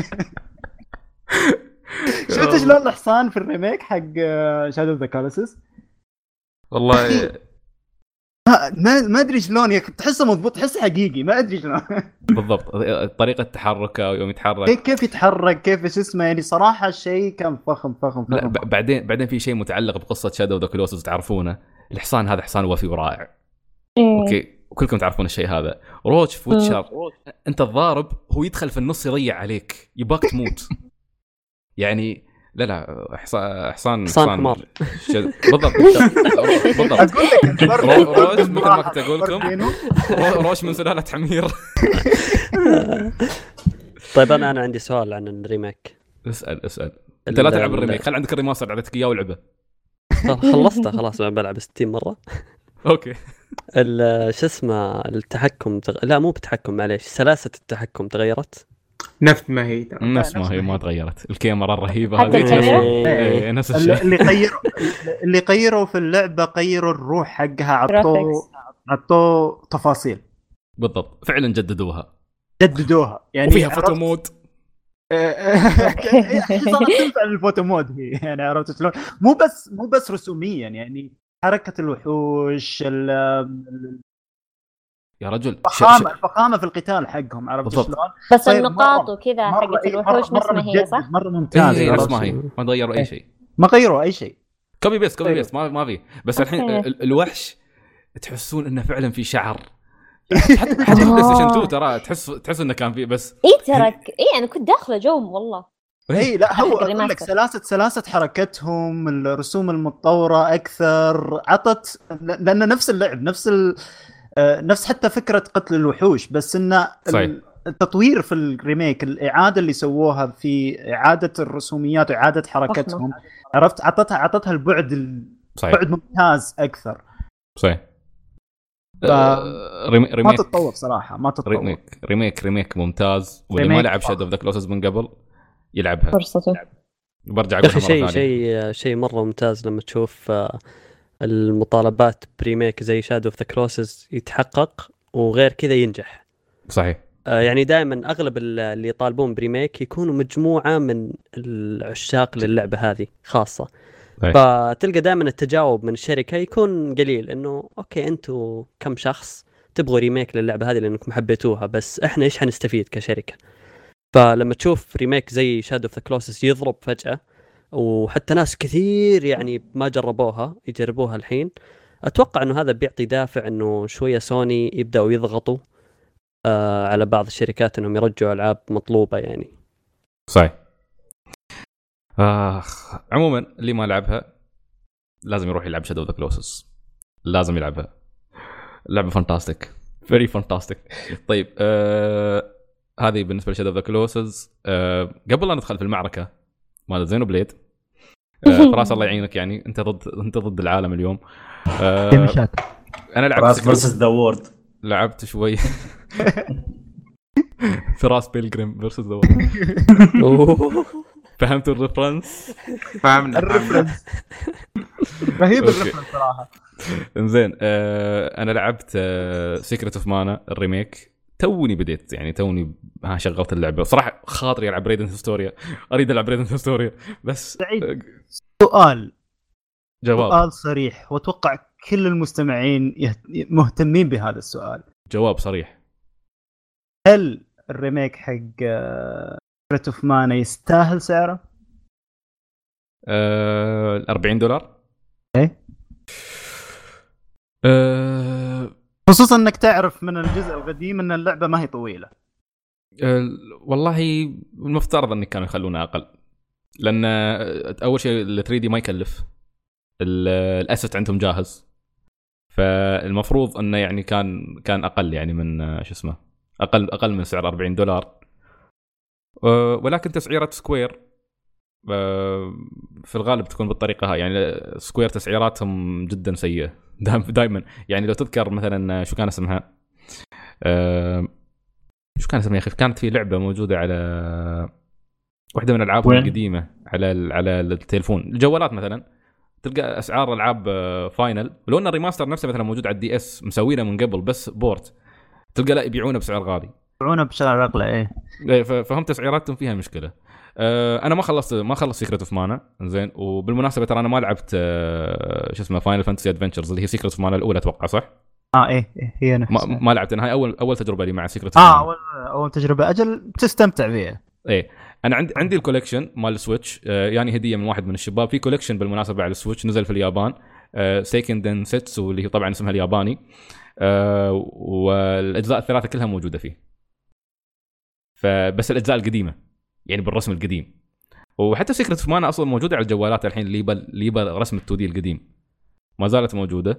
شفت شلون الحصان في الريميك حق شادو اوف ذا كولوسس؟ والله ما ادري شلون تحسه مضبوط، تحسه حقيقي، ما ادري شلون بالضبط طريقه تحركه يوم يتحرك، كيف يتحرك، كيف شو اسمه يعني. صراحه الشيء كان فخم. لا بعدين في شيء متعلق بقصه شادو اوف ذا كولوسس تعرفونه. الحصان هذا حصان وفي ورائع. اوكي وكلكم تعرفون الشيء هذا. روتش في ويتشر انت الضارب هو يدخل في النص يضيع عليك، يباك تموت يعني. لا حصان حمار. بالضبط. اقول لك روش مثل ما كنت اقول لكم، روش من سلاله حمير. طيب انا عندي سؤال عن الريميك. اسال انت لا تلعب الريميك، خل عندك الريماستر عندك اياه ولعبه. خلصته خلاص، بلعب 60 مره. اوكي. شو اسمه التحكم لا مو بتحكم، معليش، سلاسه التحكم تغيرت. نفس ما هي ترى. نفس ما هي ما تغيرت. الكاميرا الرهيبه حتى هذه نفس الشيء. اللي غيروا في اللعبه غيروا الروح حقها، عطوا تفاصيل. بالضبط فعلا جددوها يعني وفيها فوتو مود. صارت تنفع الفوتو مود هي يعني، عرفت شلون؟ مو بس رسوميا يعني، حركه الوحوش يا رجل الفخامه في القتال حقهم، عرفت شلون؟ بس النقاط وكذا حقت الوحوش نفس ما هي، صح؟ مره ممتاز. نفس ما هي، ما غيروا اي شيء. ما غيروا اي شيء، كوبي بيست ما في. بس الحين الوحش تحسون انه فعلا في شعر. حتى بلاي ستيشن 2 ترى تحس انه كان فيه، بس انا كنت داخله جوم والله. اي لا هو اقول لك سلاسه حركتهم، الرسوم المتطوره اكثر، عطت لان نفس اللعب نفس حتى فكره قتل الوحوش، بس انه التطوير في الريميك، الاعاده اللي سووها في اعاده الرسوميات واعاده حركتهم، عرفت؟ عطتها البعد بعد ممتاز اكثر. صحيح. ريميك ما تتطور صراحه، ما تتطور. ريميك ممتاز، واللي ما لعب شادو اوف ذا كلوسز من قبل يلعبها فرصته. برجع اقول شيء مره ممتاز لما تشوف صحيح. المطالبات بريميك زي شادو اوف ذا كلوسز يتحقق، وغير كذا ينجح. صحيح يعني دائما اغلب اللي يطالبون بريميك يكونوا مجموعه من العشاق للعبه هذه خاصه. طيب. فتلقى دائما التجاوب من الشركه يكون قليل، انه اوكي انتوا كم شخص تبغوا ريميك للعبه هذه لانكم حبيتوها، بس احنا ايش حنستفيد كشركه؟ فلما تشوف ريميك زي شادو اوف ذا كلوسس يضرب فجاه، وحتى ناس كثير يعني ما جربوها يجربوها الحين، اتوقع انه هذا بيعطي دافع انه شويه سوني يبداوا يضغطوا على بعض الشركات انهم يرجعوا العاب مطلوبه يعني. صحيح. عموما اللي ما لعبها لازم يروح يلعب شادو اوف ذا كلوسس، لازم يلعبها، لعبه فانتاستيك، فيري فانتاستيك. طيب هذه بالنسبه لشادو اوف ذا كلوسس. قبل لا ندخل في المعركه مال زينو بليد، فراس الله يعينك، يعني انت ضد العالم اليوم. مشاكل. انا لعبت فيرسس ذا وورد، لعبت شوي فراس بيلجريم فيرسس ذا وورد. فهمتوا الريفرنس؟ فهمنا الريفرنس رهيب الريفرنس صراحه. انزين انا لعبت سيكريت اوف مانا الريميك، توني بديت يعني شغلت اللعبه صراحه، خاطري العب ريدنت هيستوريا، اريد العب ريدنت هيستوريا بس. سعيد جواب سؤال صريح، واتوقع كل المستمعين مهتمين بهذا السؤال. جواب صريح، هل الريميك حق سيكريت اوف مانا يستاهل سعره؟ $40. ايه خصوصا انك تعرف من الجزء القديم ان اللعبه ما هي طويله. والله المفترض ان كانوا يخلونها اقل، لان اول شيء ال 3 دي ما يكلف، الاسيت عندهم جاهز، فالمفروض انه يعني كان اقل يعني من شو اسمه، اقل من سعر $40. ولكن تسعيره سكوير في الغالب تكون بالطريقه هاي، يعني سكوير تسعيراتهم جدا سيئه دائما. يعني لو تذكر مثلا شو كان اسمها يا اخي، كانت في لعبه موجوده على واحده من الالعاب القديمه على التليفون، الجوالات مثلا، تلقى اسعار العاب فاينل، ولو ان الريماستر نفسه مثلا موجود على الدي اس مسوينه من قبل بس بورت، تلقى لا يبيعونه بسعر غالي، يبيعونه بسعر اغلى. ايه فهم تسعيراتهم فيها مشكله. انا ما خلصت سيكريت اوف مانا زين. وبالمناسبه ترى انا ما لعبت شو اسمه فاينل فانتسي ادفنتشرز اللي هي سيكريت اوف مانا الاولى، اتوقع صح؟ ايه هي نفسها. ما لعبت انا، هاي اول تجربه لي مع سيكريت اوف مانا. اول تجربه، اجل تستمتع فيها. ايه انا عندي الكولكشن مال السويتش، يعني هديه من واحد من الشباب، في كولكشن بالمناسبه على السويتش نزل في اليابان، سيكندن سيتسو اللي هي طبعا اسمها الياباني، والاجزاء الثلاثه كلها موجوده فيه، فبس الاجزاء القديمه يعني بالرسم القديم. وحتى سيكريت اوف مانا اصلا موجوده على الجوالات الحين، اللي يبى رسم ال2 دي القديم ما زالت موجوده.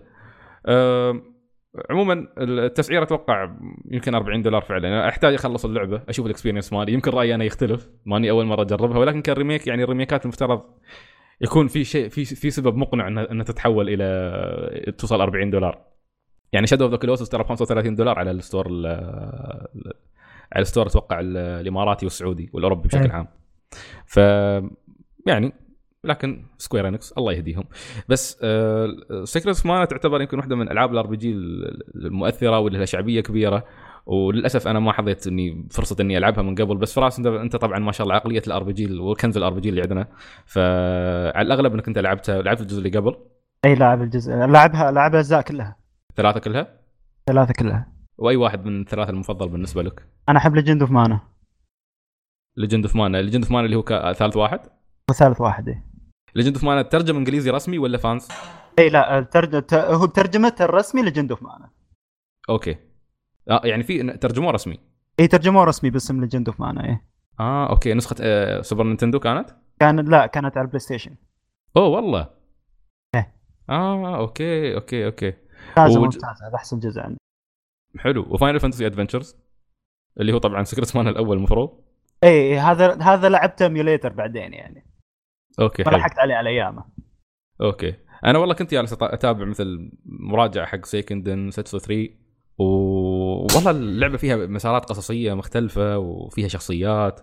عموما التسعير اتوقع يمكن $40 فعلا. انا احتاج اخلص اللعبه اشوف الاكسبيرينس مالي، يمكن رايي انا يختلف، ماني اول مره اجربها، ولكن كان ريميك، يعني الريميكات المفترض يكون في شيء في سبب مقنع ان تتحول الى توصل $40. يعني شادو اوف ذا كلوسس ترى $35 على الستور، على الستور اتوقع الاماراتي والسعودي والاوروبي بشكل عام. ف يعني لكن سكوير انكس الله يهديهم. بس سيكريت اوف مانا تعتبر يمكن واحده من العاب الار بي جي المؤثره واللي لها شعبيه كبيره، وللاسف انا ما حظيت اني فرصه اني العبها من قبل. بس فراس انت طبعا ما شاء الله عقليه الار بي جي وكنز الار بي جي اللي عندنا، فعلى الاغلب انك انت لعبت الجزء اللي قبل. اي لاعب الجزء، لعبها الاجزاء كلها، ثلاثه كلها. واي واحد من الثلاثه المفضل بالنسبه لك؟ انا احب ليجند اوف مانا. ليجند اوف مانا اللي هو ثالث واحد وثالث واحد. ايه ليجند اوف مانا ترجم انجليزي رسمي ولا فانس؟ اي لا هو ترجمته الرسمي ليجند اوف مانا. اوكي يعني في ترجمه رسمي. اي ترجمه رسمي باسم ليجند اوف مانا. ايه اوكي. نسخه سوبر نينتندو كانت كانت على البلاي ستيشن. اوه والله. ايه اوكي ممتاز، هذا احسن جزء عندي. حلو. وفاينل فانتسي ادفنتشرز اللي هو طبعا سيكريت مانا الاول المفروض. اي هذا لعبته ايميوليتر بعدين يعني. اوكي ما لحقت عليه على ايامه. اوكي. انا والله كنت جالس اتابع مثل مراجعه حق سيكندن سيتسو 3، والله اللعبه فيها مسارات قصصيه مختلفه وفيها شخصيات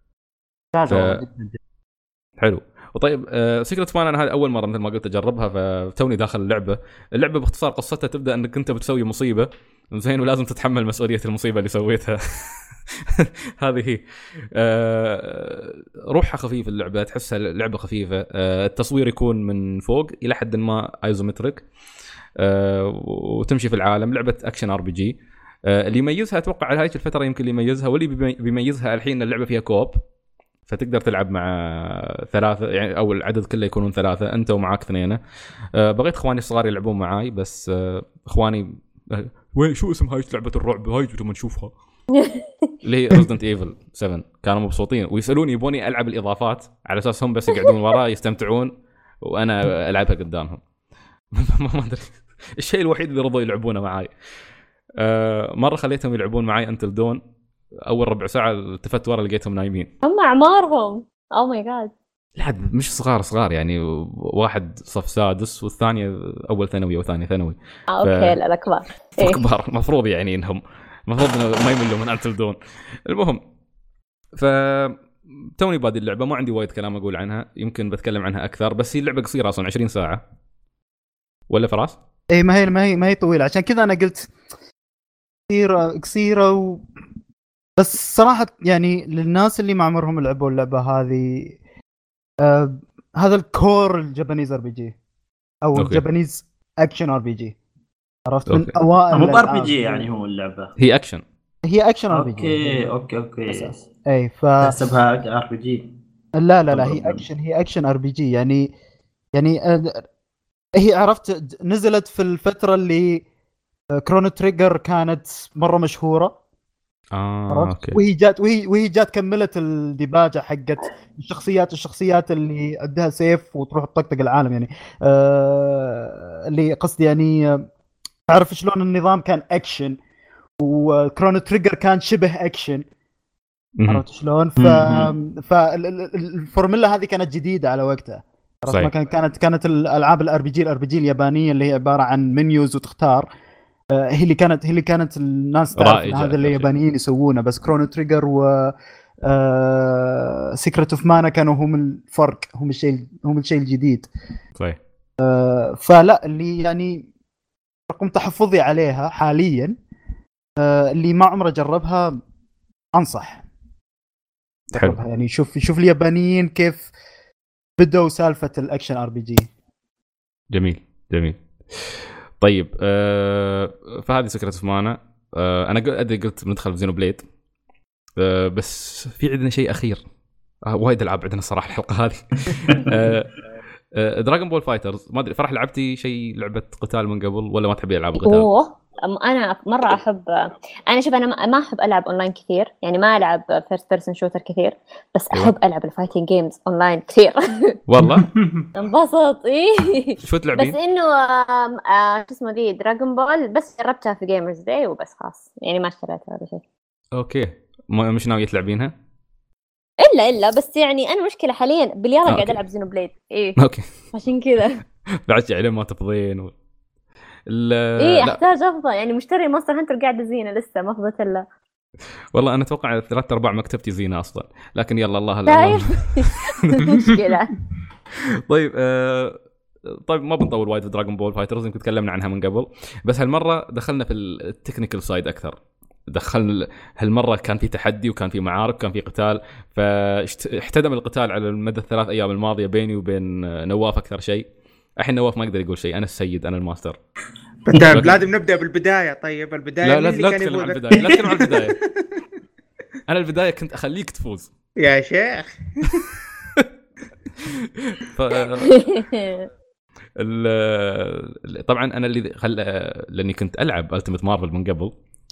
حلو. وطيب سيكريت مان انا هذه اول مره مثل ما قلت اجربها، فتوني داخل اللعبه باختصار قصتها تبدا انك انت بتسوي مصيبه زين، ولازم تتحمل مسؤوليه المصيبه اللي سويتها. هذه هي. روحها خفيف اللعبه، تحسها لعبه خفيفه. التصوير يكون من فوق الى حد ما ايزومتريك، وتمشي في العالم. لعبه اكشن ار بي جي. اللي يميزها اتوقع على هاي الفتره يمكن اللي يميزها واللي بيميزها الحين اللعبه فيها كوب، فتقدر تلعب مع ثلاثه يعني، او العدد كله يكونون ثلاثه، انت ومعاك اثنين. بغيت اخواني الصغار يلعبون معاي، بس اخواني وين شو اسم هاي لعبه الرعب هاي بدنا نشوفها اللي هي ريزدنت ايفل 7. كانوا مبسوطين ويسالوني يبوني العب الاضافات على اساس هم بس يقعدون وراي يستمتعون وانا العبها قدامهم. ما ادري الشيء الوحيد اللي رضوا يلعبونه معاي. مره خليتهم يلعبون معاي انتل دون، اول ربع ساعه التفت ورا لقيتهم نايمين. هم اعمارهم او ماي جاد. لا مش صغار يعني، واحد صف سادس والثانيه اول ثانوي وثاني ثانوي. اوكي لا الكبار. الكبار المفروض يعني انهم المفروض ما يملوا من انتل دون. المهم توني بادي اللعبه، ما عندي وايد كلام اقول عنها، يمكن بتكلم عنها اكثر، بس هي اللعبه قصيره اصلا 20 ساعه ولا فراس؟ اي ما هي طويله، عشان كذا انا قلت قصيره بس صراحه يعني للناس اللي ما عمرهم لعبوا اللعبه هذه، هذا الكور الجابانيز ار بي جي او الجابانيز اكشن ار بي جي، عرفت؟ من اوائل مو ار بي جي يعني، هو اللعبه هي اكشن ار بي جي. اوكي اي تحسبها ار بي جي؟ لا هي اكشن ار بي جي يعني هي عرفت نزلت في الفتره اللي كرونو تريجر كانت مره مشهوره. اوكي. وهي جات كملت الديباجه حقت الشخصيات اللي عندها سيف وتروح تطقطق العالم يعني. اللي قصدي يعني تعرف شلون النظام كان اكشن وكرونو تريجر كان شبه اكشن، عرفت شلون؟ فالفورمولا هذه كانت جديده على وقتها. ما كانت الالعاب الار بي جي اليابانيه اللي هي عباره عن منيوز وتختار، هي اللي كانت الناس تعرف هذا اللي اليابانيين يسوونه. بس كرونو تريجر و سيكريت اوف مانا كانوا هم الفرق، هم الشيء الجديد. صحيح. فلا اللي يعني رقم تحفظي عليها حاليا، اللي ما عمره جربها انصح جربها. يعني شوف اليابانيين كيف بدأوا سالفة الأكشن ار بي جي. جميل. طيب فهذه سكرت اوف مانا. انا قلت بندخل في زينو بليد، بس في عندنا شيء اخير. وايد العاب عندنا صراحه الحلقه هذه. دراغون بول فايترز. ما ادري فرح لعبتي شيء لعبه قتال من قبل ولا ما تحبي العاب قتال؟ انا مره احب. انا شوف انا ما احب العب اونلاين كثير، يعني ما العب فيرست بيرسون شوتر كثير، بس احب العب الفايتنج جيمز اونلاين كثير. والله انبسط. ايه شو تلعبين؟ بس انه شو اسمه دي دراغون بول بس جربتها في جيمرز داي وبس خلاص، يعني ما اشتريتها ولا شيء. اوكي مش ناوي تلعبينها؟ الا بس يعني انا مشكله حاليا باليارا قاعد العب زينو بليد. ايه اوكي عشان كذا بعد عليه ما تفضين ايه احتاج افضل، يعني مشتري مونستر هانتر قاعد زينه لسه ما فضت الا. والله انا اتوقع 3/4 مكتبتي زينه اصلا، لكن يلا الله مشكله. طيب ما بنطول وايد في دراغون بول فايترز، يمكن تكلمنا عنها من قبل، بس هالمره دخلنا في التكنيكال سايد اكثر. هالمره كان في تحدي وكان في معارك وكان في قتال، فاحتدم القتال على المدى ال3 أيام الماضيه بيني وبين نواف اكثر شيء. الحين نواف ما يقدر يقول شيء، انا السيد انا الماستر. لازم نبدا بالبدايه. طيب البدايه لا تتكلم عن البدايه، لا تتكلم عن البدايه. انا البدايه كنت اخليك تفوز يا شيخ. طبعا انا لاني كنت العب التيمت مارفل من قبل،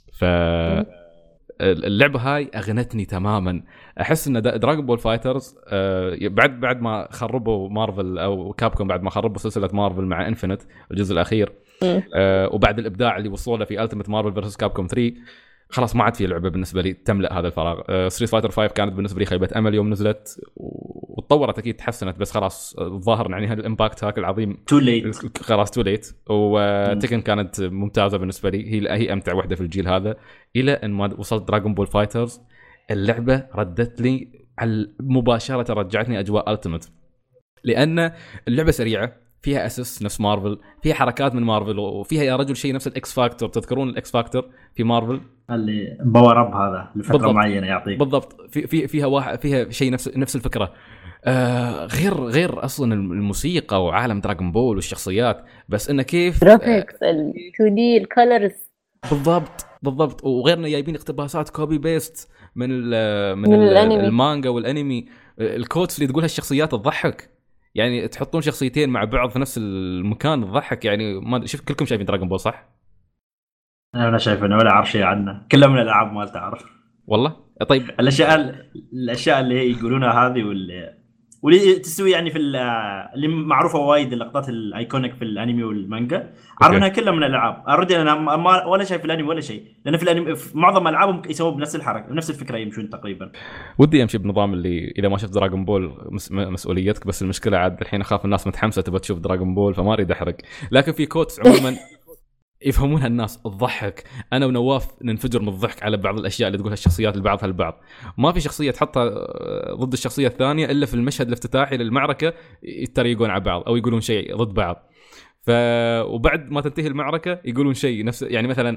اللعبه هاي اغنتني تماما. احس ان دراغون بول فايترز بعد ما خربوا مارفل او كابكوم، بعد ما خربوا سلسله مارفل مع انفينيت الجزء الاخير، وبعد الابداع اللي وصلوا له في التيمت مارفل فيرسس كابكوم 3، خلاص ما عاد في لعبه بالنسبه لي تملا هذا الفراغ. ستريت فايتر 5 كانت بالنسبه لي خيبه امل يوم نزلت، وتطورت اكيد تحسنت، بس خلاص الظاهر يعني الامباكت هاك العظيم تو ليت، خلاص تو ليت. وتكن كانت ممتازه بالنسبه لي، هي امتع وحده في الجيل هذا، الى ان ما وصلت دراغون بول فايترز. اللعبه ردت لي مباشره، رجعتني اجواء التيمت، لان اللعبه سريعه فيها اسس نفس مارفل، فيها حركات من مارفل، وفيها يا رجل شيء نفس الاكس فاكتور. تذكرون الاكس فاكتور في مارفل اللي باور اب هذا لفتره بالضبط. معينه يعطيك بالضبط. فيها واحد فيها شيء نفس الفكره. غير اصلا الموسيقى وعالم دراغون بول والشخصيات، بس انه كيف جرافيكس ال2 دي الكولرز. بالضبط. وغيرنا جايبين اقتباسات كوبي بيست من الأنمي. المانجا والانمي. الكوتس اللي تقولها الشخصيات تضحك، يعني تحطون شخصيتين مع بعض في نفس المكان تضحك. يعني ما شفت كلكم شايفين دراغون بول صح؟ انا شايف انه ولا عارف شيء عنه، كلها من الالعاب ما تعرف والله طيب. الاشياء اللي هي يقولونها هذه واللي تسوي يعني في اللي معروفه وايد، اللقطات الايكونيك في الانمي والمانجا عارف انها كلها من الالعاب. اوريدي انا ما ولا شايف الانمي ولا شيء، لان في الانمي في معظم العابهم يسووا بنفس الحركه بنفس الفكره يمشون تقريبا. ودي امشي بنظام اللي اذا ما شفت دراغون بول مسؤوليتك، بس المشكله عاد الحين اخاف الناس متحمسه تبغى تشوف دراغون بول فما اريد احرق. لكن في كوتس عموما يفهمونها الناس تضحك. انا ونواف ننفجر من الضحك على بعض الاشياء اللي تقولها الشخصيات لبعضها البعض. ما في شخصيه تحطها ضد الشخصيه الثانيه الا في المشهد الافتتاحي للمعركه يتريقون على بعض او يقولون شيء ضد بعض. وبعد ما تنتهي المعركه يقولون شيء نفس، يعني مثلا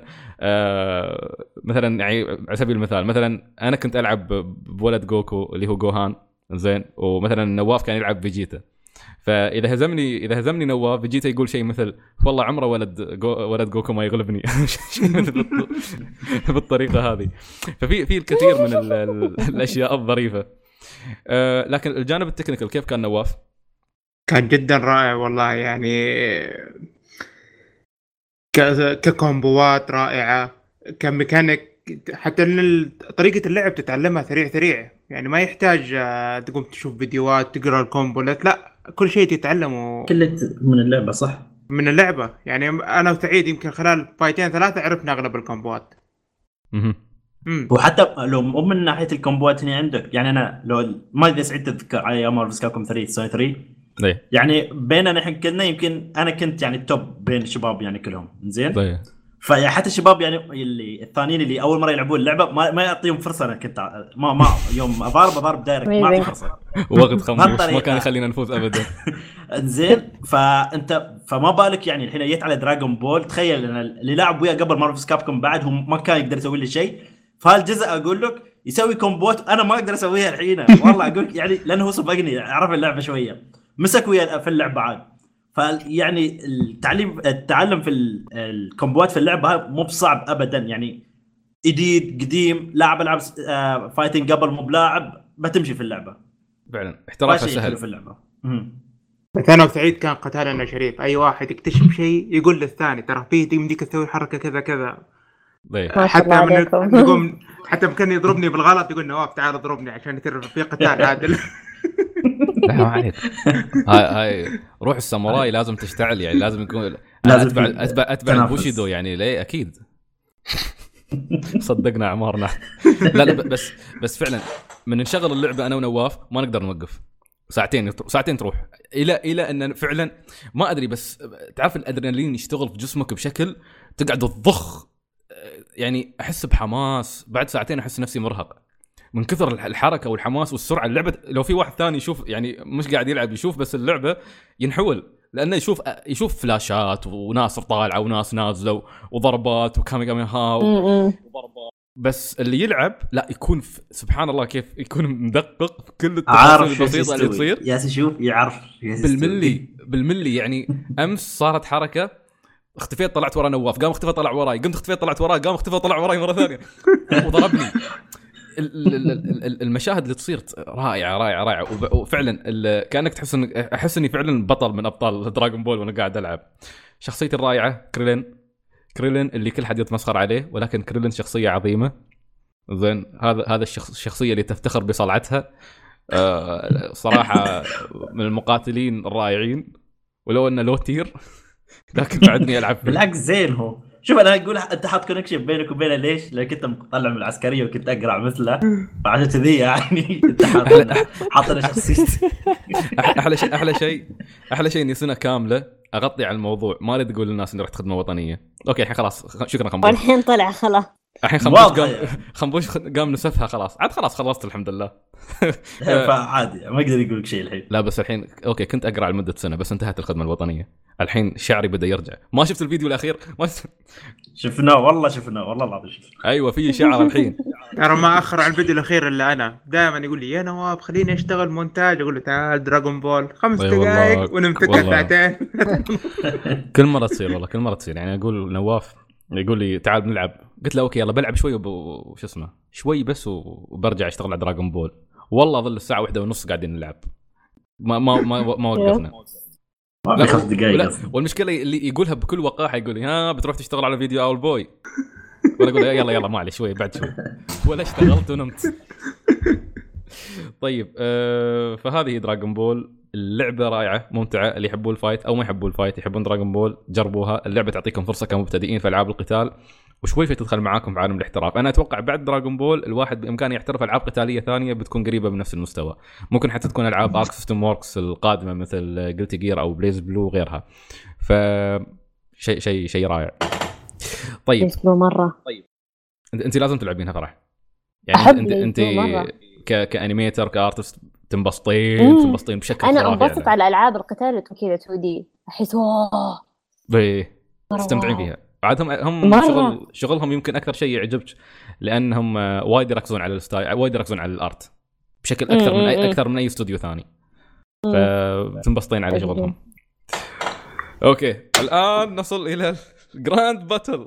يعني على سبيل المثال، مثلا انا كنت العب بولد جوكو اللي هو جوهان زين، ومثلا نواف كان يلعب فيجيتا. فاذا هزمني نواف، فيجيتا يقول شيء مثل والله عمره ولد جوكو ما يغلبني بالطريقه هذه. ففي الكثير من الاشياء الظريفه. لكن الجانب التكنيكال كيف كان نواف؟ كان جدا رائع والله، يعني ككومبوات رائعه، كميكانيك، حتى ان طريقه اللعب تتعلمها سريع، يعني ما يحتاج تقوم تشوف فيديوهات تقرا الكومبوات، لا كل شيء تتعلمه كله من اللعبه. صح، من اللعبه. يعني انا وسعيد يمكن خلال فايتين 3 عرفنا اغلب الكومبوات. وحتى لو مو من ناحيه الكومبوات هنا عندك، يعني انا لو ما ادري سعيد تذكر على مارفل كابكوم 3 سوني 3 يعني بيننا نحن كلنا يمكن انا كنت يعني التوب بين الشباب يعني كلهم زين. فحتى الشباب يعني اللي الثانيين اللي اول مره يلعبون اللعبه ما يعطيهم فرصه. انا كنت ما يوم اضارب دايركت ما اعطي فرصه وقت خمس ما كان يخلينا نفوز ابدا. زين فما بالك يعني الحين جيت على دراغون بول. تخيل ان اللي لعب وياه قبل مارفل كابكوم بعد هو ما كان يقدر يسوي لي شيء، فهالجزء اقول لك يسوي كومبوت انا ما اقدر اسويها الحين والله. اقول لك يعني لانه هو سبقني عرف اللعبه شويه، مسك ويا في اللعبه عاد. فيعني التعلم في الكومبوات في اللعبه مو بصعب ابدا، يعني جديد قديم لاعب العاب فايتنج قبل مو بلاعب بتمشي في اللعبه فعلا. احترافها سهل في اللعبه. بس انا وسعيد كان قتالنا شريف، اي واحد يكتشف شيء يقول للثاني ترى فيه يمديك تسوي حركه كذا كذا. حتى كان يضربني بالغلط يقول نواف تعال اضربني عشان يصير في قتال عادل. لا ما عليك. هاي روح الساموراي لازم تشتعل، يعني لازم يكون اتبع البوشيدو يعني ليه اكيد. صدقنا عمارنا. لا بس فعلا من نشغل اللعبه انا ونواف ما نقدر نوقف. ساعتين تروح الى ان فعلا ما ادري، بس تعرف الادرينالين يشتغل في جسمك بشكل تقعد تضخ، يعني احس بحماس. بعد ساعتين احس نفسي مرهق من كثر الحركه والحماس والسرعه. اللعبه لو في واحد ثاني يشوف يعني مش قاعد يلعب يشوف بس اللعبه ينحول، لانه يشوف فلاشات وناس طالعه وناس نازله وضربات وكاميها وضربات. بس اللي يلعب لا يكون سبحان الله كيف يكون مدقق في كل التفاصيل البسيطه اللي تصير. يا شوف يعرف بالملي. يعني امس صارت حركه اختفيت طلعت ورا نواف، قام اختفى طلع وراي، قمت اختفيت طلعت وراه، قام اختفى طلع وراي مره ثانيه وضربني. المشاهد اللي تصير رائعه وفعلا كانك احس اني فعلا بطل من ابطال دراغون بول وانا قاعد العب. شخصيتي الرائعه كريلين اللي كل حد يتمسخر عليه، ولكن كريلين شخصيه عظيمه زين. هذا الشخصيه اللي تفتخر بصلعتها صراحه من المقاتلين الرائعين، ولو انه لو تير لكن بعدني العب بالعكس زين. هو شوف انا اقول انت حاط كونكشن بينك وبينه ليش؟ لان كنت مطلع من العسكريه وكنت اقرع مثله، فعشان كذي يعني انت حاط لنا شخصيتي. احلى شيء اني سنه كامله اغطي على الموضوع، ما اريد اقول للناس اني رحت خدمه وطنيه. اوكي الحين خلاص شكرا خمبوش. والحين طلع خلاص الحين خنبوش قام نسفها خلاص، عاد خلاص خلصت الحمد لله. فعادي ما اقدر يقول لك شيء الحين. لا بس الحين اوكي كنت اقرا لمده سنه بس انتهت الخدمه الوطنيه، الحين شعري بدا يرجع. ما شفت الفيديو الاخير؟ شفناه والله العظيم شفناه. ايوه في شعر الحين. ترى ما اخر على الفيديو الاخير الا انا دائما يقول لي يا نواف خليني اشتغل مونتاج، اقول له تعال دراغون بول 5 دقائق ونمسكها ساعتين. كل مره تصير والله كل مره تصير. يعني اقول نواف يقول لي تعال بنلعب، قلت له اوكي يلا بلعب شوي وش اسمه شوي بس وبرجع اشتغل على دراغون بول. والله ظل الساعه 1:30 قاعدين نلعب، ما وقفنا. ما في 5 دقائق. والمشكله اللي يقولها بكل وقاحه، يقول لي ها بتروح تشتغل على فيديو اول بوي، وانا اقول يلا ما عليه شوي بعد شوي، ولا اشتغلت ونمت. طيب فهذه دراغون بول، اللعبه رائعه ممتعه. اللي يحبوا الفايت او ما يحبوا الفايت يحبون دراغون بول جربوها. اللعبه تعطيكم فرصه كمبتدئين في العاب القتال وشوي في تدخل معاكم في عالم الاحتراف. انا اتوقع بعد دراغون بول الواحد بامكانه يحترف العاب قتاليه ثانيه بتكون قريبه بنفس المستوى، ممكن حتى تكون العاب ارك سيستم ووركس القادمه مثل جلتي جير او بليز بلو وغيرها. ف شيء رائع. طيب مره انت لازم تلعبينها فرح. يعني انت كانيميتر كارتست تنبسطين بشكل انا خرافي. انبسط على العاب القتال وكذا 2D احس تستمتعين فيها. بعد هم شغلهم يمكن اكثر شيء يعجبك لانهم وايد يركزون على الستايل، وايد يركزون على الارت بشكل اكثر من اي استوديو ثاني، فتنبسطين على شغلهم. اوكي الان نصل الى الجراند باتل.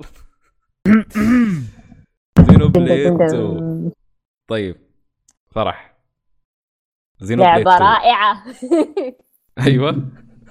زينوبليد 2. طيب فرح لعبة رائعة. ايوه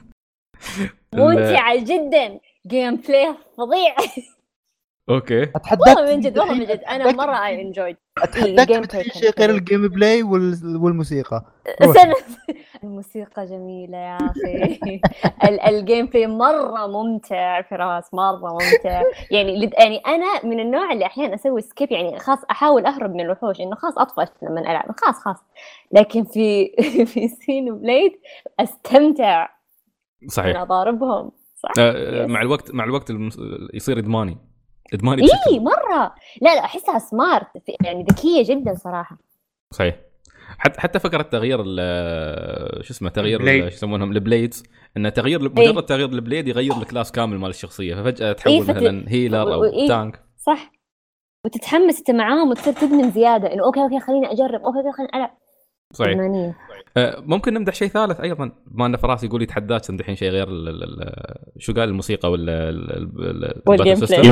ممتعة جدا، جيم بلاي فظيع. اوكي اتحداك من جد انا مرة اي انجويد. اتحداك بتعيش شيء غير الجيم بلاي والموسيقى. الموسيقى جميلة يا اخي. الجيم بلاي مرة ممتع فراس، مرة ممتع. يعني انا من النوع اللي احيانا اسوي سكيب، يعني خاص احاول اهرب من الوحوش، انه خاص اطفش لما العب خاص. لكن في سينوبليد استمتع صحيح انا اضاربهم صح. مع الوقت يصير ادماني بشكل مره. لا احسها سمارت، يعني ذكيه جدا صراحه. صحيح. حتى فكره تغيير شو اسمه تغيير شو يسمونهم البليدز، ان تغيير مجرد تغيير البليد يغير الكلاس كامل مال الشخصيه، ففجاه تحول مثلا هيلر او تانك. صح، وتتحمس انت معاهم وتصير تدمن زياده، انه اوكي خليني اجرب، اوكي خليني العب. صحيح. ممكن نمدح شيء ثالث ايضا، بما ان فراس يقول يتحداك تمدحين شيء غير شو قال الموسيقى والجيم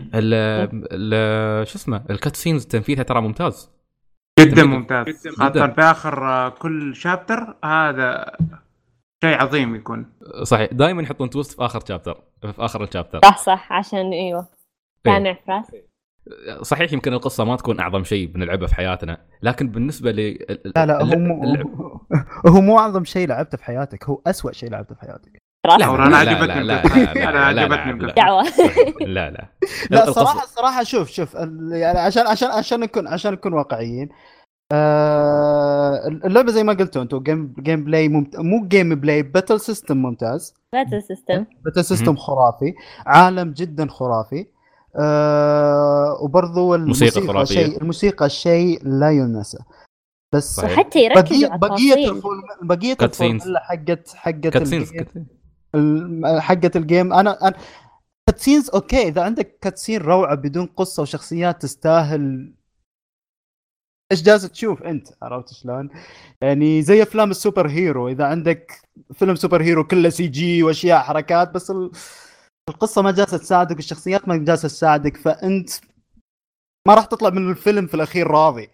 بلاي شو اسمه الكات سينز تنفيذها ترى ممتاز جدا ممتاز، خاصة في اخر كل شابتر هذا شيء عظيم يكون. صحيح دائما يحطون تويست في اخر شابتر، في اخر الشابتر. صح عشان ايوه سامع فراس. صحيح يمكن القصة ما تكون أعظم شيء بنلعبه في حياتنا، لكن بالنسبة لي لا هو مو أعظم شيء لعبته في حياتك، هو أسوأ شيء لعبته في حياتك. أنا عجبتني دعوة. لا صراحة شوف يعني عشان نكون واقعيين. اللعبة زي ما قلتوا انتم جيم بلاي مو جيم بلاي، باتل سيستم ممتاز، باتل سيستم خرافي، عالم جدا خرافي. وبرضو الموسيقى شيء لا ينسى. بس حتى يركزوا على بقية الفورمولا حقت الجيم. انا كاتسينز اوكي، اذا عندك كاتسين روعة بدون قصة وشخصيات تستاهل، ايش جالس تشوف انت؟ عرفت شلون؟ يعني زي افلام السوبر هيرو، اذا عندك فيلم سوبر هيرو كله سي جي واشياء حركات، بس القصة ما جالسة تساعدك، الشخصيات ما جالسة تساعدك، فأنت ما راح تطلع من الفيلم في الأخير راضي.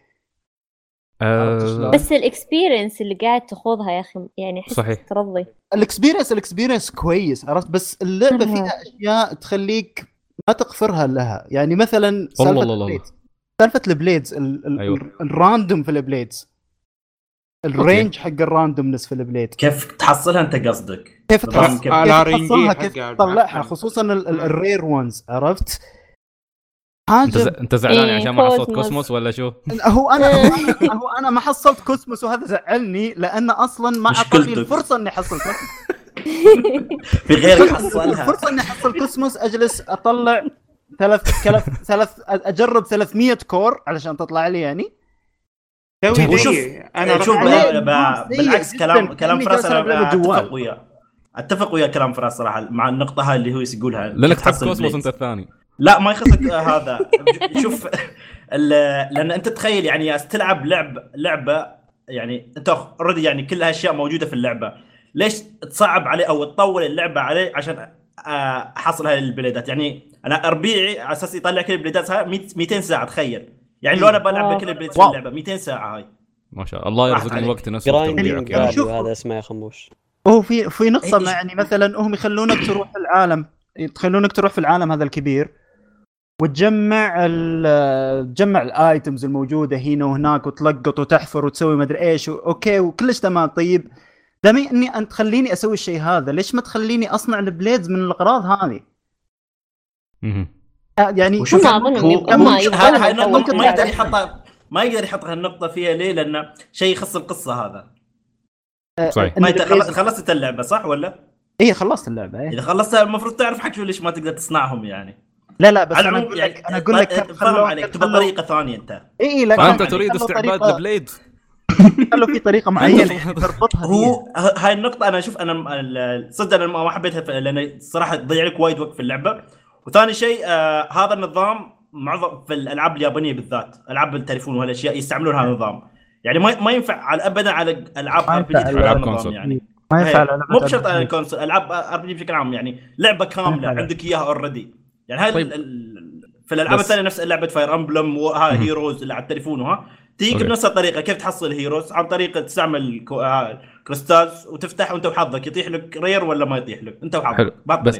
بس الإكسبيرينس اللي قاعد تخوضها يا أخي يعني صحيح ترضي. الإكسبيرينس كويس، عرفت؟ بس اللعبة فيها أشياء تخليك ما تغفرها لها. يعني مثلا سالفة البليدز، الراندوم في البليدز، الرينج حق الراندومنس في البليد، كيف تحصلها انت قصدك؟ كيف تحصلها كيف تطلعها، خصوصا الرير وونز، عرفت؟ انت زعلان عشان ما حصلت كوسموس ولا شو؟ هو انا ما حصلت كوسموس، وهذا زعلني لان اصلا ما اعطاني الفرصه اني احصل كوسموس. في غيرك حصلها فرصه اني احصل كوسموس، اجلس اطلع ثلاث اجرب 300 كور علشان تطلع لي يعني. وشوف انا شوف بالعكس كلام لأني فراس جالس ألعب لعبة جوال. اتفق ويا كلام فراس صراحه مع النقطه هاي اللي هو يقولها لانك تحب تحصل كوسموس بليدز. انت الثاني. لا ما يخصك هذا. شوف لان انت تخيل يعني تلعب لعبه يعني انت اوريدي يعني كل هالاشياء موجوده في اللعبه، ليش تصعب عليه او تطول اللعبه عليه عشان احصل هاي البليدات؟ يعني انا ربيعي على اساس يطلع كل البليدات هاي 200 ساعه تخيل، يعني لو انا بلعب كل البليدات في اللعبه 200 ساعه هاي ما شاء الله يرزقني وقت نفسه جرايندينج يعني. هذا اسمه يا خموش. هو في نقطة ما يعني مثلا هم يخلونك تروح العالم، يخلونك تروح في العالم هذا الكبير وتجمع تجمع الايتمز الموجودة هنا وهناك وتلقط وتحفر وتسوي مدري ايش اوكي وكلش تمام. طيب دامي اني انت تخليني اسوي الشيء هذا، ليش ما تخليني اصنع البليدز من الاغراض هذه؟ يعني وشوف ما يقدر يحط هالنقطة فيها ليه؟ لأن شيء يخص القصة هذا. صحيح. ما خلصت اللعبة صح ولا؟ ايه خلصت اللعبة. إذا خلصتها المفروض تعرف حكي ليش ما تقدر تصنعهم يعني. لا بس انا اقول لك فاهم عليك تبغى طريقة ثانية انت. ايه لا فانت تريد استعباد البليد. قالوا في طريقة معينة تربطها. هو هاي النقطة أنا أشوف أنا صدق أنا ما حبيتها لأن صراحة تضيع لك وايد وقت في اللعبة. وثاني شيء هذا النظام معظم في الألعاب اليابانية بالذات ألعاب التليفون وهالأشياء يستعملون هذا النظام، يعني ما ينفع على أبدا على ألعاب ألعاب كونسول يعني ما ينفع مو بشرط على الكونسول، ألعاب RPG بشكل عام يعني لعبة كاملة عندك إياها أوريدي يعني. هاي في الألعاب الثانية نفس لعبة فاير أمبلم وها هيروز اللي على التليفون وها تيجي بنفس الطريقة. كيف تحصل هيروز؟ عن طريقة تستعمل كريستالز وتفتح وانت وحظك يطيح لك رير ولا ما يطيح لك انت وحظك.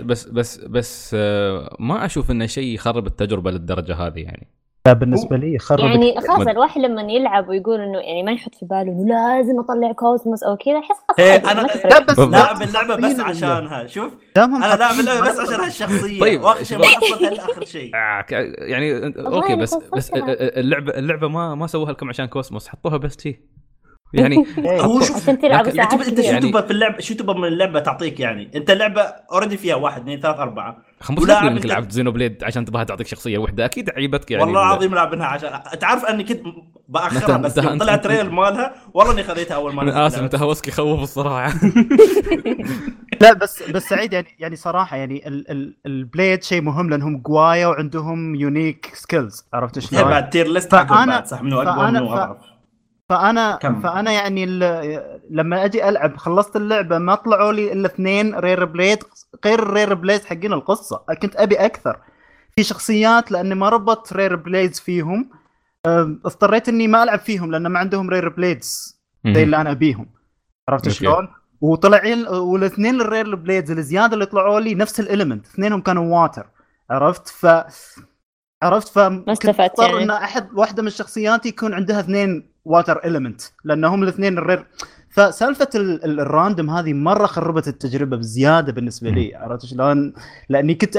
بس ما اشوف انه شيء يخرب التجربة للدرجة هذه يعني. لا بالنسبة لي يخرب يعني خلاص الواحد لما يلعب ويقول انه يعني ما يحط في باله انه لازم اطلع كوزموس او كذا يحس انا لاعب اللعبة بس عشانها. شوف انا لاعب اللعبة بس عشان هالشخصية. طيب واخر شيء ما حصلت اخر شيء يعني اوكي بس اللعبة ما سووها لكم عشان كوسموس، حطوها بس تي يعني. هو شوف عشان تلعب ساعات انت شو تبغى في اللعبة؟ شو تبغى من اللعبة تعطيك يعني؟ انت اللعبة اوريدي فيها 1 2 3 4 خمس لا انك لعبت زينوبليد عشان تبغى تعطيك شخصية واحدة اكيد عيبتك يعني. والله العظيم لعبناها عشان تعرف اني كنت باخرها بس طلعت ريل مالها والله اني خذيتها اول ما نزلت. اسف انت هوسك يخوف الصراحة. لا بس سعيد يعني صراحة يعني البليد شيء مهم لانهم قوايا وعندهم يونيك سكيلز، عرفت شلون؟ بعد تير ليست بعد صح منو اقوى منو اضعف. فانا يعني لما اجي العب خلصت اللعبه ما طلعوا لي الا 2 رير بليد غير الرير بليد حقين القصه. كنت ابي اكثر في شخصيات لاني ما ربطت رير بليدز فيهم، اضطريت اني ما العب فيهم لان ما عندهم رير بليدز زي اللي انا ابيهم، عرفت شلون؟ وطلعين والاثنين الرير بليدز الزياده اللي طلعوا لي نفس الاليمنت، اثنينهم كانوا واتر، عرفت فكنت يعني. ان واحده من الشخصيات يكون عندها 2 واتر إليمنت لأنهم الاثنين الرير. فسالفة الراندوم هذه مرة خربت التجربة بزيادة بالنسبة لي، عرفت شلون؟ لأني كنت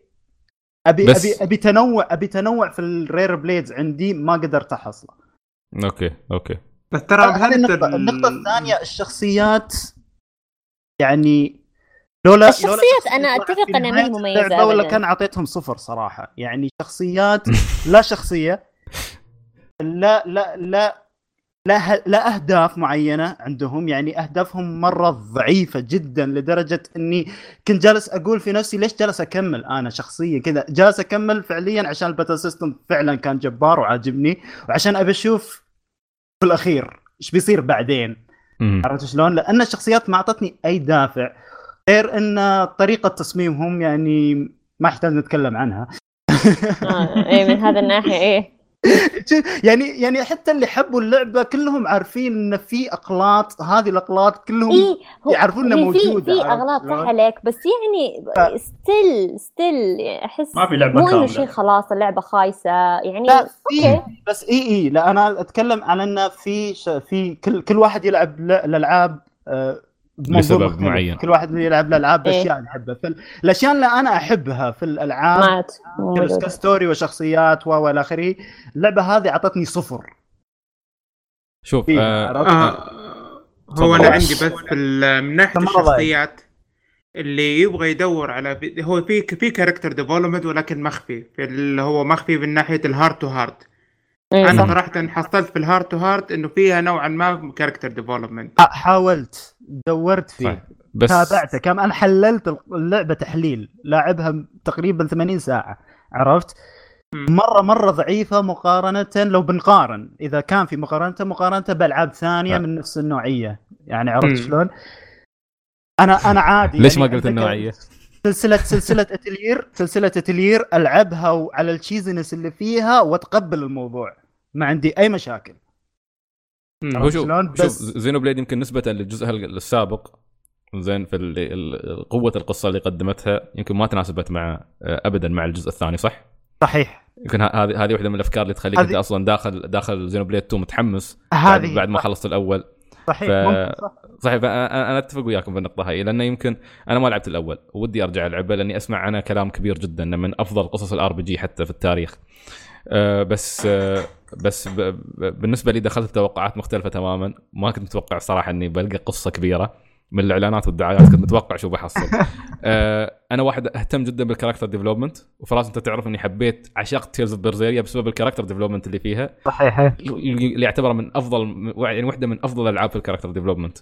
أبي تنوع في الرير بليدز عندي ما قدرت أحصله. أوكي بس ترى النقطة الثانية الشخصيات يعني لولا الشخصيات أنا أتفق أنها ما هي مميزة ولا كان عطيتهم 0 صراحة. يعني شخصيات لا شخصية لا أهداف معينة عندهم، يعني أهدافهم مرة ضعيفة جدا لدرجة أني كنت جالس أقول في نفسي ليش جالس أكمل أنا شخصية كذا، جالس أكمل فعليا عشان الباتل سيستم فعلا كان جبار وعاجبني وعشان أبي أشوف في الأخير إيش بيصير بعدين، عرفت شلون؟ لأن الشخصيات ما أعطتني أي دافع غير أن طريقة تصميمهم يعني ما يحتاج نتكلم عنها. إيه من هذا الناحية إيه يعني حتى اللي حبوا اللعبة كلهم عارفين ان في اغلاط، هذه الاغلاط كلهم يعرفون انها موجودة. في اغلاط صح عليك، بس يعني ستيل احس ما في لعبة مو كاملة، انه شيء خلاص اللعبة خايسة يعني. اوكي بس اي لا انا اتكلم على انه في كل واحد يلعب الالعاب بسبب معين، كل واحد يلعب الالعاب باشياء يحبها. فالاشياء اللي انا احبها في الالعاب كستوري وشخصيات والى اخره، اللعبه هذه اعطتني 0. شوف هو انا عندي بس من ناحيه الشخصيات اللي يبغى يدور على هو في كاركتر ديفلوبمنت ولكن مخفي هو مخفي من ناحيه الهارت تو هارت. انا صح. صراحه حصلت في الهارت تو هارت انه فيها نوعا ما كاركتر ديفلوبمنت. حاولت دورت صح. فيه بس تابعته كم انا حللت اللعبه تحليل لاعبها تقريبا 80 ساعه عرفت مره ضعيفه مقارنه لو بنقارن اذا كان في مقارنه بالعاب ثانيه من نفس النوعيه يعني عرفت شلون انا عادي ليش يعني ما قلت النوعيه؟ سلسله اتلير العبها على التشيزنس اللي فيها واتقبل الموضوع ما عندي اي مشاكل. هو شوف بس زينو بليد يمكن نسبة للجزء السابق زين في قوة القصة اللي قدمتها يمكن ما تناسبت مع ابدا مع الجزء الثاني صح؟ صحيح. يمكن هذه واحدة من الافكار اللي تخليك انت اصلا داخل زينو بليد 2 متحمس بعد ما خلصت الاول. صحيح صحيح. فانا اتفق وياكم في النقطة هاي لانه يمكن انا ما لعبت الاول ودي ارجع العبه لاني اسمع عنها كلام كبير جدا من افضل قصص الار بي جي حتى في التاريخ. بس بالنسبه لي دخلت توقعات مختلفه تماما. ما كنت متوقع صراحه اني بلقى قصه كبيره من الاعلانات والدعايات. كنت متوقع شو بحصل. انا واحد اهتم جدا بالكاركتر ديفلوبمنت وفراس انت تعرف اني عشقت تيلز اوف بيرزيريا بسبب الكاركتر ديفلوبمنت اللي فيها. صحيح. اللي يعتبر من افضل يعني واحده من افضل الالعاب في الكاركتر ديفلوبمنت.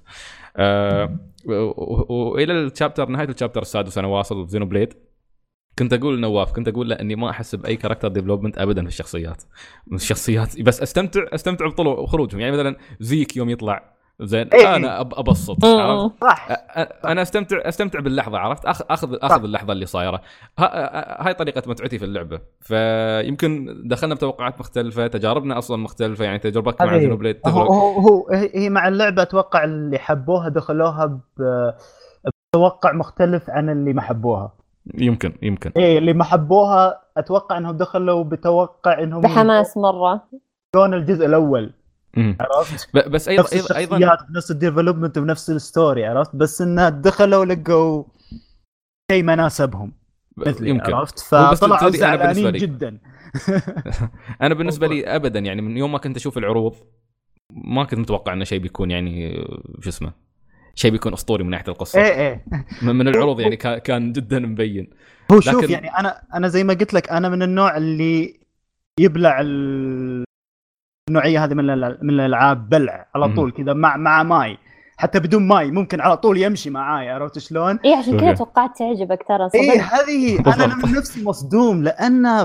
والى نهايه الشابتر السادس انا واصل في زينو بليد. كنت اقول لنواف كنت اقول له اني ما احس باي كاركتر ديفلوبمنت ابدا في الشخصيات بس استمتع بطلوع وخروجهم. يعني مثلا زيك يوم يطلع زين انا ابسط عرفت صح. انا استمتع باللحظه عرفت اخذ اللحظه اللي صايره. هاي طريقه متعتي في اللعبه. فيمكن دخلنا بتوقعات مختلفه تجاربنا اصلا مختلفه. يعني تجربتك مع زينو بليد هي مع اللعبه اتوقع اللي حبوها دخلوها بتوقع مختلف عن اللي ما حبوها. يمكن اللي ما حبوها اتوقع انهم دخلوا بتوقع انهم بحماس مره كون الجزء الاول عرفت. بس ايضا نفس الديفلوبمنت ونفس الستوري عرفت. بس انه دخلوا لقوا شيء ما ناسبهم مثلي عرفت. فطلعوا زعلانين جدا. انا بالنسبه لي ابدا يعني من يوم ما كنت اشوف العروض ما كنت متوقع انه شيء بيكون يعني شو اسمه شيء بيكون اسطوري من ناحيه القصه. من العروض يعني كان جدا مبين. هو شوف يعني انا زي ما قلت لك انا من النوع اللي يبلع النوعيه هذه من الالعاب بلع على طول كذا مع ماي حتى بدون ماي ممكن على طول يمشي معاي عرفت شلون. عشان كذا توقعت تعجبك ترى هذه انا من نفسي مصدوم لان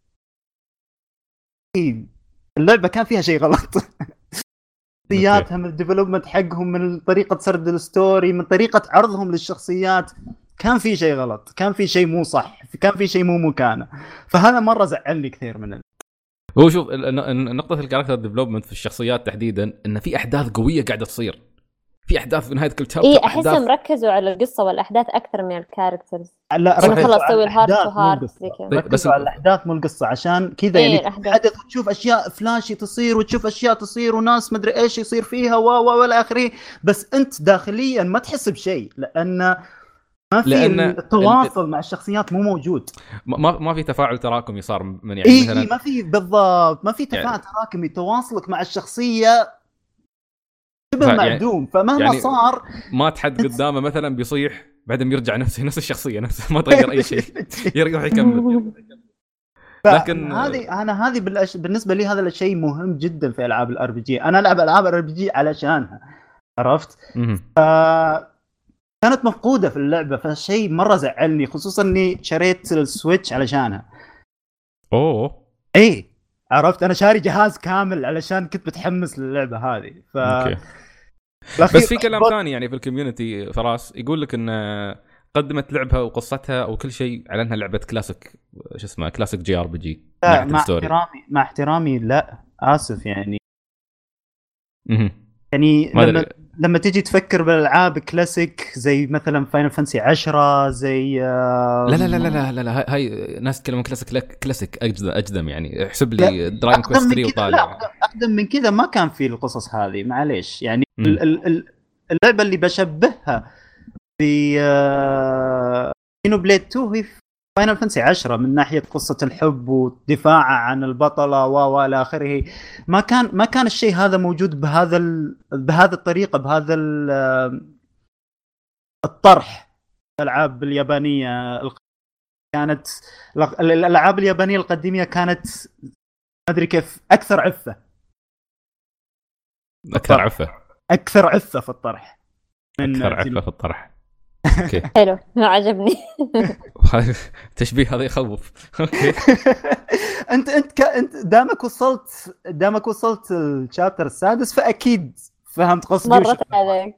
اللعبه كان فيها شيء غلط. شخصياتها من الديفلوبمنت حقهم من طريقه سرد الستوري من طريقه عرضهم للشخصيات كان في شيء غلط. كان في شيء مو صح. كان في شيء مو مكانه. فهذا مره زعلني كثير من هو شوف نقطه الكاركتر ديفلوبمنت في الشخصيات تحديدا ان في احداث قويه قاعده تصير. في احداث في نهايه كل شابتر احسهم ركزوا على القصه والاحداث اكثر من الكاركترز. لا خلاص سوي الهارت تو هارت بس على الاحداث مو القصه عشان كذا يعني حدث تشوف اشياء فلاشي تصير وتشوف اشياء تصير وناس مدري ايش يصير فيها والى اخره. بس انت داخليا ما تحس بشيء لان ما في التواصل مع الشخصيات مو موجود. ما في تفاعل تراكمي صار من يعني مثلا ما في بالضبط ما في تفاعل تراكمي. تواصلك مع الشخصيه شبه معدوم. فمهما يعني صار ما تحد قدامه مثلا بيصيح بعدين بيرجع نفس الشخصيه نفسه ما تغير اي شيء يرجع يكمل. لكن هذه بالنسبه لي هذا الشيء مهم جدا في العاب الار بي جي. انا العب العاب الار بي جي علشانها عرفت. كانت مفقوده في اللعبه فالشيء مره زعلني خصوصا اني شريت السويتش علشانها. عرفت انا شاري جهاز كامل علشان كنت متحمس للعبه هذه. بس في كلام ثاني يعني في الكوميونتي فراس يقول لك ان قدمت لعبها وقصتها وكل شيء على انها لعبه كلاسيك شو اسمه كلاسيك جي ار بي جي. مع احترامي لا اسف يعني يعني لما تيجي تفكر بالالعاب كلاسيك زي مثلا فاينل فانسي 10 زي لا هاي ناس تتكلمون كلاسيك اقدم يعني احسب لي دراجون كويست 3 وطالع. اقدم من كذا ما كان في القصص هذه معليش يعني. اللعبه اللي بشبهها في زينو بليد 2 هي فاينل فانسي 10 من ناحيه قصه الحب ودفاع عن البطله والى اخره. ما كان الشيء هذا موجود بهذا الطريقه بهذا الطرح الالعاب اليابانيه كانت الالعاب اليابانيه القديمه كانت ما ادري كيف اكثر عفه اكثر عفه في الطرح اكثر عفه في الطرح. اوكي حلو عجبني. تشبيه هذا يخوف. اوكي انت دامك وصلت الشابتر السادس فاكيد فهمت قصدي. مرت عليك.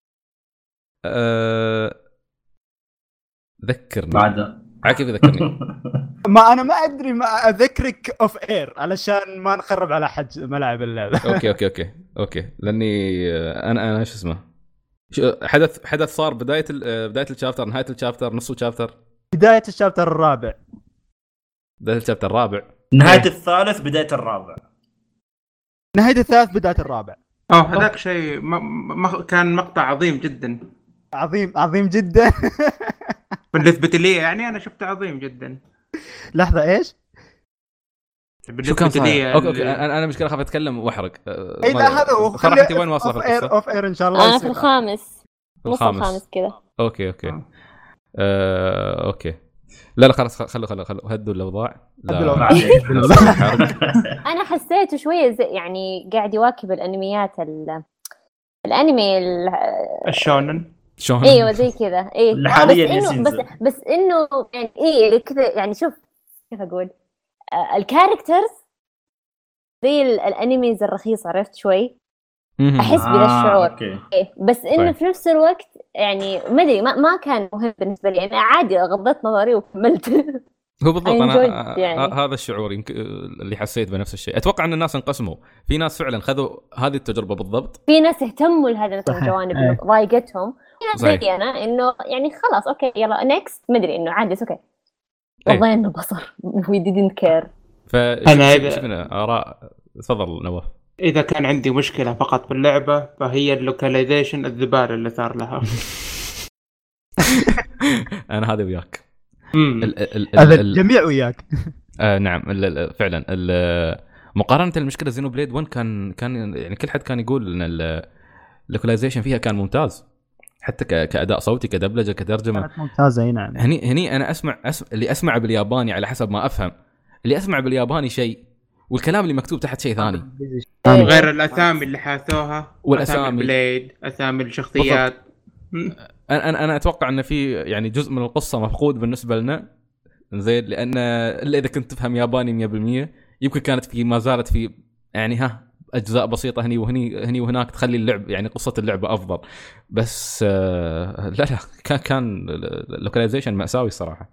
ذكرني بعد عاكف ذكرني. ما انا ما ادري، ما اذكرك اوف اير علشان ما نخرب على حد ملاعب اللعبه. اوكي لاني انا شو اسمه حدث صار بدايه الشابتر، نهايه الشابتر، نص الشابتر، بدايه الشابتر الرابع، بدايه الشابتر الرابع، نهايه الثالث، بدايه الرابع، نهايه الثالث، بدايه الرابع. هذاك شيء كان مقطع عظيم جدا. عظيم جدا. بالنسبه لي يعني انا شفته عظيم جدا. لحظه ايش؟ شو كان صاير؟ اوكي انا مشكله خاف اتكلم واحرق. اي لا هذا هو. فرحتي وين واصله في القصه؟ اوف اير ان شاء الله. انا في الخامس، نص الخامس كذا. اوكي اوكي لا خلاص خلوا هدوا الاوضاع. انا حسيته شويه يعني قاعد يواكب الانميات الانمي الشونن. ايوه زي كذا. ايه بس انه يعني ايه كذا يعني. شوف كيف اقول، الكاركترز زي الانميز الرخيصه، عرفت شوي احس بهذا الشعور. إيه بس انه في نفس الوقت يعني ما ادري ما كان مهم بالنسبه لي، يعني عادي غضت نظري وكملت. هو بالضبط انا يعني. هذا الشعور يمكن اللي حسيت بنفس الشيء. اتوقع ان الناس انقسموا، في ناس فعلا خذوا هذه التجربه بالضبط، في ناس اهتموا لهذه الجوانب اللي ضايقتهم، في ناس زي انا انه يعني خلاص اوكي يلا نيكست، ما ادري انه عادي اوكي وضعنا بصر we didn't care. فشفنا آراء. تفضل نواف. إذا كان عندي مشكلة فقط باللعبة فهي اللوكاليزيشن الزبالة اللي صار لها. أنا هذا وياك. هذا الجميع وياك. نعم فعلا مقارنة المشكلة زينو بليد 1 كان يعني كل حد كان يقول إن اللوكاليزيشن فيها كان ممتاز، حتى كأداء صوتي، كدبلجة، كترجمة كانت ممتازة. نعم. هني أنا اللي أسمع بالياباني على حسب ما أفهم، اللي أسمع بالياباني شيء والكلام اللي مكتوب تحت شيء ثاني، غير الأسامي اللي حاثوها، والأسامي بليد، أسامي الشخصيات. أنا أتوقع أن في يعني جزء من القصة مفقود بالنسبة لنا، زين، لأن إلا إذا كنت تفهم ياباني 100% يمكن كانت في ما زالت في يعني أجزاء بسيطة هني وهناك تخلي اللعب يعني قصة اللعبة أفضل. بس لا كان اللوكاليزيشن مأساوي صراحة.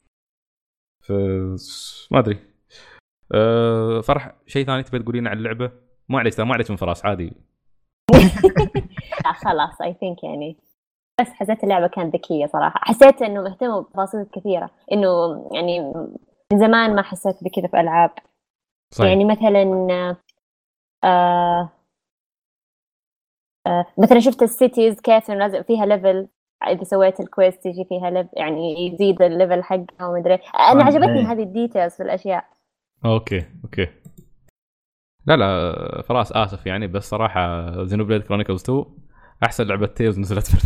ما أدري. فرح شيء ثاني تبي تقولين عن اللعبة؟ ما عليك من فراس عادي. خلاص I think يعني بس حسيت اللعبة كانت ذكية صراحة، حسيت إنه مهتموا بتفاصيل كثيرة، إنه يعني من زمان ما حسيت بكذا في ألعاب. صحيح. يعني مثلا مثلا شفت السيتيز كيف إنه لازم فيها ليفل، إذا سويت الكويست يجي فيها ليفل يعني يزيد الليفل حقها ومدري. أنا عجبتني هذه الديتيلز في الأشياء. اوكي لا فراس اسف يعني، بس صراحه زينوبليد كرونيكلز 2 احسن لعبه تيلز نزلت في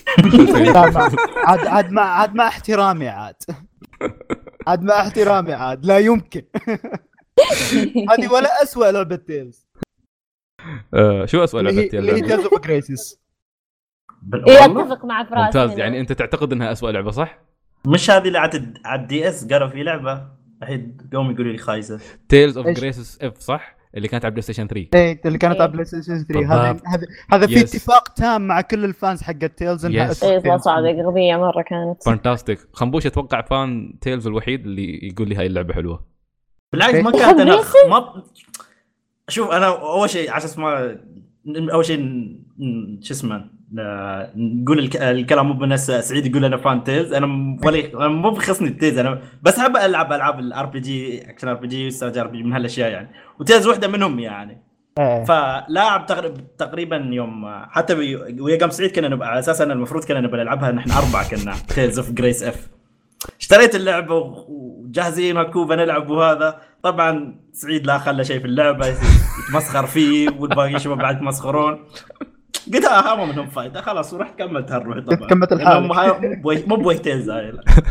عاد مع احترامي عاد مع احترامي عاد لا يمكن. هذه ولا أسوأ لعبه تيلز. شو أسوأ لعبه تيلز؟ اللي تيلز اوف كريسيس. اتفق مع فراس. ممتاز. يعني انت تعتقد انها أسوأ لعبه صح؟ مش هذه اللي على الدي اس قالوا في لعبه الحين قوم يقولوا لي خايسه، تيلز اوف كريسيس اف صح، اللي كانت على بلاي ستيشن 3. ايه اللي كانت على بلاي ستيشن 3. هذا في اتفاق تام مع كل الفانز حق تيلز انها ايه صادق قضيه مره كانت فانتاستيك. خنبوش اتوقع فان تيلز الوحيد اللي يقول لي هاي اللعبه حلوه. بالعكس ما كانت انا ما شوف انا اول شيء عشان اسمه اول شيء شو اسمه نقول الكلام مو بالناس. سعيد يقول انا فان تيلز، انا مو بخصني التيلز، انا بس احب العاب الار بي جي، اكشن ار بي جي، استراتيجي ار بي جي، من هالاشياء يعني، وتيلز واحده منهم يعني. فلاعب تقريبا يوم حتى ويا قام سعيد كنا على اساس ان المفروض كنا نبي نلعبها نحن 4 كنا تيلز اوف جريس اف. اشتريت اللعبه وجاهزين مكوبه نلعب، وهذا طبعا سعيد لا خلى شيء في اللعبه يتمسخر فيه والباقي شباب بعد يتمسخرون. قلت ما منهم فايده خلاص ورحت كملت هالروح طبعا كملت الحالة. مو بويتيز هاي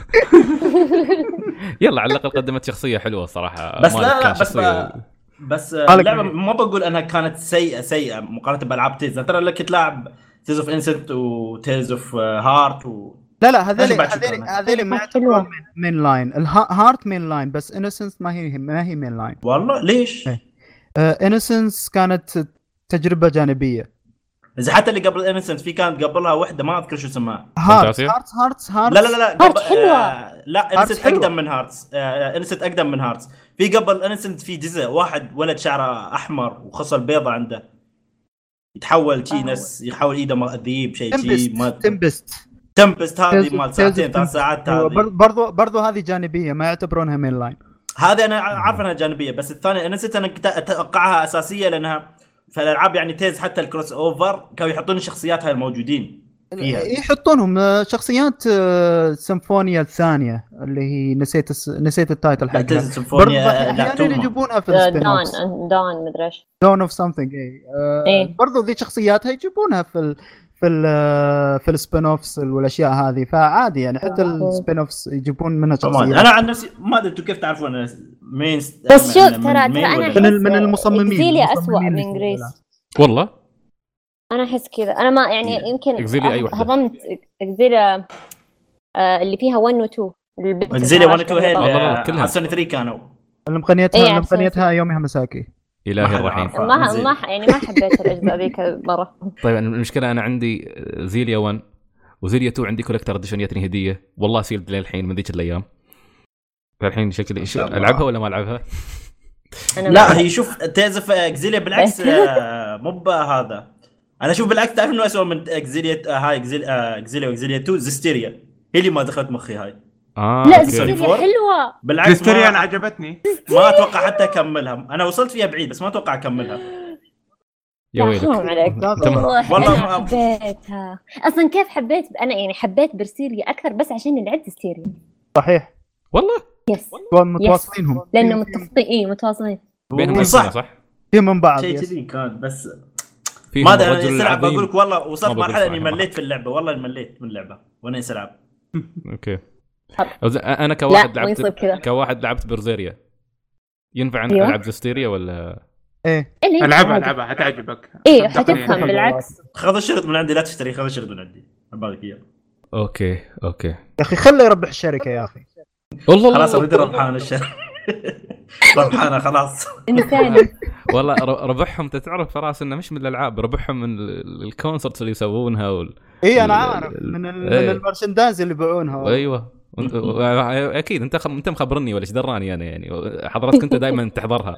يلا على الاقل قدمت شخصيه حلوه صراحه. بس مالك لا كان بس شخصيه بس قالك اللعبه إيه؟ ما بقول انها كانت سيئه مقارنه بالعاب تيز. ترى لك تلعب تيز اوف انسنت وتيز اوف هارت لا هذول بعد شو كانت؟ هذول ما حلوة. يعتبرون مين لاين. الهارت مين لاين بس انوسنس ما هي مين لاين. والله ليش؟ إيه. انوسنس كانت تجربه جانبيه. اذا حتى اللي قبل انسنت في كانت قبلها واحده ما اذكر شو اسمها. فانتاسيا؟ هارتس لا هارت حلوة. لا هارتس انسنت حلوة. اقدم من هارتس. انسنت اقدم من هارتس. في قبل انسنت في جزء واحد ولد شعره احمر وخصل بيضة عنده يتحول شي ناس يحاول ايده ذيب شيء شي ما تمبست هذه مال ساعتين 3 ساعات هذه برضو هذه جانبيه ما يعتبرونها مين لاين. هذه انا عارف انها جانبيه بس الثانيه انا نسيت انا اتوقعها اساسيه لانها في الالعاب يعني تيز حتى الكروس اوفر كانوا يحطون الشخصيات هاي الموجودين فيها يحطونهم شخصيات سيمفونيا الثانية اللي هي نسيت التايتل حقها. تيز سيمفونيا احيانا يجيبونها في السبين اوف دون مدري ايش دون اوف سمثينج. إيه. برضو ذي شخصياتها يجيبونها في السبين اوفس والاشياء هذه فعادي يعني حتى السبين اوفس يجيبون منها طبعاً. شخصيات. انا عن نفسي ما ادري انتم كيف تعرفون مين بس شوف ترى انا من المصممين إكزيليا أسوأ المصممين من اللي جريس. والله انا احس كذا. انا ما يعني يمكن إكزيليا أي وحدة؟ هضمت إكزيليا اللي فيها 1 و 2 اكزيليا 1 و 2 هي والله كلها. على سنه 3 كانوا اللي إيه، مقنيتها يومي همساكي. الهي الرحيم. ما يعني ما حبيت الاجزاء ذيك مره. طيب المشكله انا عندي زيليا 1 وزيليا 2 عندي كولكتر اديشن جتني هديه والله سيلد للحين من ذيك الايام. فالحين شكلي العبها ولا ما العبها؟ لا هي شوف تيزف اكزيليا بالعكس مو بهذا. انا اشوف بالعكس تعرف انه اسوء من اكزيليا هاي اكزيليا واكزيليا 2 زستيريا هي اللي ما دخلت مخي هاي. لا أوكي. زستيريا حلوه بالعكس زستيريا انا عجبتني ما اتوقع حتى اكملها. انا وصلت فيها بعيد بس ما اتوقع اكملها. يا ويلك حرام عليك والله والله حبيتها اصلا. كيف حبيت انا يعني حبيت برسيريا اكثر بس عشان لعبت ستيريا. صحيح والله يس متواصلين هم لانه متفقين متواصلين بينهم صح صح في من بعض. شيء كذي كان بس فيهم ما ادري انا الرجل العب العظيم. بقول لك والله وصلت ما بقول مرحله اني صراحة. مليت في اللعبه. والله مليت من اللعبه وانا العب. اوكي حب. انا كواحد لا، ما يصير كذا. كواحد لعبت برزيريا ينفع ان أيوة. العب زستيريا ولا ايه إيه، العبها حتعجبك. ايه حتفهم بالعكس. خذ الشريط من عندي لا تشتري. خذ الشريط من عندي ابغاك اياه. اوكي يا اخي خليه يربح الشركه يا اخي. والله خلاص ودي ربحان الشريط. ربحانه خلاص. انساني. والله ربحهم تعرف فراس انه مش من الالعاب ربحهم من الكونسرتس اللي يسوونها ايه انا عارف من إيه. المرشندايز اللي يبيعونها. ايوه اكيد انت مخبرني ولا ايش دراني انا يعني حضرتك انت دائما تحضرها.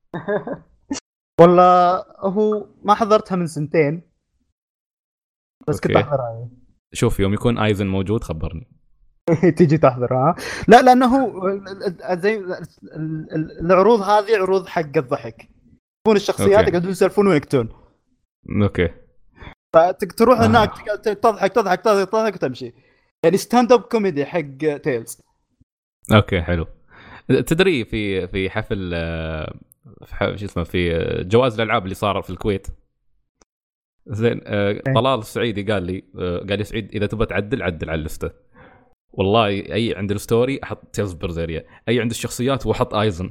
والله هو ما حضرتها من 2 سنين بس كنت أوكي. احضرها. شوف يوم يكون ايزن موجود خبرني. تيجي تحضرها. لا لانه هو زي العروض هذه عروض حق الضحك. يكون الشخصيات أوكي. يقعدون يسولفون ويكتون اوكي فتروح هناك تضحك وتمشي. يعني ستاند اب كوميدي حق تيلز. اوكي حلو. تدري في حفل شو اسمه في جوائز الالعاب اللي صار في الكويت زين طلال السعيدي قال لي سعيد اذا تبغى تعدل عدل على اللسته. والله اي عند الستوري احط تيلز برزيريا اي عند الشخصيات واحط ايزن.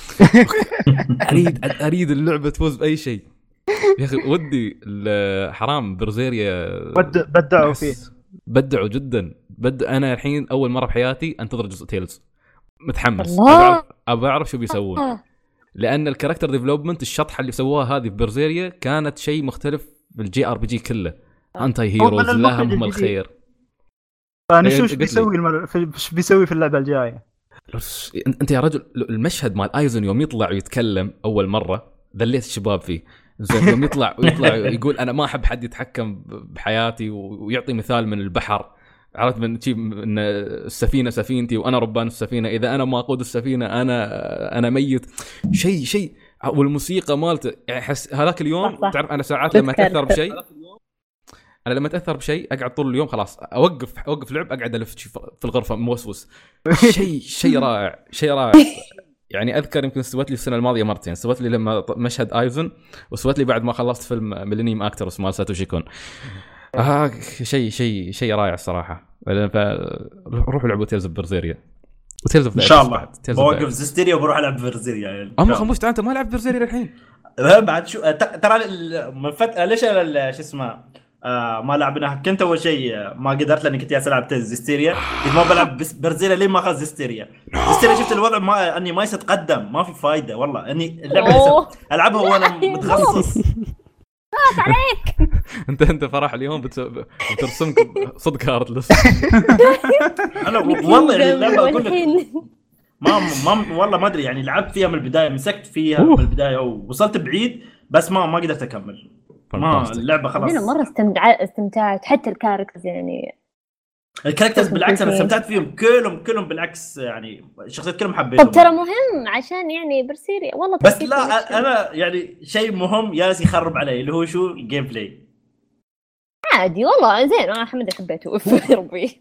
اريد اللعبه تفوز باي شيء يا اخي. ودي حرام برزيريا بدعوا فيه. بدعوا جدا. انا الحين اول مره بحياتي انتظر جزء تيلز متحمس. الله. ابى اعرف شو بيسوون لان الكاركتر ديفلوبمنت الشطحه اللي سووها هذه في برزيريا كانت شيء مختلف بالجي ار بي جي كله. انتي هيروز لا هم الخير. فنشوف ايش بيسوي في اللعبه الجايه. انت يا رجل المشهد مال ايزن يوم يطلع ويتكلم اول مره ذليت الشباب فيه. زين يوم يطلع يقول انا ما احب حد يتحكم بحياتي ويعطي مثال من البحر. عرفت من شيء ان السفينه سفينتي وانا ربان السفينه اذا انا ما اقود السفينه انا ميت. شيء والموسيقى مالته يعني هذاك اليوم صح. تعرف انا ساعات لما اتاثر بشيء اقعد طول اليوم خلاص اوقف لعب اقعد الف في الغرفه موسوس. شيء رائع يعني اذكر يمكن استوت لي السنه الماضيه مرتين، استوت لي لما مشهد ايزن، واستوت لي بعد ما خلصت فيلم ميلينيوم اكترز مال ساتوشي كون. شيء رائع الصراحه. روحوا لعبوا تيلز اوف برزيريا وتيلز اوف ان شاء الله بوقف زستيريا وبروح العب برزيريا يعني. اما خموش انت ما لعبت برزيريا الحين بعد شو ترى من فتره ليش شو اسمه ما لعبناها. كنت اول شيء ما قدرت لاني كنت العب زستيريا، كنت ما بلعب برزيريا لين ما اخذ زستيريا. شفت الوضع ما اني ما يتقدم، ما في فايده والله اني اللعبه العبها وانا متخصص. عليك انت فرح اليوم بترسمك صدق هارتلس. انا والله يعني اللعبه اقول لك ما والله ما ادري يعني لعبت فيها من البدايه، مسكت فيها من البدايه ووصلت بعيد بس ما قدرت اكمل. ما اللعبه خلاص انا مره استمتعت حتى الكاركترز يعني الكاركترز بالعكس انا استمتعت فيهم كلهم بالعكس يعني الشخصيات كلهم حبيتهم. طب ترى مهم عشان يعني برسيريا والله بس لا انا يعني شيء مهم جالس يخرب علي اللي هو شو الجيم بلاي. عادي والله زين انا حمد حبيته ربي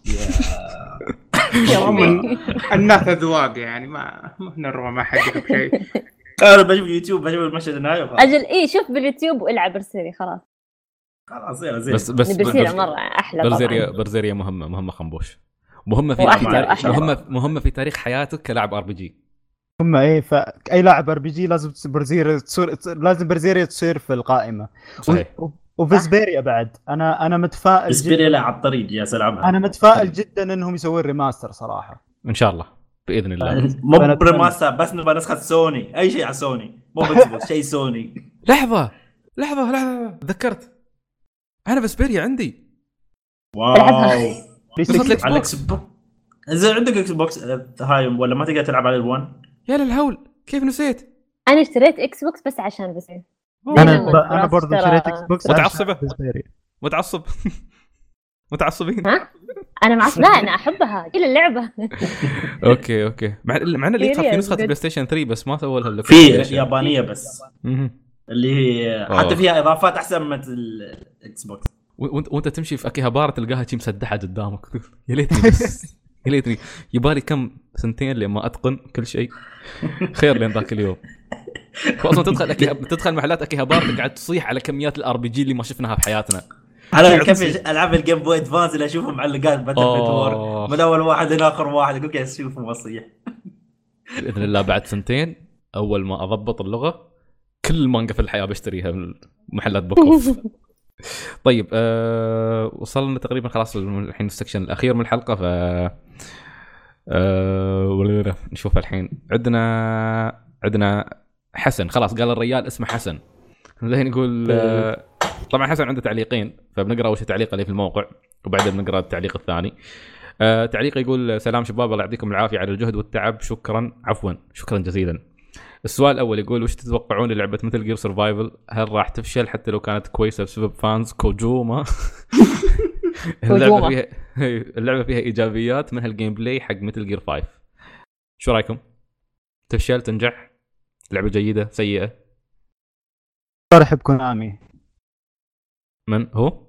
يا ربي الناس اذواق يعني ما نروح ما حد يحب شيء. انا بجيب يوتيوب بجيب المشهد النهائي وخلاص. اجل شوف باليوتيوب والعب برسيريا خلاص زين. بس برسيريا مره احلى. برزيريا مهمه خنبوش، مهمه في تاريخ حياتك كلاعب ار بي جي. هم فاي لاعب ار بي جي لازم برزيريا تصير في القائمه. صحيح. وفيسبيريا بعد انا متفائل فيسبيريا لا على الطريق يا سلام. انا متفائل جدا انهم يسوون ريماستر صراحه ان شاء الله باذن الله. مو بريماستر بس نبغى نسخه سوني، اي شيء على سوني مو بس شيء سوني. لحظه تذكرت انا فيسبيريا عندي. واو على الاكس بوكس. اذا عندك اكس بوكس هاي ولا ما تقدر تلعب على ال1 يا للهول كيف نسيت. انا اشتريت اكس بوكس بس عشان بس انا برضه اشتريت اكس بوكس. متعصبين. انا لا انا احبها كل اللعبه. اوكي معنا اللي يدخل في نسخه بلاي ستيشن 3 بس ما سووا لها في يابانيه بس اللي هي حتى فيها اضافات احسن من الاكس بوكس. وانت تمشي في اكيهابار تلقاها شيء مسدحه قدامك. يا ليتني يبالي كم سنتين لما اتقن كل شيء خير لين ذاك اليوم. اصلا تدخل محلات اكيهابار تقعد تصيح على كميات الار بي جي اللي ما شفناها بحياتنا. انا كيف العاب الجيم بوي ادفانس اللي اشوفهم معلقات باتل فيتور من اول واحد لاخر واحد اقول كيف اشوفهم واصيح. باذن الله بعد سنتين اول ما اضبط اللغه كل مانجا في الحياه بشتريها من محلات بوكوف. طيب وصلنا تقريبا خلاص الحين السكشن الاخير من الحلقه. ف نشوف الحين عندنا حسن. خلاص قال الرجال اسمه حسن زين يقول طبعا حسن عنده تعليقين فبنقرا اول شيء تعليقه اللي في الموقع وبعدين بنقرا التعليق الثاني. تعليقه يقول سلام شباب الله يعطيكم العافيه على الجهد والتعب. شكرا جزيلا. السؤال الاول يقول وش تتوقعون للعبه مثل جير سرفايفل؟ هل راح تفشل حتى لو كانت كويسه بسبب فانز كوجوما؟ اللعبه فيها ايجابيات من هالجيم بلاي حق مثل جير 5. شو رايكم؟ تفشل تنجح؟ لعبه جيده سيئه؟ فرح بكونامي. من هو؟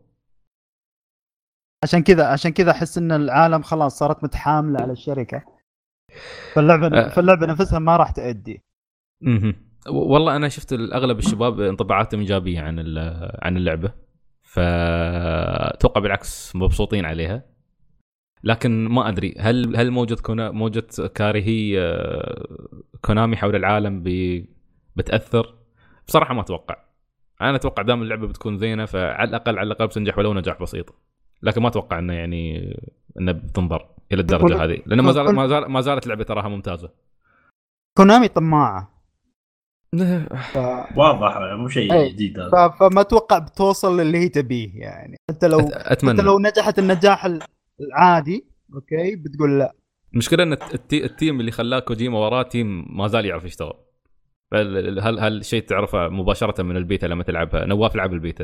عشان كذا احس ان العالم خلاص صارت متحامله على الشركه فاللعبه نفسها ما راح تأدي. والله انا شفت اغلب الشباب انطباعاتهم ايجابيه عن اللعبه فتوقع بالعكس مبسوطين عليها. لكن ما ادري هل موجود كارهي كونامي حول العالم بتاثر؟ بصراحه ما اتوقع. انا اتوقع دام اللعبه بتكون زينه فعلى الاقل بتنجح ولو نجاح بسيط. لكن ما اتوقع انه يعني انه بتنظر الى الدرجه هذه لان ما زالت لعبه تراها ممتازه. كونامي طماعه واضح مو شيء جديد هذا. فما اتوقع بتوصل اللي هي تبيه يعني. حتى لو نجحت النجاح العادي اوكي بتقول لا. المشكله ان التيم اللي خلاه كوجيما وراه تيم ما زال يعرف يشتغل. هل شيء تعرفه مباشره من البيتا لما تلعبها؟ نواف لعب البيتا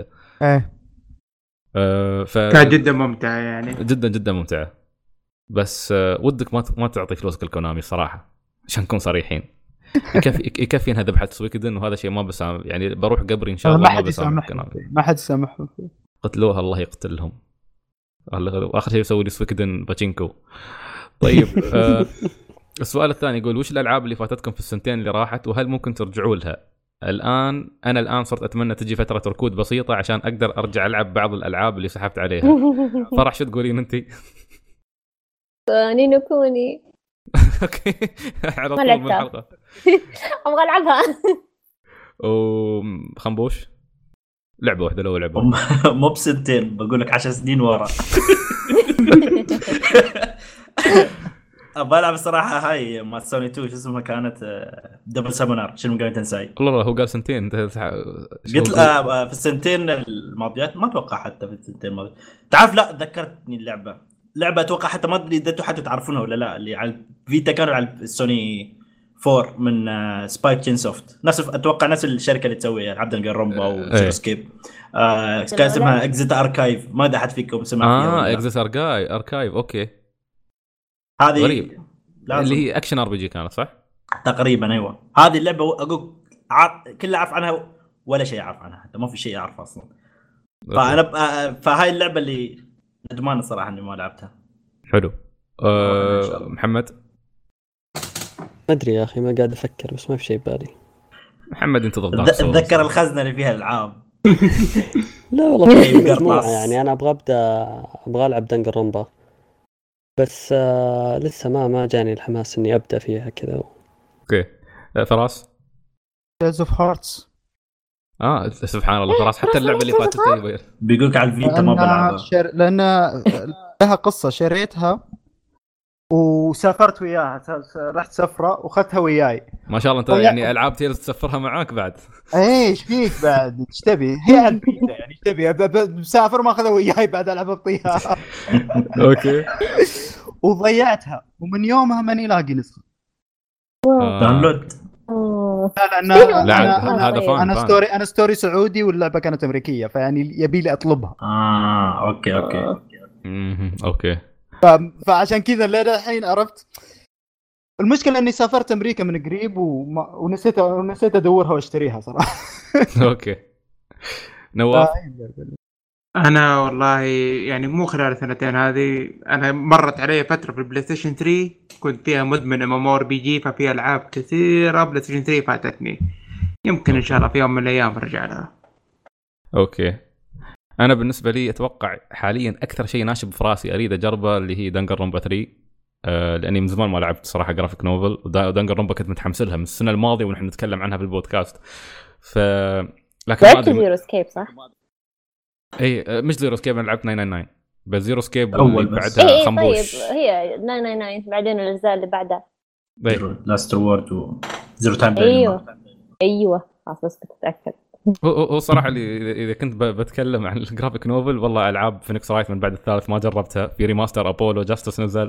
كان جدا ممتع يعني جدا ممتعه. بس ودك ما تعطي فلوسك الكونامي صراحه عشان نكون صريحين. يكفي انها ذبحت سويكدن وهذا شيء ما بسامح يعني بروح قبري ان شاء الله ما حد سامحهم. قتلوها الله يقتلهم. واخر شيء يسوي لي سويكدن باتشينكو. طيب السؤال الثاني يقول وش الالعاب اللي فاتتكم في السنتين اللي راحت وهل ممكن ترجعوا لها؟ انا الان صرت اتمنى تجي فتره ركود بسيطه عشان اقدر ارجع العب بعض الالعاب اللي سحبت عليها. فرح شو تقولين انت؟ نينو كوني. اوكي على ما طول لعبتها. من الحلقه. ابغى العبها. وخنبوش لعبه واحده لو لعبه مو بسنتين، بقول لك 10 سنين ورا. ابى العب الصراحه هاي مع سوني 2 شو اسمها كانت دبل سامونر شنو قاعد تنساي. والله هو قال سنتين انت قلت في السنتين الماضيات ما اتوقع حتى في السنتين الماضيات. تعرف لا ذكرتني لعبه اتوقع حتى ما ادري اذا انتم حتى تعرفونها ولا لا، اللي على الفيتا كانوا على السوني 4 من سبايك تشين سوفت، اتوقع نفس الشركه اللي تسوي العاب دنجرومبا وزيرو سكيب. كان اسمها اكزيت اركايف، ما ادري احد فيكم سمع فيها ولا لا. اكزيت اركايف اوكي. هذه غريب اللي هي اكشن ار بي جي كانت صح تقريبا. ايوه هذه اللعبه اقول كل اعرف عنها ولا شيء اعرف عنها، حتى ما في شيء اعرفه اصلا. فانا فهاي اللعبه اللي ندمان الصراحه اني ما لعبتها. حلو. محمد ما ادري يا اخي، ما قاعد افكر بس ما في شيء ببالي. محمد انت ضد دارك سولز. اتذكر الخزنه اللي فيها الالعاب. لا والله في مجموعة يعني. انا ابغى العب دنجرومبا بس لسه ما جاني الحماس اني ابدا فيها كذا. اوكي فراس تيلز اوف هارتس. سبحان الله فراس حتى اللعبه اللي فاتت طيبه. بيقولك على الفيتا ما بلعبها لان لها قصه، شريتها وسافرت وياها، رحت سفره واخذتها وياي. ما شاء الله انت يعني العاب تيلز تسفرها معاك بعد. ايش فيك بعد؟ ايش تبي؟ هي على الفيتا يعني ايش تبي؟ بسافر ما اخذها وياي بعد العب بطيها. اوكي وضيعتها ومن يومها ماني لاقي نسخه داونلود. لا هذا فان انا ستوري سعودي واللعبه كانت امريكيه، فيعني يبي لي اطلبها. اوكي فعشان كذا الحين عرفت. المشكله اني سافرت امريكا من قريب ونسيت ادورها واشتريها صراحه. اوكي نواف. انا والله يعني مو خلال السنتين هذه، انا مرت علي فتره في البلاي ستيشن 3 كنت فيها مدمن ام بي جي، ففيها العاب كثيره بلاي ستيشن 3 فاتتني. يمكن ان شاء الله في يوم من الايام ارجع لها. اوكي انا بالنسبه لي اتوقع حاليا اكثر شيء ناشب في راسي اريد اجربه اللي هي دنجرومبا 3 لاني من زمان ما لعبت صراحه جرافيك نوفل، ودنجرومبا كنت متحمس لها من السنه الماضيه ونحن نتكلم عنها في البودكاست. لكن لعبت زيرو سكيب صح؟ اي مش زيرو سكيب، انا لعبت 999 بس زيرو سكيب أول بعدها خنبوش. طيب هي 999 بعدين الاجزاء اللي بعدها لاست وورد وزيرو تايم. ايوه خلاص بس بتتاكد. هو صراحه اللي اذا كنت بتكلم عن الجرافيك نوفل والله العاب فينيكس رايت من بعد الثالث ما جربتها. في ريماستر ابولو جاستس نزل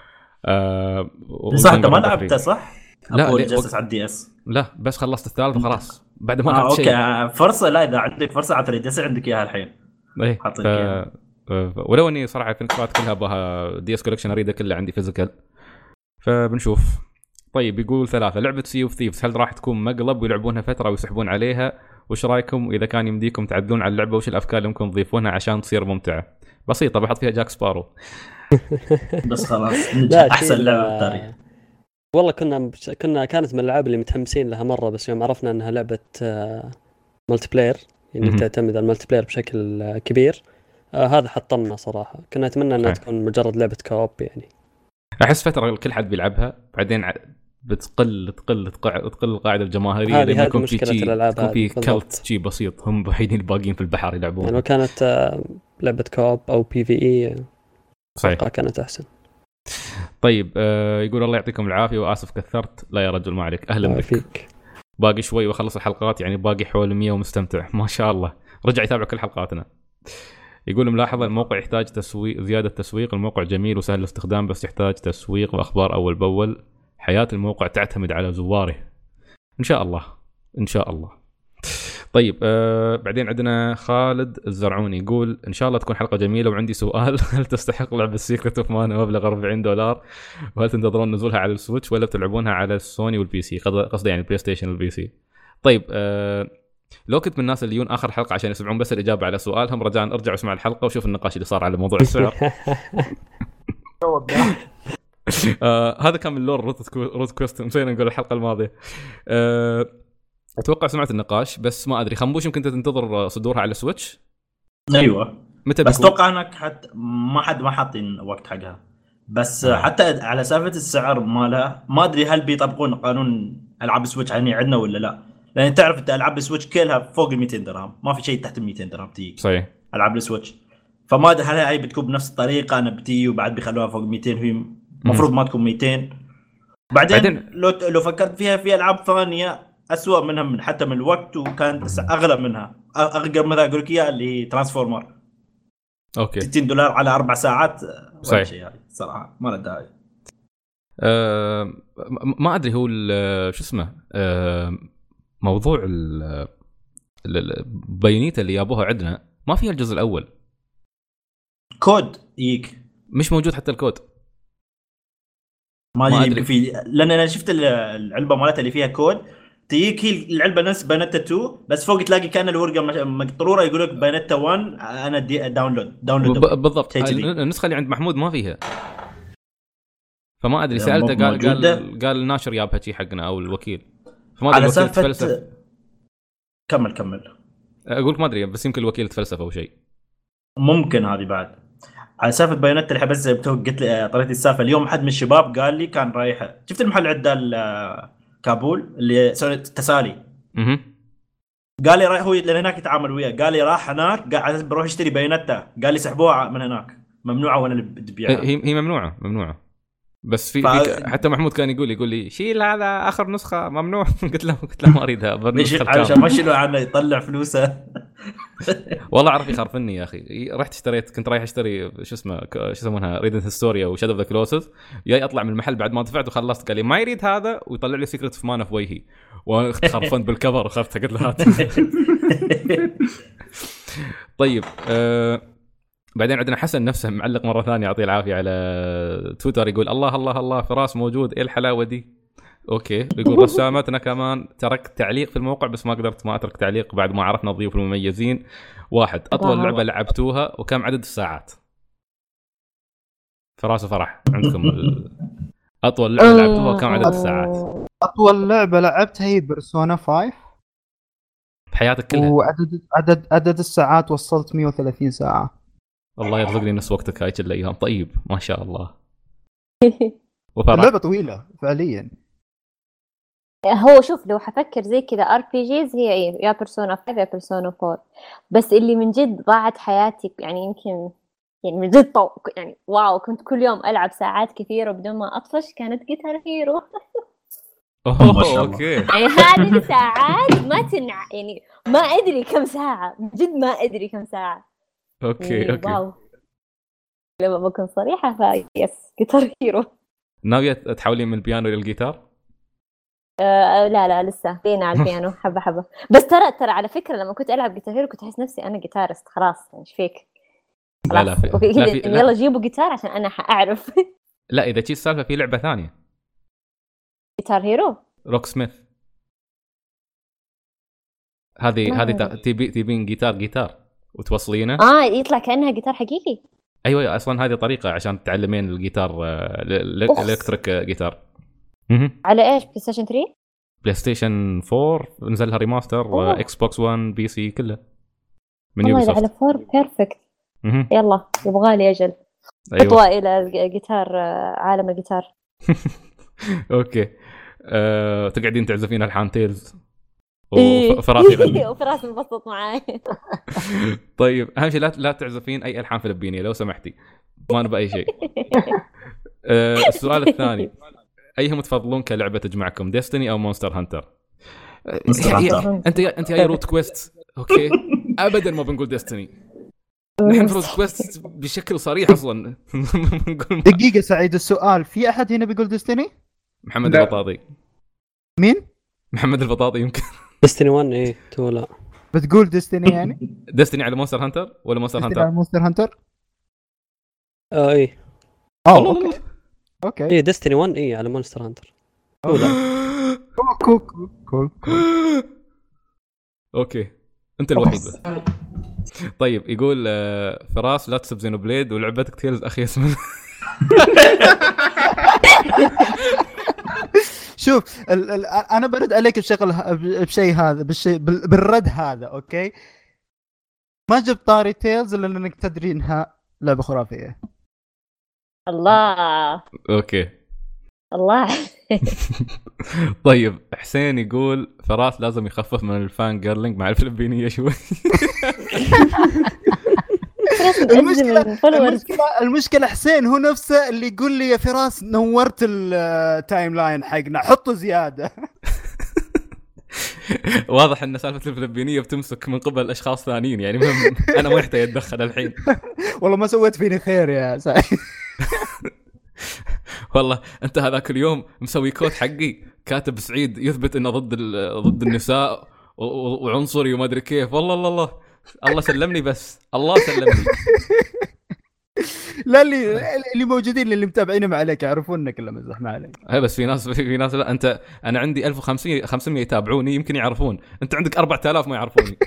صح انت ما لعبتها صح؟ لا جاستس على الدي اس. لا بس خلصت الثالث وخلاص بعد ما لعبت شيء. اوكي فرصه، لا اذا عندك فرصه على 3 دي اس عندك اياها الحين. ايه ولو اني صراحه فينيكس رايت كلها بها دي اس كولكشن اريدها كلها عندي فيزيكال، فبنشوف. طيب يقول 3 لعبه سي اوف ثيفز هل راح تكون مقلب ويلعبونها فتره ويسحبون عليها؟ وش رايكم واذا كان يمديكم تعدلون على اللعبه وش الافكار اللي ممكن تضيفونها عشان تصير ممتعه؟ بسيطه بحط فيها جاك سبارو بس خلاص احسن لعبه بالتاريخ. والله كانت من الالعاب اللي متحمسين لها مره، بس يوم عرفنا انها لعبه ملتي بلاير يعني تعتمد على الملتي بلاير بشكل كبير هذا حطمنا صراحه. كنا نتمنى انها تكون مجرد لعبه كوب يعني. احس فتره كل حد بيلعبها بعدين بتقل القاعده الجماهيريه لما يكون في كلت شيء بسيط هم وحيدين الباقيين في البحر يلعبون. يعني لو كانت لعبه كوب او بي في اي صحيح كانت احسن. طيب يقول الله يعطيكم العافيه واسف كثرت. لا يا رجل ما عليك، اهلا بك فيك. باقي شوي واخلص الحلقات يعني باقي حول 100 ومستمتع ما شاء الله. رجع يتابع كل حلقاتنا. يقول ملاحظه الموقع يحتاج تسويق، زياده تسويق. الموقع جميل وسهل الاستخدام بس يحتاج تسويق واخبار اول باول. حياه الموقع تعتمد على زواره. ان شاء الله ان شاء الله. طيب بعدين عندنا خالد الزرعوني يقول ان شاء الله تكون حلقه جميله وعندي سؤال هل تستحق لعبه سيكريت اوف مانا مبلغ $40 وهل تنتظرون نزولها على السويتش ولا بتلعبونها على السوني والبي سي؟ قصدي يعني البلاي ستيشن والبي سي. طيب لو كنت من الناس اللي يجون اخر حلقه عشان يسمعون بس الاجابه على سؤالهم رجاء ارجعوا اسمعوا الحلقه وشوف النقاش اللي صار على موضوع السعر. هذا كان من لور روت كويست، نسينا نقول الحلقه الماضيه. اتوقع سمعت النقاش بس ما ادري. خنبوش يمكن تنتظر صدورها على سويتش. ايوه متى بس بيكون؟ اتوقع انك حتى ما حاطين وقت حقها. بس حتى على سالفه السعر مالها ما ادري هل بيطبقون قانون العاب سويتش يعني عندنا ولا لا، لان تعرف انت العاب سويتش كلها فوق ال 200 درهم، ما في شيء تحت ال 200 درهم تجيك صحيح. العاب السويتش. فما ادري هل هي بتكون بنفس الطريقه انا بتي وبعد بيخلوها فوق 200 وهي المفروض ما تكون 200. بعدين لو فكرت فيها في العاب ثانيه اسوأ منها من حتى من الوقت وكانت اغلى منها. اغلى مثلا اقول لك اياها اللي هي ترانسفورمر اوكي $60 على 4 ساعات. صحيح. شيء يعني صراحه ما له داعي. ما ادري هو شو اسمه موضوع البيانات اللي جابوها عندنا ما فيها الجزء الاول. كود يجيك مش موجود حتى الكود. ما أدري. ادري في، لان انا شفت العلبه مالتها اللي فيها كود تجيك هي العلبه نفس باينتا 2 بس فوق تلاقي كان الورقه مقطوره يقول لك باينتا 1 انا داونلود بالضبط. النسخه اللي عند محمود ما فيها، فما ادري. سالته قال الناشر جابها شي حقنا او الوكيل، فما ادري. على الوكيل سالفه تفلسف. كمل اقول لك ما ادري بس يمكن الوكيل تفلسف او شيء. ممكن هذه بعد. على سالفه بايونيتا اللي بس قلت لي طريقه السالفه اليوم، حد من الشباب قال لي كان رايح شفت المحل عند كابول اللي سوى تسالي. قال لي رايح هو لان هناك يتعامل وياه، قال لي راح هناك قاعد بروح اشتري بايونيتا، قال لي سحبوها من هناك ممنوعه وانا اللي ببيعها. هي ممنوعه بس في حتى محمود كان يقول لي شيل هذا اخر نسخه ممنوع. قلت له ما اريدها عشان ما شيلوا عنه يطلع فلوسه. والله عرف يخرفني يا اخي. رحت اشتريت، كنت رايح اشتري شو يسمونها ريدنت هيستوريا وشادو اوف ذا كلوسز، جاي اطلع من المحل بعد ما دفعت وخلصت قال لي ما يريد هذا ويطلع لي سيكريت في مانا في وجهي، وخرفنت بالكفر وخفت قلت له هات. طيب بعدين عندنا حسن نفسه معلق مره ثانيه يعطيه العافيه على تويتر يقول الله الله الله فراس موجود، ايه الحلاوه دي. اوكي يقول رسامتنا كمان تركت تعليق في الموقع بس ما قدرت ما اترك تعليق بعد ما عرفنا الضيوف المميزين. واحد اطول لعبه لعبتوها وكم عدد الساعات؟ فراس وفرح عندكم اطول لعبه لعبتوها وكم عدد الساعات؟ اطول لعبه لعبتها هي بيرسونا 5 بحياتك كلها، وعدد الساعات وصلت 130 ساعه. الله يرزقني نص وقتك هاي الايام. طيب ما شاء الله. اللعبه طويله فعليا. هو شوف لو حفكر زي كذا ار بي جيز هي ايه، يا بيرسونا 5 يا بيرسونا 4، بس اللي من جد ضاعت حياتي يعني يمكن يعني من جد يعني واو كنت كل يوم العب ساعات كثيره بدون ما اطفش كانت جيتار هيرو. اوكي يعني هذه ساعات ما يعني ما ادري كم ساعه، جد ما ادري كم ساعه. اوكي واو لما بكون صريحه فيس جيتار هيرو. ناويه تحولين من البيانو للجيتار؟ لا لسه فينا على البيانو حبه حبه. بس ترى على فكره لما كنت العب جيتار هيرو كنت احس نفسي انا جيتارست خلاص. ايش فيك؟ لا يلا جيبوا جيتار عشان انا حاعرف. لا اذا تجي السالفه في لعبه ثانيه جيتار هيرو روك سميث. هذه تبين جيتار وتوصلينه يطلع كانها جيتار حقيقي. ايوه اصلا هذه طريقه عشان تتعلمين الجيتار الالكتريك جيتار. على ايش؟ بلاي ستيشن 3؟ بلاي ستيشن 4 نزلها ريماستر، اكس بوكس 1 بي سي كله من يوبيسوفت. على 4 بيرفكت. يلا يبغى لي اجل خطوه الى جيتار عالم الجيتار. اوكي تقعدين تعزفين الحان تيلز وفراس يغني وفراس مبسط معاي. طيب اهم شيء لا تعزفين اي الحان فلبينيه لو سمحتي، ما نبغى اي شيء. السؤال الثاني، ايهم تفضلون كلعبه تجمعكم، ديستني او مونستر هانتر؟ انت يا روت كويست. اوكي ابدا ما بنقول ديستني، نحن في روت كويست بشكل صريح اصلا. دقيقه سعيد السؤال، في احد هنا بيقول ديستني؟ محمد البطاطي. مين؟ محمد البطاطي يمكن. ديستني 1 ايه تو لا بتقول ديستني يعني؟ ديستني على مونستر هانتر ولا مونستر هانتر؟ على مونستر هانتر. ايه اوكي ايه ديستني 1 ايه على مونستر هانتر. كول اوكي انت الوحيد بس. طيب يقول فراس لا تسب زينو بليد ولعبتك تيلز اخي اسمها. شوف انا برد عليك بشيء هذا بالرد هذا. اوكي ما جبت طاري تيلز الا انك تدري انها لعبه خرافيه. الله اوكي الله. طيب حسين يقول فراس لازم يخفف من الفان جيرلينج مع الفلبينيه شوي. المشكلة حسين هو نفسه اللي يقول لي يا فراس نورت التايم لاين حقنا حطه زيادة. واضح ان سالفه الفلبينيه بتمسك من قبل اشخاص ثانيين يعني انا ما يحتاج اتدخل الحين. والله ما سويت فيني خير يا سعيد. والله انت هذاك اليوم مسوي كود حقي كاتب سعيد يثبت انه ضد النساء وعنصري وما ادري كيف. والله الله سلمني بس الله سلمني. لا اللي موجودين اللي متابعين ما عليك يعرفونك الا مزح ما عليك. هي بس في ناس لا انا عندي 1500 يتابعوني يمكن يعرفون، انت عندك 4000 ما يعرفوني.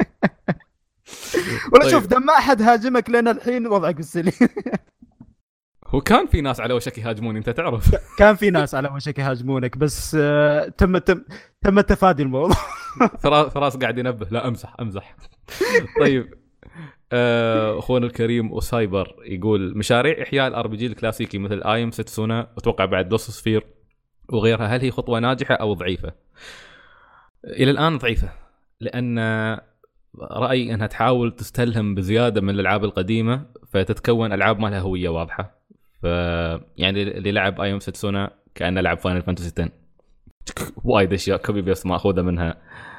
ولا شوف دام ما احد هاجمك لنا الحين وضعك بالسليم. هو كان في ناس على وشك يهاجموني انت تعرف. كان في ناس على وشك يهاجمونك بس تم تفادي الموضوع. فراس قاعد ينبه لا امزح. طيب اخونا الكريم وسايبر يقول مشاريع احياء الار بي جي الكلاسيكي مثل ايم سيتسونا وتوقع بعد دوس سفير وغيرها هل هي خطوه ناجحه او ضعيفه؟ الى الان ضعيفه، لان رايي انها تحاول تستلهم بزياده من الالعاب القديمه فتتكون العاب ما لها هويه واضحه. يعني اللي لعب ايم سيتسونا كانه لعب فاينل فانتسي 10 وايد اشياء كوبي بيست ماخوذه منها.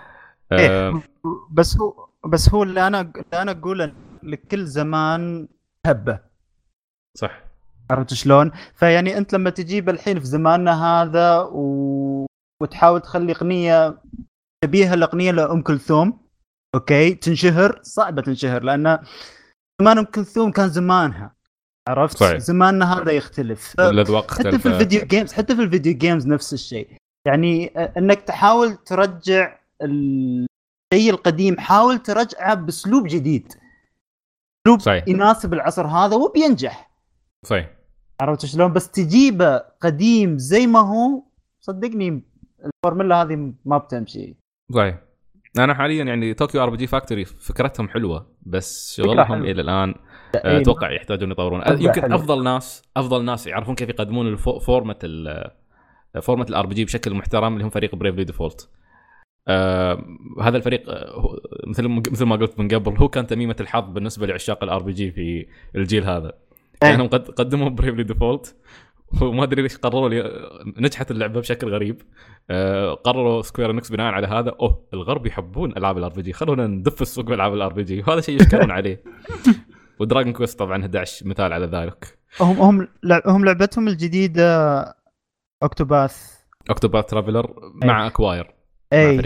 بس هو اللي انا اقول لكل زمان هبه صح. عرفت شلون؟ فيعني انت لما تجيب الحين في زماننا هذا وتحاول تخلي اغنيه شبيهه الاغنيه لام كلثوم اوكي تنشهر، صعبه تنشهر لان زمان ام كلثوم كان زمانها عرفت صحيح. زماننا هذا يختلف الاذواق حتى في الفيديو جيمز نفس الشيء. يعني انك تحاول ترجع الشيء القديم حاول ترجعه باسلوب جديد، اسلوب صحيح. يناسب العصر هذا وبينجح صحيح. عرفت شلون؟ بس تجيبه قديم زي ما هو صدقني الفورمولا هذه ما بتمشي صحيح. انا حاليا يعني طوكيو ار بي جي فاكتوري فكرتهم حلوه بس شغلهم الى الان اتوقع يحتاجون يطورون. يمكن افضل ناس يعرفون كيف يقدمون الفورمات الار بي جي بشكل محترم اللي هم فريق بريفلي ديفولت. هذا الفريق مثل ما قلت من قبل هو كان تميمه الحظ بالنسبه لعشاق الار بي جي في الجيل هذا. يعني هم قدموا بريفلي ديفولت وما ادري ليش قرروا نجحت اللعبه بشكل غريب. قرروا سكوير انكس بناء على هذا الغرب يحبون العاب الار بي جي خلونا ندف السوق بالعاب الار بي جي وهذا شيء يشكرون عليه. ودراجون كويست طبعا 11 مثال على ذلك. هم لعبتهم الجديده اوكتوباث ترافلر مع اكواير اي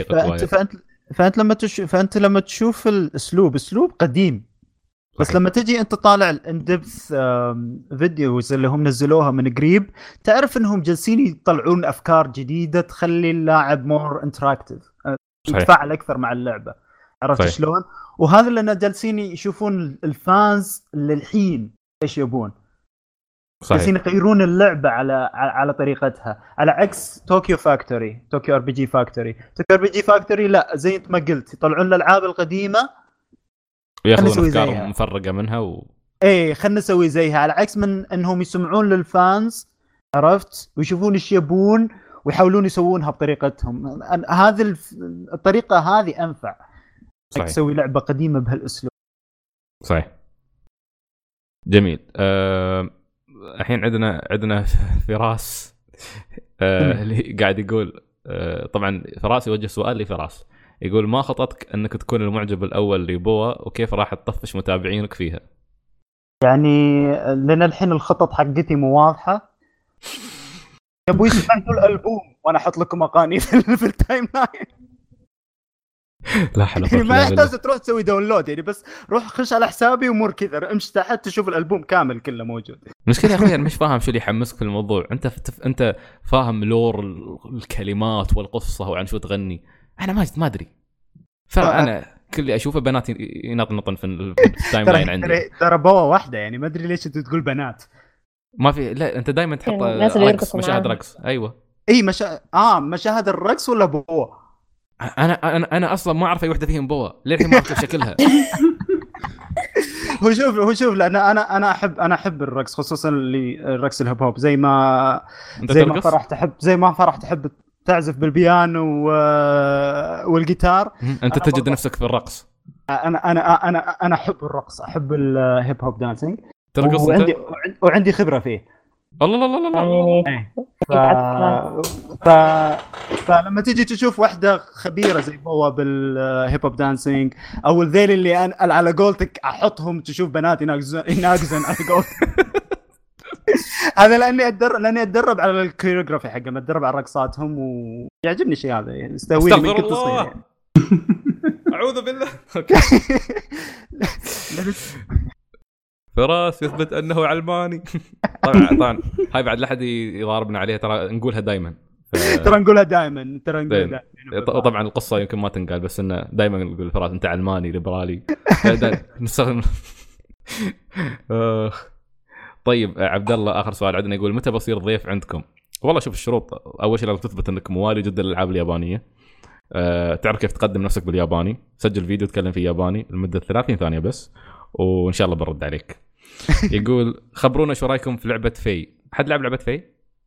فانت لما تشوف اسلوب قديم بس صحيح. لما تجي انت طالع الاندبث فيديوز اللي هم نزلوها من قريب تعرف انهم جالسين يطلعون افكار جديده تخلي اللاعب مور انتراكتيف يتفاعل اكثر مع اللعبه عرفت صحيح. شلون؟ وهذا اللي جالسين يشوفون الفانز للحين ايش يبون جالسين يغيرون اللعبه على طريقتها على عكس توكيو ار بي جي فاكتوري لا زي انت ما قلت يطلعون الالعاب القديمه وياخذون افكار مفرقه منها ايه خلنا نسوي زيها على عكس من انهم يسمعون للفانز عرفت ويشوفون ايش يبون ويحاولون يسوونها بطريقتهم. هذه الطريقه هذه انفع تسوي لعبه قديمه بهالاسلوب صحيح. جميل. الحين عندنا فراس اللي قاعد يقول طبعا فراس يوجه سؤال لفراس يقول ما خطتك انك تكون المعجب الاول لبوا وكيف راح تطفش متابعينك فيها؟ يعني لنا الحين الخطط حقتي مو واضحه يا ابوي سمعتوا الالبوم وانا احط لكم اغاني في التايم لاين. لا حلو ما يحتاج تروح تسوي داونلود يعني بس روح خش على حسابي ومر كذا امشي تحت تشوف الالبوم كامل كله موجود. مشكلة يا اخوي مش فاهم شو اللي يحمسك في الموضوع. انت فاهم لور الكلمات والقصه وعن شو تغني. انا ما ادري فانا كل اللي اشوفه بنات ينطنطن في التايم لاين عندي. ترى بوا واحده يعني ما ادري ليش انت تقول بنات ما في. لا انت دائما تحط الناس اللي رقص، يرقصوا مشاهد معاهم. رقص. ايوه اي مشاهد الرقص ولا بوا؟ انا اصلا ما اعرف اي وحده فيهم بوا للحين، ما اعرف كيف شكلها. هو شوف لان انا احب الرقص، خصوصا الرقص الهيب هوب. زي ما انت زي ما ترقص؟ فرح تحب تعزف بالبيانو والجيتار. انت أنا تجد برضه نفسك في الرقص. انا احب الرقص، احب الهيب هوب دانسينج، ترقص وعندي انت؟ وعندي خبره فيه. الله الله الله الله. يعني ف... ف... فلما تيجي تشوف واحدة خبيرة زي بوا بالهيب هوب دانسينج، او الذيل اللي أنا على قولتك احطهم تشوف بنات يناقزون على قولتك. هذا لاني اتدرب على الكوريوغرافي حقهم، اتدرب على رقصاتهم، ويعجبني الشيء هذا يعني. استوي من كنت صغير يعني. اعوذ بالله. اوكي. فراس يثبت انه علماني. طبعا هاي بعد لا احد يضاربنا عليها، ترى نقولها دائما. ترى نقولها دائما. طبعا القصه يمكن ما تنقال، بس انه دائما نقول فراس انت علماني ليبرالي. نستخدم. طيب عبد الله، اخر سؤال عندنا، يقول متى بصير ضيف عندكم؟ والله شوف الشروط، اول شيء لازم تثبت انك موالي جدا للالعاب اليابانيه، تعرف كيف تقدم نفسك بالياباني، سجل فيديو تكلم فيه ياباني لمده 30 ثانيه بس، وان شاء الله برد عليك. يقول خبرونا شو رايكم في لعبه في. حد لعب لعبه في؟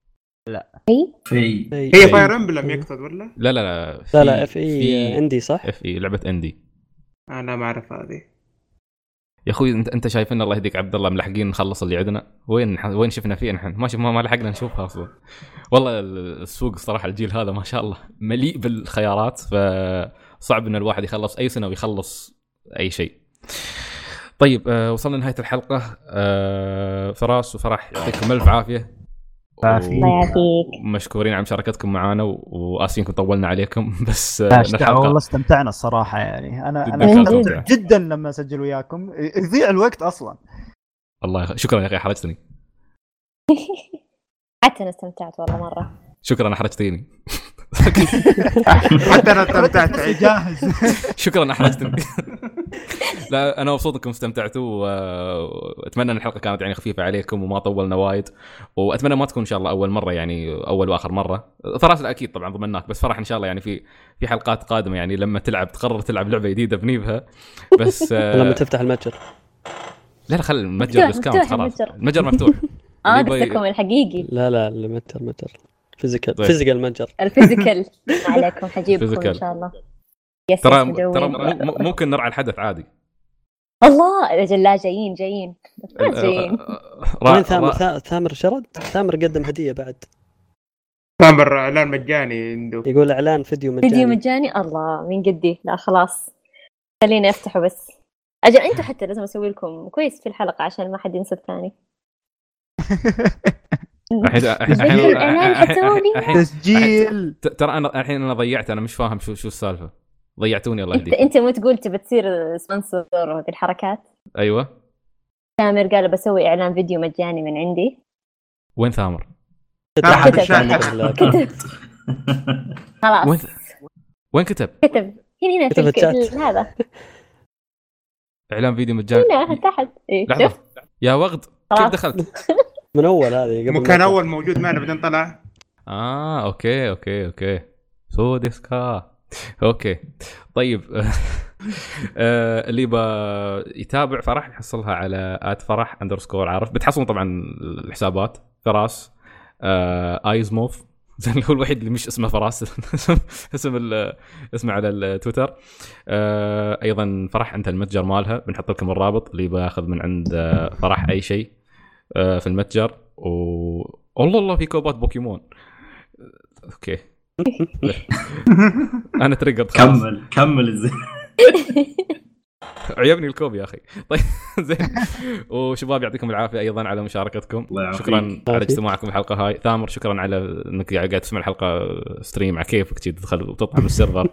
في هي فاير امبلم يقصد ولا؟ لا اف اي اندي صح؟ اف اي لعبه اندي. انا ما اعرف هذه يا اخوي. انت شايفين الله يهديك عبد الله ملحقين نخلص اللي عندنا؟ وين شفنا فيه نحن؟ ما لحقنا نشوفها اصلا. والله السوق الصراحه الجيل هذا ما شاء الله مليء بالخيارات، فصعب ان الواحد يخلص اي سنه ويخلص اي شيء. طيب وصلنا لنهايه الحلقه. فراس وفرح يعطيكم الف عافيه. الله يعافيك. مشكورين على مشاركتكم معنا، واسفينكم طولنا عليكم، بس الحلقه والله استمتعنا الصراحه يعني. انا جدا لما اسجل وياكم يضيع الوقت اصلا. الله شكرا يا اخي، حرجتني. حتى انا استمتعت والله مره. شكرا احرجتيني. حتى انا استمتعت. جاهز. شكرا احرجتني. لا انا مبسوط انكم استمتعتوا، واتمنى ان الحلقه كانت يعني خفيفه عليكم وما طولنا وايد، واتمنى ما تكون ان شاء الله اول مره يعني اول واخر مره. فراس اكيد طبعا ضمناك، بس فرح ان شاء الله يعني في حلقات قادمه يعني لما تقرر تلعب لعبه جديده بنيبها. بس لما تفتح المتجر. لا خل المتجر ديسكاونت خلاص. المتجر مفتوح. قصدكم الحقيقي؟ لا المتجر فيزيكال متجر. الفيزيكال عليكم حجيبكم ان شاء الله. ترى ممكن نرعى الحدث عادي. الله رجل لا جايين وين ثامر شرد؟ ثامر قدم هديه بعد. ثامر اعلان مجاني عنده، يقول اعلان فيديو مجاني. الله مين قدي؟ لا خلاص خليني افتحه بس. اجل انتوا حتى لازم اسوي لكم كويس في الحلقه عشان ما حد ينسى الثاني. تسجيل. ترى انا الحين ضيعت، انا مش فاهم شو السالفه. ضيعتوني الله يهديك. انت مو تقول تبي تصير سبونسر هذه الحركات؟ ايوه. ثامر قال بسوي اعلان فيديو مجاني من عندي. وين ثامر؟ كتب. خلاص وين كتب هنا في هذا اعلان فيديو مجاني هنا تحت. لحظه يا وغد كيف دخلت؟ من اول هذه قبل كان اول موجود معنا بعدين طلع. اوكي سودسكا. اوكي طيب. اللي يتابع فرح يحصلها على @فرح_، عارف بتحصلون طبعا الحسابات فراس ايزموف، زين هو الوحيد اللي مش اسمه فراس. اسمه على التويتر. ايضا فرح انت المتجر مالها بنحط لكم الرابط اللي بياخذ من عند فرح اي شيء في المتجر. الله في كوبات بوكيمون. اوكي. انا تريجر. كمل ازاي. عجبني الكوب يا اخي. طيب زين. وشباب يعطيكم العافيه ايضا على مشاركتكم. شكرا على اجتماعكم الحلقه هاي. ثامر شكرا على انك قاعد تسمع الحلقه ستريم على كيفك تدخل وتطلع من السيرفر.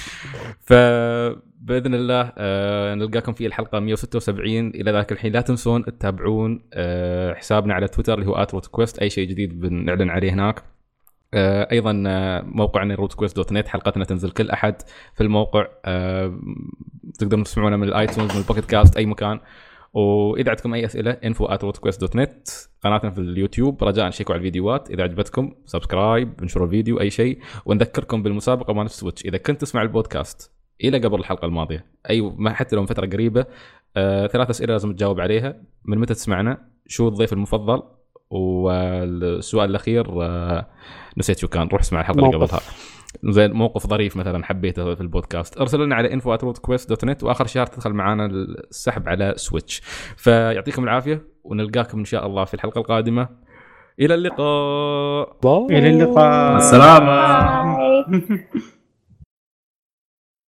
فباذن الله نلقاكم في الحلقه 176. الى ذاك الحين لا تنسون تتابعون حسابنا على تويتر اللي هو @rootquest. اي شيء جديد بنعلن عليه هناك. ايضا موقعنا rootquest.net حلقتنا تنزل كل احد في الموقع. تقدرون تسمعونا من الايتونز، من البوكيت كاست، اي مكان. واذا عندكم اي اسئله info@rootquest.net. قناتنا في اليوتيوب، رجاء شيكوا على الفيديوهات، اذا عجبتكم سبسكرايب، انشروا الفيديو، اي شيء. ونذكركم بالمسابقه مال سويتش، اذا كنت تسمع البودكاست الى قبل الحلقه الماضيه، اي ما حتى لو من فتره قريبه، 3 اسئله لازم تجاوب عليها. من متى تسمعنا، شو الضيف المفضل، والسؤال الاخير نسيت شو كان، روح اسمع الحلقه اللي قبلها. زي موقف ظريف مثلا حبيته في البودكاست، ارسل لنا على info@rootquest.net. واخر شهر تدخل معنا السحب على سويتش. فيعطيكم العافيه، ونلقاكم ان شاء الله في الحلقه القادمه. الى اللقاء. الى اللقاء. السلام. باي.